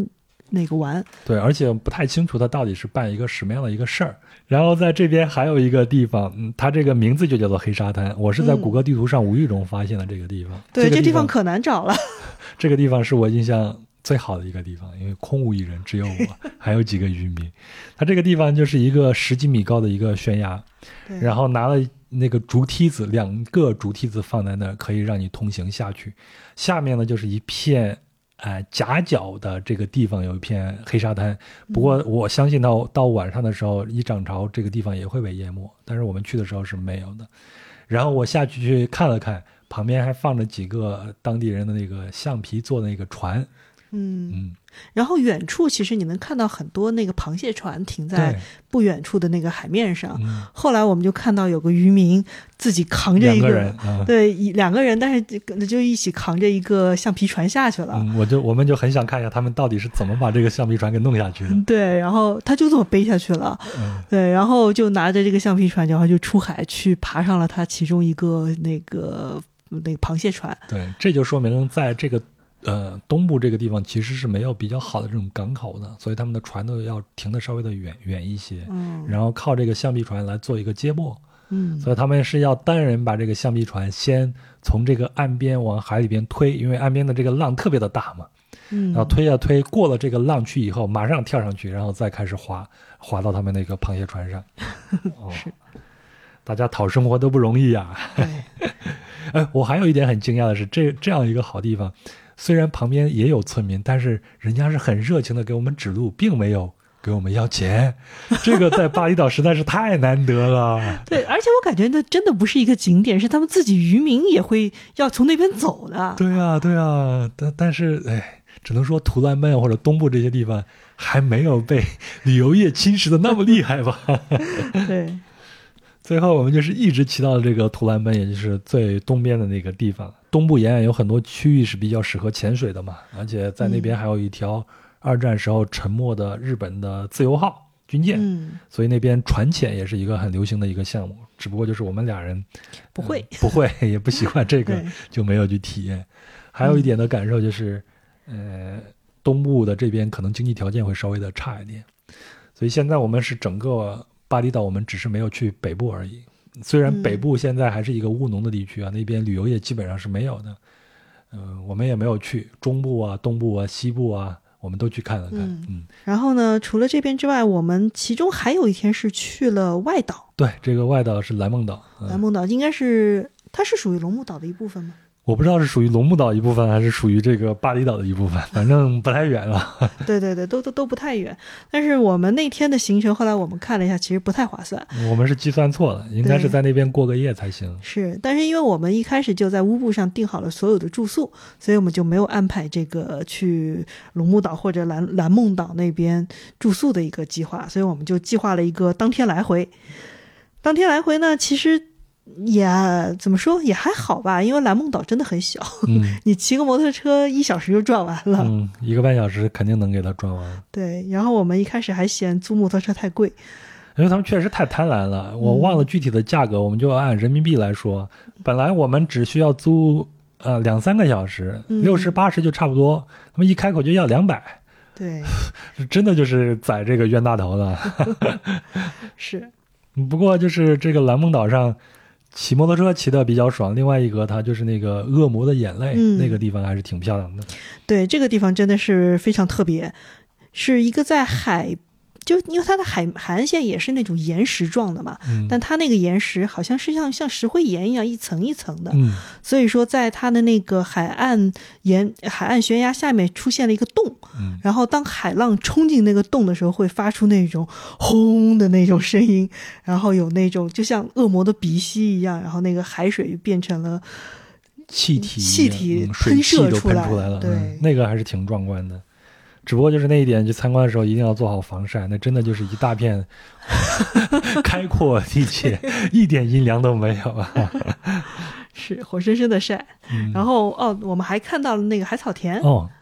那个玩。 对，而且不太清楚他到底是办一个什么样的一个事儿。然后在这边还有一个地方，嗯，它这个名字就叫做黑沙滩，我是在谷歌地图上无意中发现了这个地方。 嗯、对， 这个地这地方可难找了。 这个地方是我印象最好的一个地方，因为空无一人，只有我还有几个渔民。它这个地方就是一个十几米高的一个悬崖，然后拿了那个竹梯子，两个竹梯子放在那儿，可以让你通行下去。下面呢就是一片呃夹角的这个地方有一片黑沙滩，不过我相信到到晚上的时候一涨潮这个地方也会被淹没，但是我们去的时候是没有的。然后我下去去看了看，旁边还放着几个当地人的那个橡皮做的那个船。 嗯嗯，然后远处其实你能看到很多那个螃蟹船停在不远处的那个海面上。后来我们就看到有个渔民自己扛着一个， 两个人啊、 对，两个人，但是就一起扛着一个橡皮船下去了。 嗯，我就我们就很想看一下他们到底是怎么把这个橡皮船给弄下去的。 对，然后他就这么背下去了。嗯、对，然后就拿着这个橡皮船，然后就出海去爬上了他其中一个那个那个螃蟹船。 对，这就说明在这个。呃，东部这个地方其实是没有比较好的这种港口的，所以他们的船都要停的稍微的远远一些，嗯，然后靠这个橡皮船来做一个接驳，嗯，所以他们是要单人把这个橡皮船先从这个岸边往海里边推，因为岸边的这个浪特别的大嘛，嗯，然后推呀推，过了这个浪区以后，马上跳上去，然后再开始划划到他们那个螃蟹船上，哦，是，大家讨生活都不容易啊，对，哎，我还有一点很惊讶的是，这这样一个好地方。虽然旁边也有村民，但是人家是很热情的给我们指路，并没有给我们要钱。这个在巴厘岛实在是太难得了。 对，而且我感觉那真的不是一个景点，是他们自己渔民也会要从那边走的。 对啊，对啊，但但是哎，只能说图兰曼或者东部这些地方还没有被旅游业侵蚀的那么厉害吧。 对。 最后我们就是一直骑到了这个图兰奔，也就是最东边的那个地方。东部沿岸有很多区域是比较适合潜水的嘛，而且在那边还有一条二战时候沉没的日本的自由号军舰，嗯，所以那边船潜也是一个很流行的一个项目。只不过就是我们俩人不会、 呃、不会也不习惯这个，就没有去体验。还有一点的感受就是，呃，东部的这边可能经济条件会稍微的差一点，所以现在我们是整个巴厘岛，我们只是没有去北部而已。虽然北部现在还是一个务农的地区啊，嗯、那边旅游业基本上是没有的。嗯、呃，我们也没有去中部啊、东部啊、西部啊，我们都去看了看。嗯， 嗯然后呢，除了这边之外，我们其中还有一天是去了外岛。 对，这个外岛是蓝梦岛。 蓝梦岛应该是它是属于龙目岛的一部分吗？ 我不知道是属于龙目岛一部分还是属于这个巴厘岛的一部分，反正不太远了。 对对对，都都都不太远。但是我们那天的行程后来我们看了一下，其实不太划算。 我们是计算错了，应该是在那边过个夜才行。 是，但是因为我们一开始就在乌布上订好了所有的住宿，所以我们就没有安排这个去龙目岛或者蓝蓝梦岛那边住宿的一个计划，所以我们就计划了一个当天来回。当天来回呢，其实也怎么说也还好吧，因为蓝梦岛真的很小，嗯、你骑个摩托车一小时就转完了， 嗯，一个半小时肯定能给它转完。 对，然后我们一开始还嫌租摩托车太贵， 因为他们确实太贪婪了，我忘了具体的价格，嗯、我们就按人民币来说，本来我们只需要租呃两三个小时，六十八十就差不多，他们一开口就要两百， 对， 真的就是宰这个冤大头了。 是， 不过就是这个蓝梦岛上。骑摩托车骑得比较爽，另外一个它就是那个恶魔的眼泪、嗯、那个地方还是挺漂亮的。 对，这个地方真的是非常特别，是一个在海就因为它的海海岸线也是那种岩石状的嘛、嗯、但它那个岩石好像是像像石灰岩一样一层一层的、嗯、所以说在它的那个海岸岩海岸悬崖下面出现了一个洞、嗯、然后当海浪冲进那个洞的时候会发出那种轰的那种声音，然后有那种就像恶魔的鼻息一样，然后那个海水变成了气体气体喷射出来、 嗯、出来了， 对、 嗯，那个还是挺壮观的。只不过就是那一点，去参观的时候一定要做好防晒，那真的就是一大片开阔地界，一点阴凉都没有啊。 是活生生的晒、嗯、然后哦我们还看到了那个海草田。 哦对，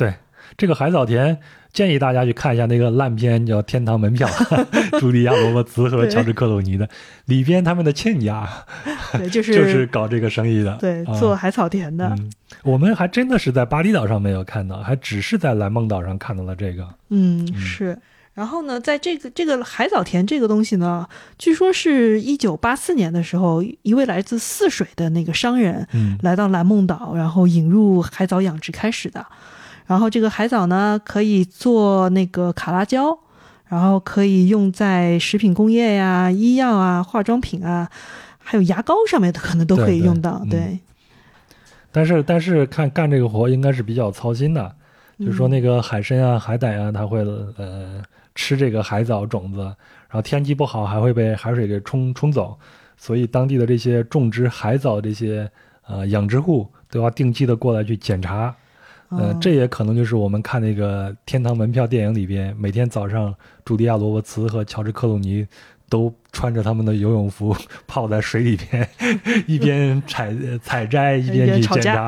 这个海藻田建议大家去看一下那个烂片叫《天堂门票》茱莉亚·罗伯茨和乔治·克鲁尼的，里边他们的亲家对就是就是搞这个生意的， 对， 啊、 做海草田的、 嗯。我们还真的是在巴厘岛上没有看到，还只是在蓝梦岛上看到了这个。 嗯，是。然后呢，在这个这个海藻田这个东西呢，据说是一九八四年的时候，一位来自泗水的那个商人， 嗯， 来到蓝梦岛，然后引入海藻养殖开始的。然后这个海藻呢，可以做那个卡拉胶，然后可以用在食品工业呀、医药啊、化妆品啊，还有牙膏上面的，可能都可以用到。对，对对嗯、但是但是看干这个活应该是比较操心的，嗯、就是说那个海参啊、海胆啊，它会呃。吃这个海藻种子，然后天气不好还会被海水给冲冲走，所以当地的这些种植海藻这些呃养殖户都要定期的过来去检查，呃，这也可能就是我们看那个《天堂门票》电影里边，每天早上茱莉亚·罗伯茨和乔治·克鲁尼都穿着他们的游泳服泡在水里边，一边采采摘一边去检查。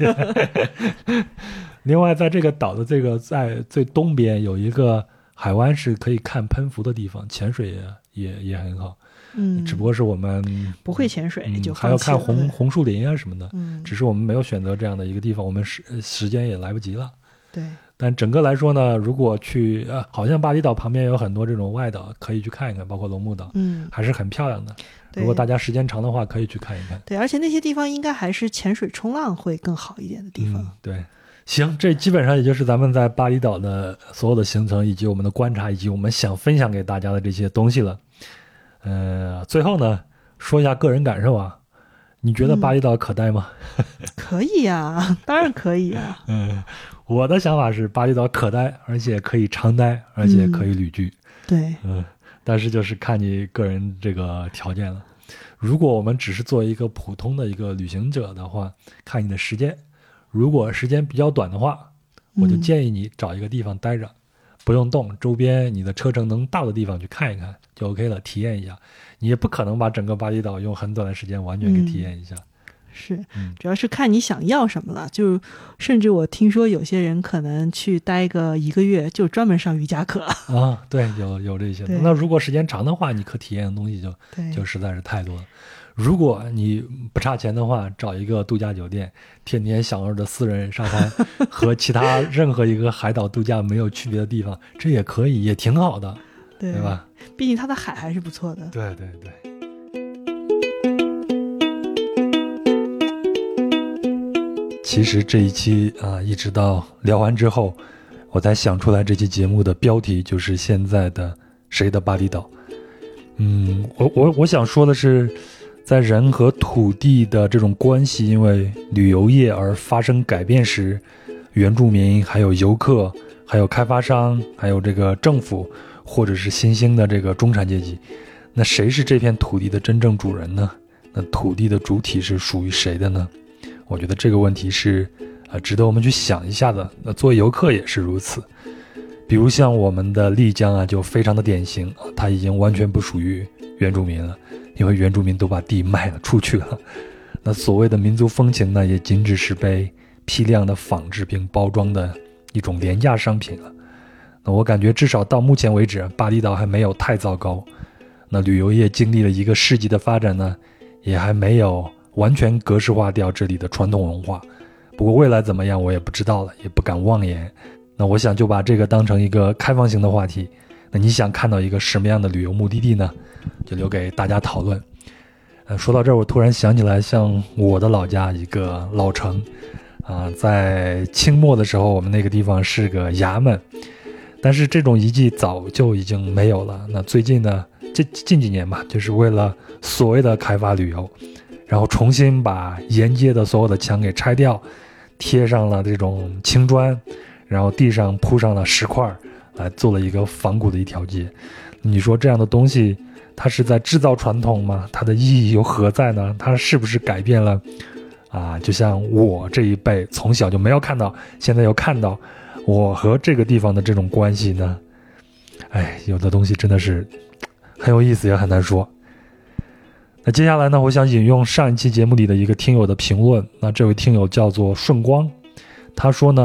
另外，在这个岛的这个在最东边有一个海湾是可以看喷浮的地方，潜水也也也很好， 嗯， 只不过是我们不会潜水、嗯、就还要看红红树林啊什么的， 嗯， 只是我们没有选择这样的一个地方，我们时时间也来不及了。 对， 但整个来说呢，如果去啊，好像巴厘岛旁边有很多这种外岛可以去看一看，包括龙目岛， 嗯， 还是很漂亮的。如果大家时间长的话，可以去看一看。 对，而且那些地方应该还是潜水冲浪会更好一点的地方。 嗯、对。行，这基本上也就是咱们在巴厘岛的所有的行程，以及我们的观察，以及我们想分享给大家的这些东西了。呃，最后呢，说一下个人感受啊，你觉得巴厘岛可待吗？ 嗯、可以呀，当然可以呀。 嗯，我的想法是巴厘岛可待，而且可以常待，而且可以旅居。 嗯、对， 嗯，但是就是看你个人这个条件了。如果我们只是做一个普通的一个旅行者的话，看你的时间。如果时间比较短的话，我就建议你找一个地方待着，嗯、不用动，周边你的车程能到的地方去看一看就 OK 了，体验一下。你也不可能把整个巴厘岛用很短的时间完全给体验一下。 嗯、是、 嗯， 主要是看你想要什么了。就甚至我听说有些人可能去待个一个月，就专门上瑜伽课啊。对，有有这些。那如果时间长的话，你可体验的东西就就实在是太多了。如果你不差钱的话，找一个度假酒店，天天享受着私人沙滩和其他任何一个海岛度假没有区别的地方，这也可以，也挺好的， 对, 对吧？ 毕竟它的海还是不错的。 对对对。其实这一期啊，一直到聊完之后，我才想出来这期节目的标题就是现在的谁的巴厘岛。嗯，我我我想说的是，在人和土地的这种关系因为旅游业而发生改变时，原住民还有游客还有开发商还有这个政府或者是新兴的这个中产阶级，那谁是这片土地的真正主人呢？那土地的主体是属于谁的呢？我觉得这个问题是呃值得我们去想一下的。那作为游客也是如此，比如像我们的丽江啊，就非常的典型，它已经完全不属于原住民了，因为原住民都把地卖了出去了。那所谓的民族风情呢，也仅只是被批量的仿制并包装的一种廉价商品了。那我感觉至少到目前为止，巴厘岛还没有太糟糕。那旅游业经历了一个世纪的发展呢，也还没有完全格式化掉这里的传统文化。不过未来怎么样我也不知道了，也不敢妄言。那我想就把这个当成一个开放型的话题。那你想看到一个什么样的旅游目的地呢？就留给大家讨论。呃，说到这儿，我突然想起来，像我的老家一个老城，啊、呃，在清末的时候，我们那个地方是个衙门，但是这种遗迹早就已经没有了。那最近呢，这近几年吧，就是为了所谓的开发旅游，然后重新把沿街的所有的墙给拆掉，贴上了这种青砖，然后地上铺上了石块，来做了一个仿古的一条街。你说这样的东西，它是在制造传统吗？它的意义又何在呢？它是不是改变了啊？就像我这一辈从小就没有看到，现在又看到我和这个地方的这种关系呢？哎，有的东西真的是很有意思，也很难说。那接下来呢，我想引用上一期节目里的一个听友的评论。那这位听友叫做顺光，他说呢，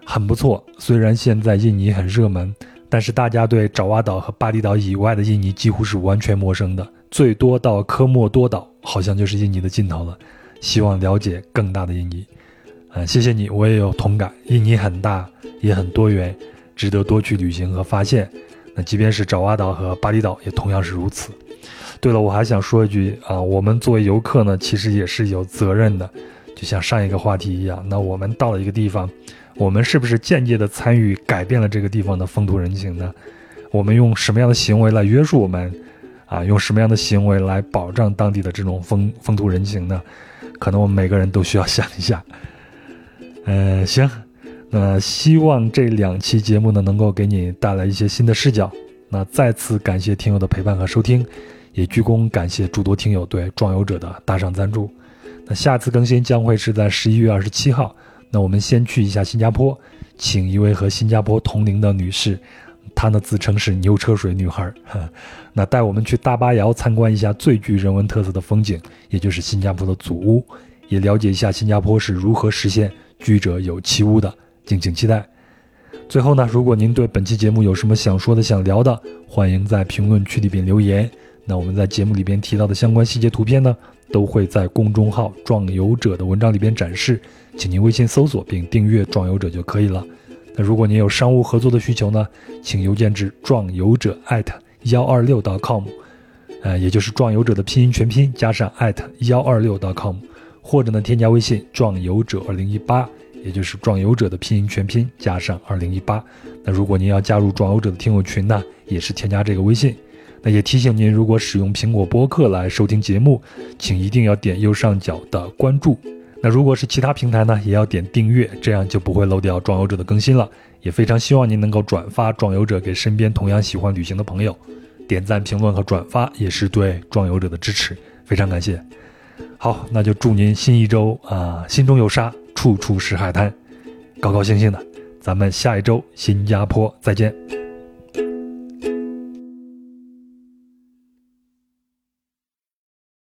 很不错。虽然现在印尼很热门，但是大家对爪哇岛和巴厘岛以外的印尼几乎是完全陌生的，最多到科莫多岛，好像就是印尼的尽头了。希望了解更大的印尼。嗯，谢谢你，我也有同感。印尼很大，也很多元，值得多去旅行和发现。那即便是爪哇岛和巴厘岛，也同样是如此。对了，我还想说一句啊，我们作为游客呢，其实也是有责任的。就像上一个话题一样，那我们到了一个地方，我们是不是间接的参与改变了这个地方的风土人情呢？我们用什么样的行为来约束我们啊？用什么样的行为来保障当地的这种风风土人情呢？可能我们每个人都需要想一下。呃，行，那希望这两期节目呢，能够给你带来一些新的视角。那再次感谢听友的陪伴和收听，也鞠躬感谢诸多听友对壮游者的打赏赞助。那下次更新将会是在十一月二十七号。那我们先去一下新加坡，请一位和新加坡同龄的女士，她呢自称是牛车水女孩，那带我们去大巴窑参观一下最具人文特色的风景，也就是新加坡的祖屋，也了解一下新加坡是如何实现居者有其屋的，敬请期待。最后呢，如果您对本期节目有什么想说的想聊的，欢迎在评论区里边留言。那我们在节目里边提到的相关细节图片呢，都会在公众号壮游者的文章里边展示，请您微信搜索并订阅壮游者就可以了。那如果您有商务合作的需求呢，请邮件至壮游者 at 一二六 .com， 呃，也就是壮游者的拼音全拼加上 at 一二六 .com， 或者呢添加微信壮游者二零一八，也就是壮游者的拼音全拼加上二零一八。那如果您要加入壮游者的听友群呢，也是添加这个微信。那也提醒您，如果使用苹果播客来收听节目，请一定要点右上角的关注。那如果是其他平台呢，也要点订阅，这样就不会漏掉壮游者的更新了。也非常希望您能够转发壮游者给身边同样喜欢旅行的朋友，点赞、评论和转发也是对壮游者的支持，非常感谢。好，那就祝您新一周啊、呃，心中有沙，处处是海滩，高高兴兴的。咱们下一周新加坡再见。